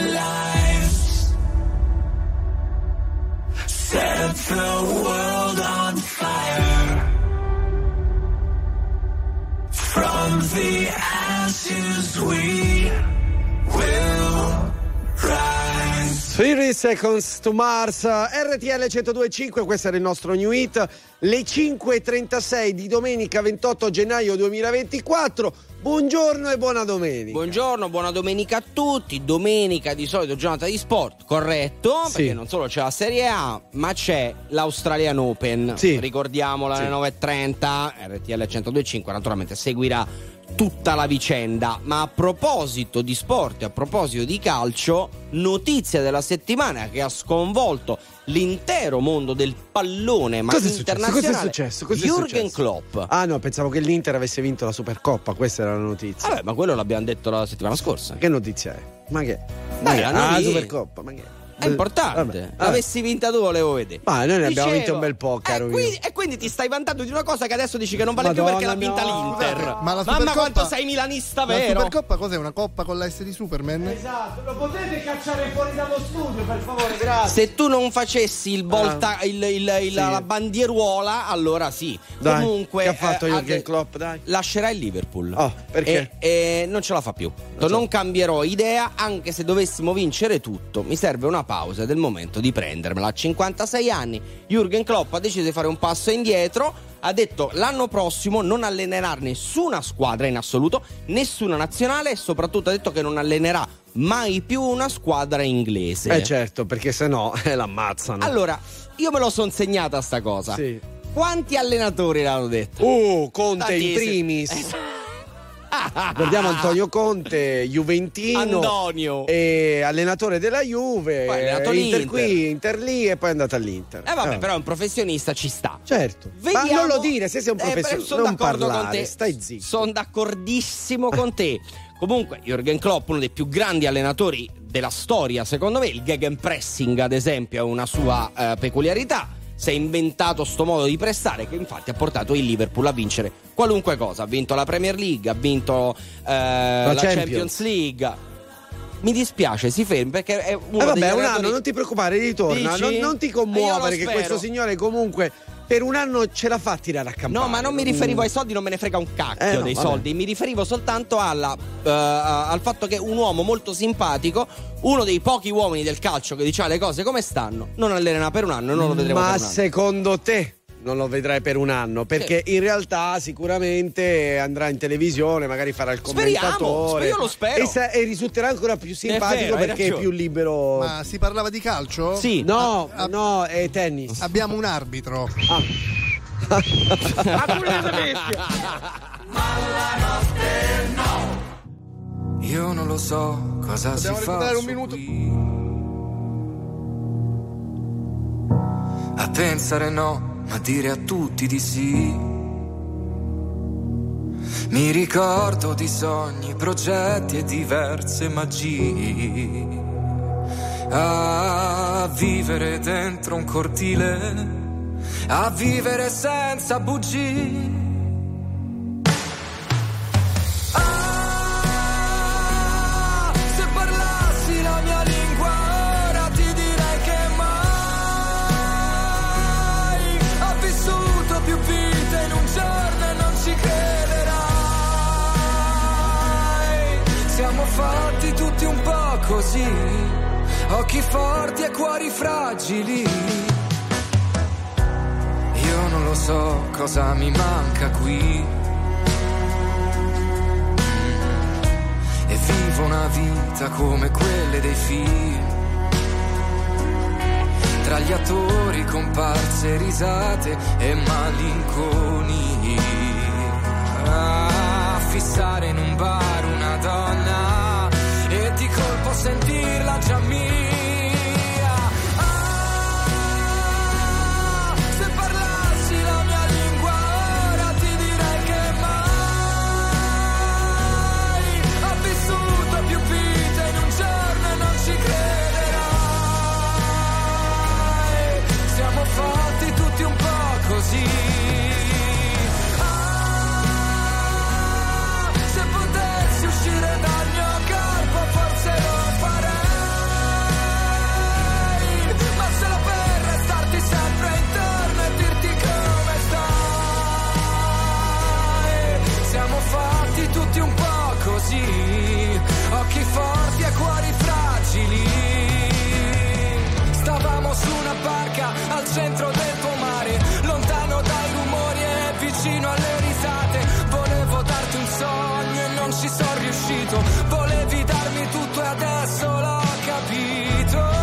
F: lives. Set the world on fire. From the ashes we will rise.
B: 30 Seconds to Mars, RTL 102.5, questo era il nostro new hit, le 5.36 di domenica 28 gennaio 2024. Buongiorno e buona domenica.
A: Buongiorno, buona domenica a tutti. Domenica di solito giornata di sport, corretto, sì. Perché non solo c'è la Serie A, ma c'è l'Australian Open. Sì. Ricordiamola, sì. Alle 9.30, RTL 102.5 naturalmente seguirà tutta la vicenda. Ma a proposito di sport e a proposito di calcio, notizia della settimana che ha sconvolto l'intero mondo del pallone, ma internazionale.
B: Cosa è successo?
A: Jürgen Klopp.
B: Ah no, pensavo che l'Inter avesse vinto la Supercoppa, questa era la notizia.
A: Vabbè, ma quello l'abbiamo detto la settimana scorsa.
B: Che notizia è? Ma che?
A: La
B: Supercoppa, ma che?
A: È importante. L'avessi vinta tu, volevo vedere.
B: Ma noi ne abbiamo vinto un bel po', caro.
A: E quindi ti stai vantando di una cosa che adesso dici che non vale più perché l'ha vinta l'Inter.
C: Ma la
A: Mamma quanto sei milanista, vero?
C: La Supercoppa cos'è? Una coppa con la S di Superman?
B: Esatto, lo potete cacciare fuori dallo studio, per favore, grazie.
A: Se tu non facessi il volta, la bandieruola, allora sì.
B: Dai,
A: comunque
B: che ha fatto Jürgen Klopp, dai?
A: Lascerà il Liverpool.
B: Oh, perché?
A: E non ce la fa più. Non cambierò idea, anche se dovessimo vincere tutto. Mi serve una pausa del momento di prendermela. A 56 anni Jürgen Klopp ha deciso di fare un passo indietro, ha detto l'anno prossimo non allenerà nessuna squadra in assoluto, nessuna nazionale, e soprattutto ha detto che non allenerà mai più una squadra inglese.
B: Certo, perché sennò l'ammazzano.
A: Allora, io me lo son segnata sta cosa.
B: Sì.
A: Quanti allenatori l'hanno detto?
B: Conte in primis. Ricordiamo Antonio Conte, juventino,
A: Antonio,
B: e allenatore della Juve, Inter qui, Inter lì e poi è andato all'Inter.
A: Vabbè, però è un professionista, ci sta.
B: Certo.
A: Vediamo...
B: Ma non lo dire, se sei un professionista, non parlare, con te. Stai zitto.
A: Sono d'accordissimo con te. Comunque Jürgen Klopp, uno dei più grandi allenatori della storia, secondo me. Il gegenpressing, ad esempio, è una sua peculiarità. Si è inventato sto modo di pressare, che infatti ha portato il Liverpool a vincere qualunque cosa. Ha vinto la Premier League, ha vinto la Champions League. Mi dispiace, si fermi, perché è uno degli
B: un anno, non ti preoccupare, ritorna. Non ti commuovere, che questo signore comunque per un anno ce la fa a tirare a campare.
A: No, ma non mi riferivo ai soldi, non me ne frega un cacchio dei soldi. Mi riferivo soltanto al fatto che un uomo molto simpatico, uno dei pochi uomini del calcio che diceva le cose come stanno, non allena per un anno e non lo vedremo per un anno.
B: Ma secondo te non lo vedrai per un anno? Perché in realtà sicuramente andrà in televisione, magari farà il commentatore.
A: Io lo spero.
B: E risulterà ancora più simpatico, perché è più libero.
C: Ma si parlava di calcio?
B: Sì. No, è tennis.
C: Abbiamo un arbitro.
B: Ma
F: la notte no. Io non lo so cosa
C: Dobbiamo
F: si fa
C: un minuto.
F: A pensare no, ma dire a tutti di sì. Mi ricordo di sogni, progetti e diverse magie. A vivere dentro un cortile, a vivere senza bugie. Se parlassi la mia lingua ora ti direi che mai ho vissuto più vite in un giorno e non ci crederai. Siamo fatti tutti un po' così, occhi forti e cuori fragili. Io non lo so cosa mi manca qui, e vivo una vita come quelle dei film, tra gli attori, comparse, risate e malinconia. A fissare in un bar una donna e di colpo sentirla già mia. Così. Se potessi uscire dal mio corpo forse lo farei, ma solo per restarti sempre intorno e dirti come stai. Siamo fatti tutti un po' così, occhi forti e cuori fragili. Stavamo su una barca al centro del pomare, lontano dai rumori e vicino alle risate. Volevo darti un sogno e non ci sono riuscito. Volevi darmi tutto e adesso l'ho capito.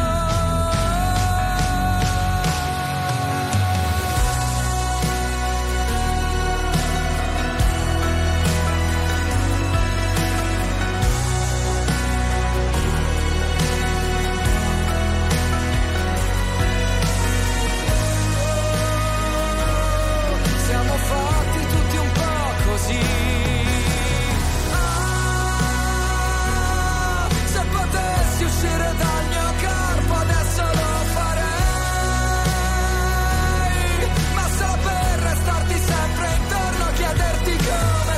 F: Se potessi uscire dal mio corpo adesso lo farei, ma solo per restarti sempre intorno a chiederti come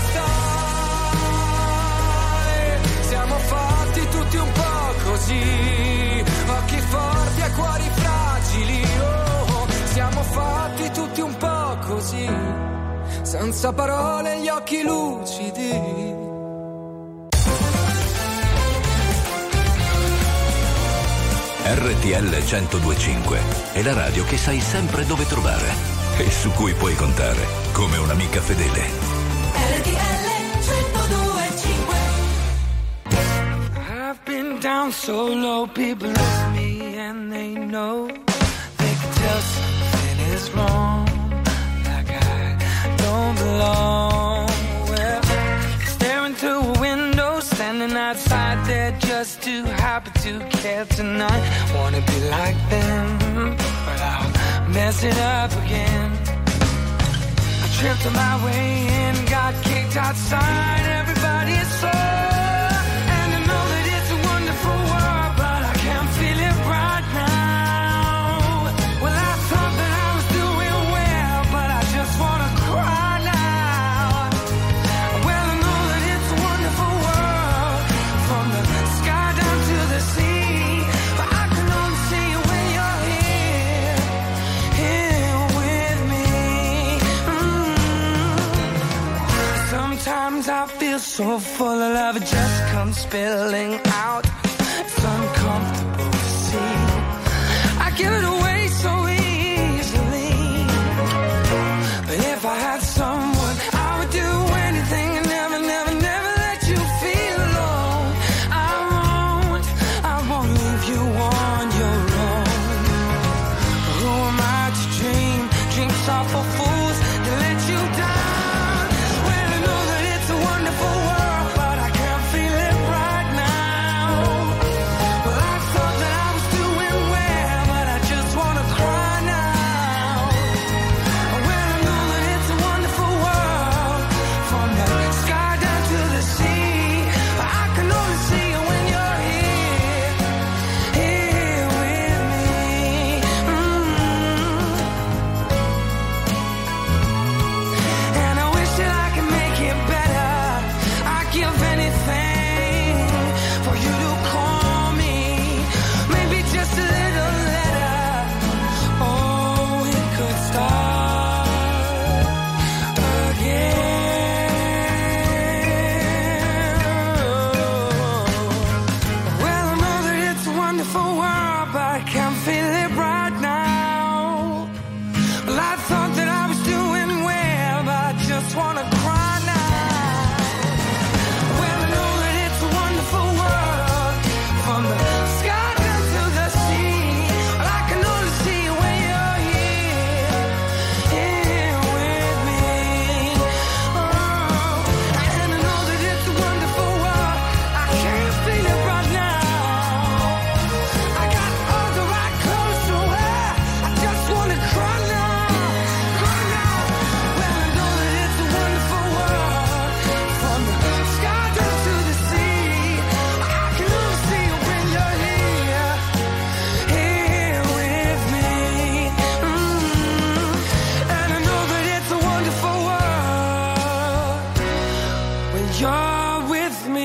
F: stai. Siamo fatti tutti un po' così, occhi forti e cuori fragili. Oh, siamo fatti tutti un po' così, senza parole gli occhi lucidi.
D: RTL 102.5 è la radio che sai sempre dove trovare e su cui puoi contare come un'amica fedele.
E: RTL 102.5.
H: I've been down so low, people love me and they know they can tell something is wrong, like I don't belong. Well, staring to care tonight. Wanna be like them, but I'll mess it up again. I tripped on my way in, got kicked outside. Everybody is so, and I know that it's a wonderful world, but I can't feel it right now. Well, I thought that I was doing well, but I just wanna cry now. Well, I know that it's a wonderful world, from the sky down to the sea, but I can only see you when you're here with me. Sometimes I feel so full of love, it just comes spilling out. It's uncomfortable to see. I give it away so easily, but if I had someone, I would do anything and never, never, never let you feel alone. I won't leave you on your own. Who am I to dream dreams are for fools to let you down? Well, I know that it's a wonderful world, but I can't feel it right now. Well, I thought that I was doing well, but I just wanna cry now. Well, I know that it's a wonderful world, from the sky down to the sea, but I can only see you when you're here with me. And I wish that I could make it better. I'd give anything for you to call me, maybe just a little letter. Oh, it could start again. Well, I know that it's a wonderful world, but I can't feel it right now. Well, I thought that I was doing well, but I just wanna cry now. Well, I know that it's a wonderful world, from the sky down to the sea. Well, I can only see you when you're here with me. Oh, and I know that it's a wonderful world. I can't feel it right now. I got all the right clothes to wear. I just wanna cry now, cry now. Well, I know that it's a wonderful world, from the sky down to the sea. I can only see you when you're here with me. And I know that it's a wonderful world when you're with me.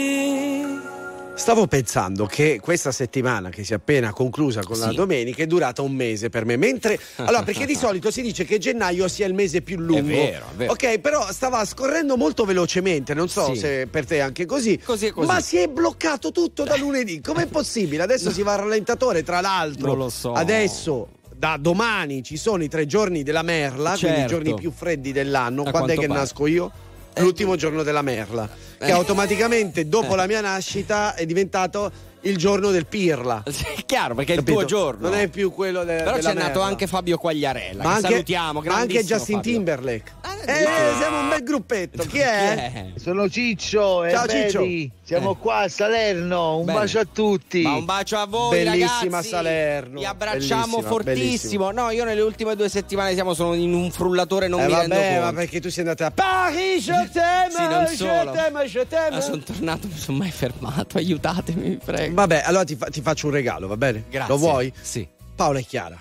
B: Stavo pensando che questa settimana che si è appena conclusa con la domenica è durata un mese per me, mentre allora, perché di solito si dice che gennaio sia il mese più lungo.
A: È vero.
B: Ok, però stava scorrendo molto velocemente, non so se per te è anche così.
A: Così è così.
B: Ma si è bloccato tutto da lunedì. Com'è possibile? Adesso si va al rallentatore, tra l'altro.
A: Non lo so.
B: Adesso da domani ci sono i 3 giorni della merla, quindi i giorni più freddi dell'anno. Quando è che nasco io? L'ultimo giorno della merla, che automaticamente dopo la mia nascita è diventato il giorno del pirla.
A: Chiaro, perché è il tuo giorno.
B: Non è più quello
A: Però
B: della
A: c'è nato
B: merla.
A: anche Fabio Quagliarella,
B: Ma
A: che
B: anche,
A: salutiamo,
B: ma anche
A: grandissimo
B: Justin
A: Fabio.
B: Timberlake. Siamo un bel gruppetto. Chi è?
L: Sono Ciccio.
B: Ciao, Ciccio.
L: Siamo qua a Salerno. Un
A: Bene.
L: bacio a tutti.
A: Ma un bacio a voi,
B: Bellissima
A: ragazzi.
B: Salerno.
A: Vi abbracciamo fortissimo.
B: bellissima.
A: No, io nelle ultime 2 settimane sono in un frullatore, non mi rendo conto.
B: Ma perché tu sei andata a Paris, je t'aime,
A: Sì, non
B: je
A: solo.
B: t'aime, je t'aime.
A: Ma sono tornato, mi sono mai fermato. Aiutatemi, vi prego.
B: Vabbè, allora ti faccio un regalo, va bene?
A: Grazie.
B: Lo vuoi?
A: Sì.
B: Paola e Chiara.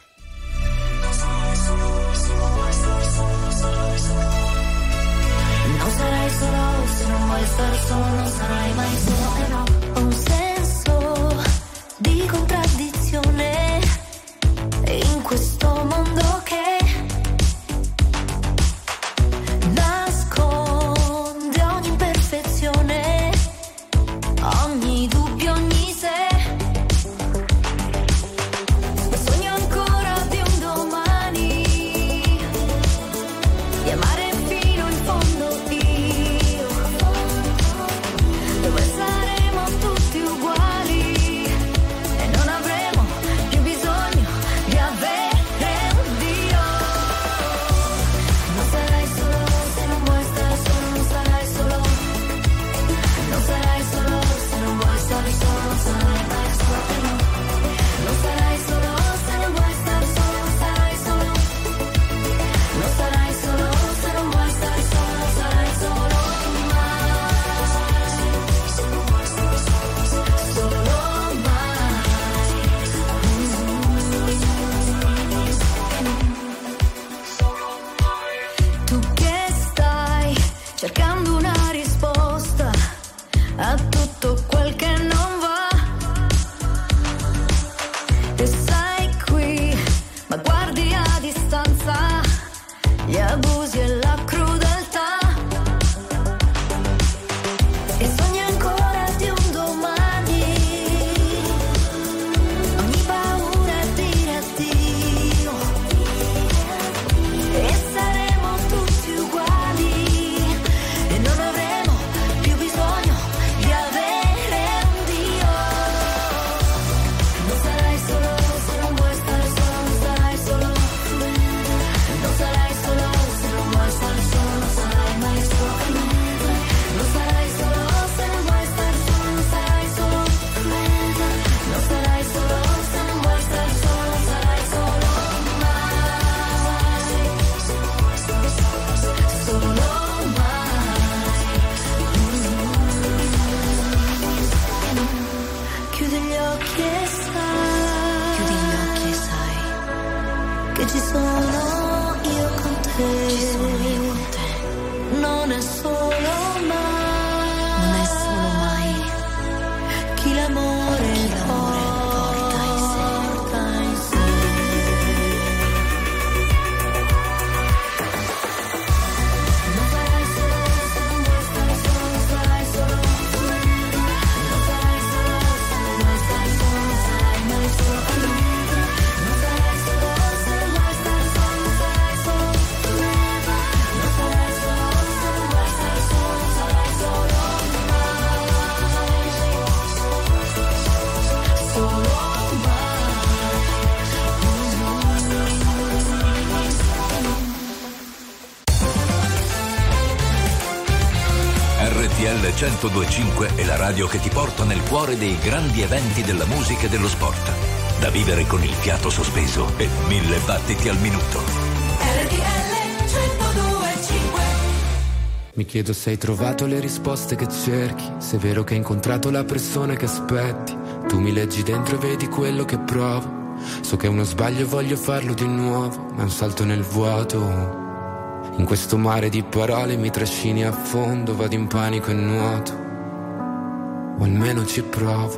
G: Non sarai solo se non vuoi stare solo, non sarai mai solo, no. Ho un senso di contraddizione in questo mondo che nasconde ogni imperfezione, ogni dubbio, ogni se. Sogno ancora di un domani, di amare fino in fondo io, gli abusi e la crudeltà. E sogno ancora di un domani, ogni paura è dire addio, e saremo tutti uguali, e non avremo più bisogno di avere un Dio. Non sarai solo se non vuoi stare solo, non sarai solo, non sarai solo se non vuoi stare solo, non sarai mai solo, non sarai solo se non vuoi stare solo, non sarai solo, non sarai solo se non vuoi stare solo, non sarai solo mai, solo mai. Chiudi gli occhi e sai, chiudi gli occhi e sai che ci sono io con te, ci sono io con te. Non è solo mai, non è solo mai chi l'amore porta in sé. Non sarai solo se non vuoi stare solo, non sarai solo, non sarai solo se non vuoi stare solo, non sarai mai solo, non sarai solo se non vuoi stare solo, non sarai solo, non sarai solo se non vuoi stare solo, non sarai solo mai, solo
D: RTL 102.5 è la radio che ti porta nel cuore dei grandi eventi della musica e dello sport. Da vivere con il fiato sospeso e 1000 battiti al minuto.
E: RTL 102.5.
K: Mi chiedo se hai trovato le risposte che cerchi, se è vero che hai incontrato la persona che aspetti. Tu mi leggi dentro e vedi quello che provo. So che è uno sbaglio e voglio farlo di nuovo, ma è un salto nel vuoto. In questo mare di parole mi trascini a fondo, vado in panico e nuoto, o almeno ci provo.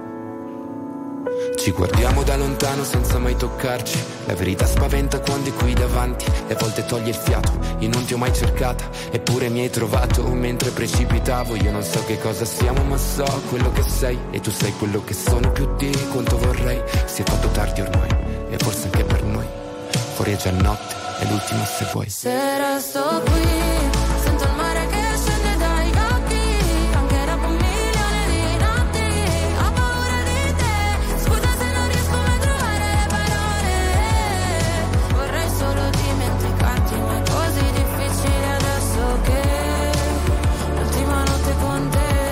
K: Ci guardiamo da lontano senza mai toccarci, la verità spaventa quando è qui davanti, e a volte toglie il fiato, io non ti ho mai cercata, eppure mi hai trovato mentre precipitavo. Io non so che cosa siamo ma so quello che sei, e tu sei quello che sono più di quanto vorrei. Si è fatto tardi ormai, e forse anche per noi, fuori è già notte, è l'ultima se vuoi.
G: Se resto qui, sento il mare che scende dai occhi, anche dopo un milione di notti, ho paura di te, scusa se non riesco mai a trovare le parole, vorrei solo dimenticarti, ma è così difficile adesso che l'ultima notte con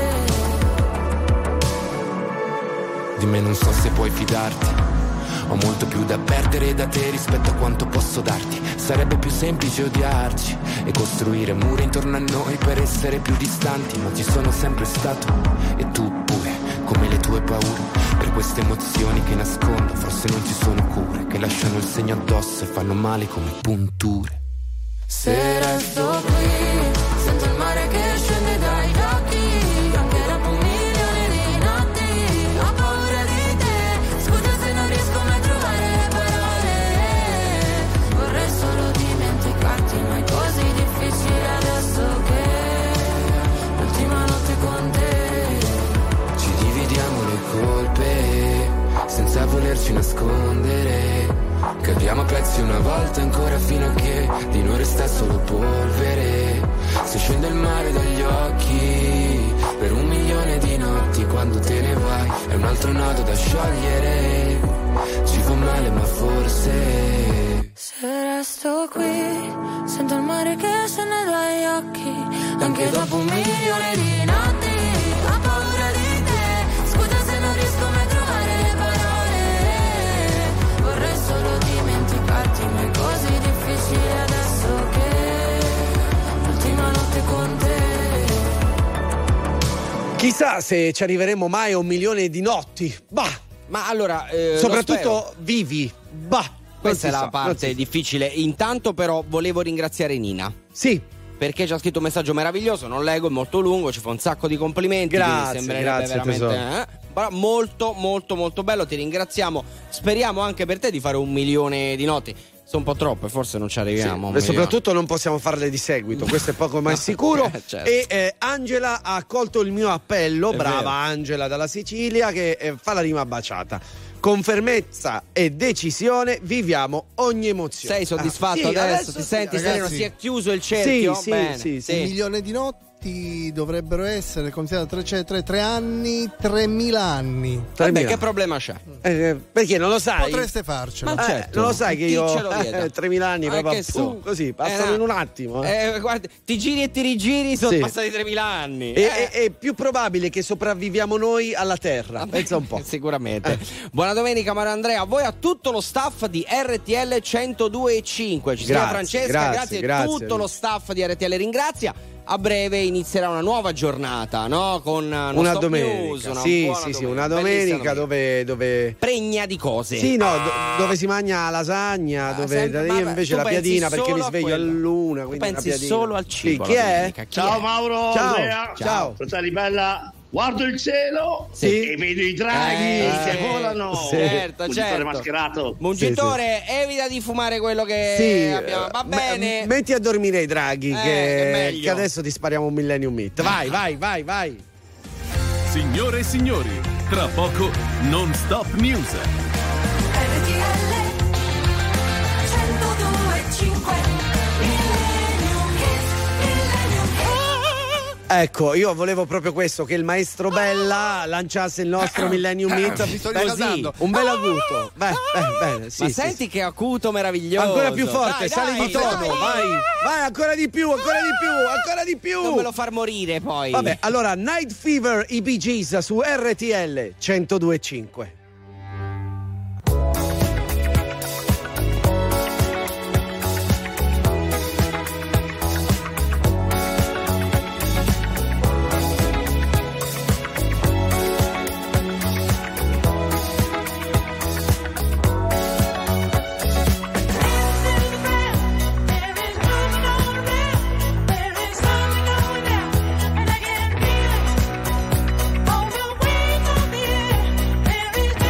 G: te.
K: Di me non so se puoi fidarti, ho molto più da perdere da te rispetto a quanto posso darti. Sarebbe più semplice odiarci e costruire mura intorno a noi per essere più distanti, ma ci sono sempre stato, e tu pure, come le tue paure, per queste emozioni che nascondo. Forse non ci sono cure, che lasciano il segno addosso e fanno male come punture.
G: Se resto qui, sento il mare che scende dai occhi, anche dopo un milione di notti, ho paura di te, scusa se non riesco mai a trovare le parole, vorrei solo dimenticarti, ma è così difficile adesso che l'ultima notte con te.
K: Ci dividiamo le colpe senza volerci nascondere, cadiamo a pezzi una volta ancora fino a che di noi resta solo polvere. Se scende il mare dagli occhi per un milione di notti, quando te ne vai è un altro nodo da sciogliere. Ci fa male ma forse
G: se resto qui, sento il mare che scende dagli occhi, anche dopo un milione di notti, ho paura di te, scusa se non riesco mai a trovare le parole, vorrei solo dimenticarti, ma è così difficile adesso che l'ultima notte con te.
B: Chissà se ci arriveremo mai a un milione di notti. Bah!
A: Ma allora,
B: soprattutto vivi. Bah!
A: Questa è la parte difficile. Intanto però volevo ringraziare Nina.
B: Sì.
A: Perché ci ha scritto un messaggio meraviglioso, non leggo, è molto lungo, ci fa un sacco di complimenti.
B: Grazie,
A: sembrerebbe veramente però molto molto molto bello, ti ringraziamo. Speriamo anche per te di fare un milione di notti. Sono un po' troppe, forse non ci arriviamo.
B: Sì, soprattutto non possiamo farle di seguito, questo è poco ma sicuro.
A: Certo.
B: E Angela ha accolto il mio appello, brava Angela dalla Sicilia, che fa la rima baciata. Con fermezza e decisione viviamo ogni emozione.
A: Sei soddisfatto adesso? Ti senti sereno? Si è chiuso il cerchio?
B: Sì.
C: 1 milione di notti dovrebbero essere considerate 3 anni, 3.000 anni.
A: Vabbè, che problema c'è?
B: Perché non lo sai?
C: Potreste farcelo.
A: Ma certo.
B: Non lo sai che io
A: 3.000
B: anni proprio così passano in un attimo.
A: Guarda, ti giri e ti rigiri, sono passati 3.000 anni.
B: È più probabile che sopravviviamo noi alla Terra. Pensa un po'.
A: Sicuramente. Buona domenica, Mario Andrea. A voi, a tutto lo staff di RTL 102.5. Ci sia Francesca, grazie a tutto lo staff di RTL. Ringrazia. A breve inizierà una nuova giornata, no? Con
B: una domenica. Una domenica dove
A: pregna di cose.
B: Sì, no, dove si mangia lasagna, io invece la piadina perché mi sveglio all'una, quindi
A: pensi una solo al cibo.
B: Chi è?
O: Ciao Mauro,
B: ciao.
O: Andrea.
B: Ciao.
O: Fratelli bella. Guardo il cielo e vedo i draghi che volano.
A: Certo.
O: Mascherato.
A: Mungitore, evita di fumare quello che abbiamo. Va bene.
B: Metti a dormire i draghi che adesso ti spariamo un Millennium Hit. Vai.
P: Signore e signori, tra poco Non Stop News.
B: Ecco, io volevo proprio questo, che il maestro Bella lanciasse il nostro Millennium Hit.
C: Così,
B: un bel acuto. Bene,
A: ma senti che acuto meraviglioso.
B: Ancora più forte, sali di tono, vai, ancora di più.
A: Non me lo far morire poi.
B: Vabbè, allora Night Fever, i Bee Gees su RTL 102.5.
E: There is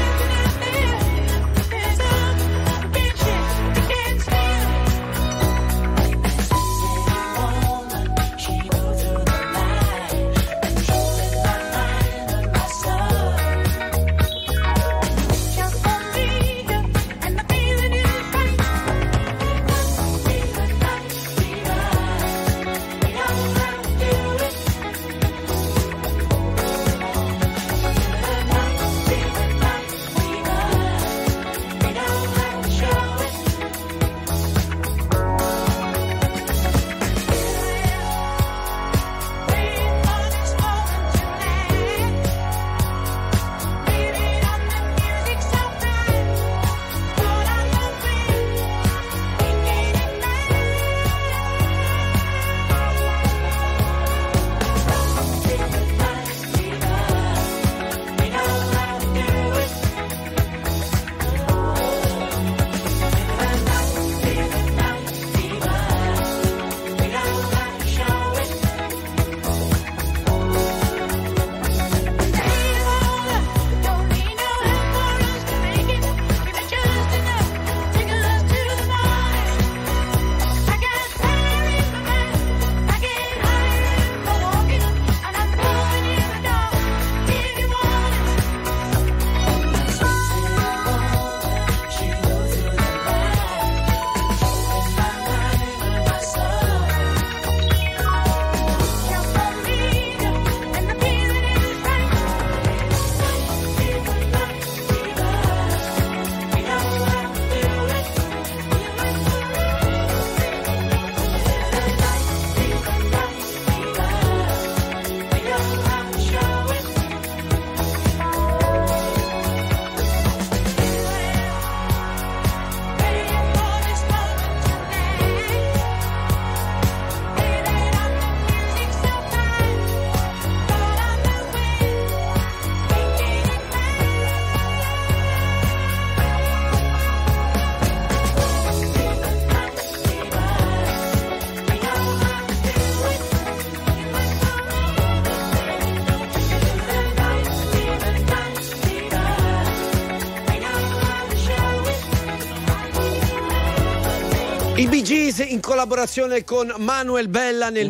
B: Bee Gees in collaborazione con Manuel Bella nel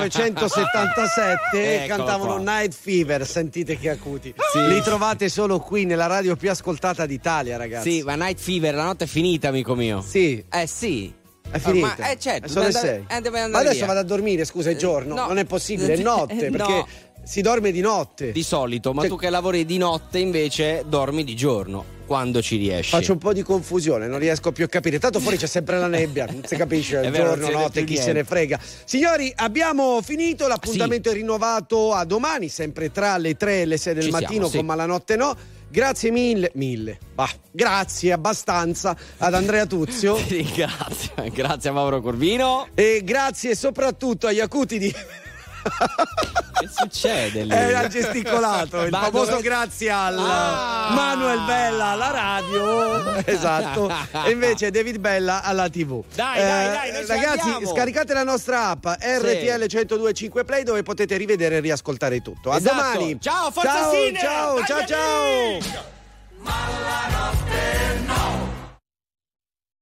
B: 1977 cantavano Night Fever, sentite che acuti. Sì. Li trovate solo qui nella radio più ascoltata d'Italia, ragazzi.
A: Sì, ma Night Fever, la notte è finita, amico mio.
B: Sì.
A: Sì.
B: È finita.
A: Certo,
B: sono le 6. Ma adesso vado a dormire, scusa, è giorno.
A: No.
B: Non è possibile, è notte, perché si dorme di notte.
A: Di solito, ma tu che lavori di notte invece dormi di giorno. Quando ci riesci.
B: Faccio un po' di confusione, non riesco più a capire. Tanto fuori c'è sempre la nebbia, non si capisce, è giorno, notte, chi se ne frega. Signori, abbiamo finito, l'appuntamento è rinnovato a domani, sempre tra le 3 e le 6 del mattino con Malanotte No. Grazie mille. Grazie abbastanza ad Andrea Tuzio.
A: Sì, grazie a Mauro Corvino.
B: E grazie soprattutto agli acuti di...
A: Che succede lì?
B: Era gesticolato il famoso grazie al Manuel Bella alla radio. Esatto. E invece David Bella alla TV.
A: Dai, noi
B: ragazzi, scaricate la nostra app RTL 102.5 Play, dove potete rivedere e riascoltare tutto. A domani.
A: Ciao, forza Sine!
B: Ciao.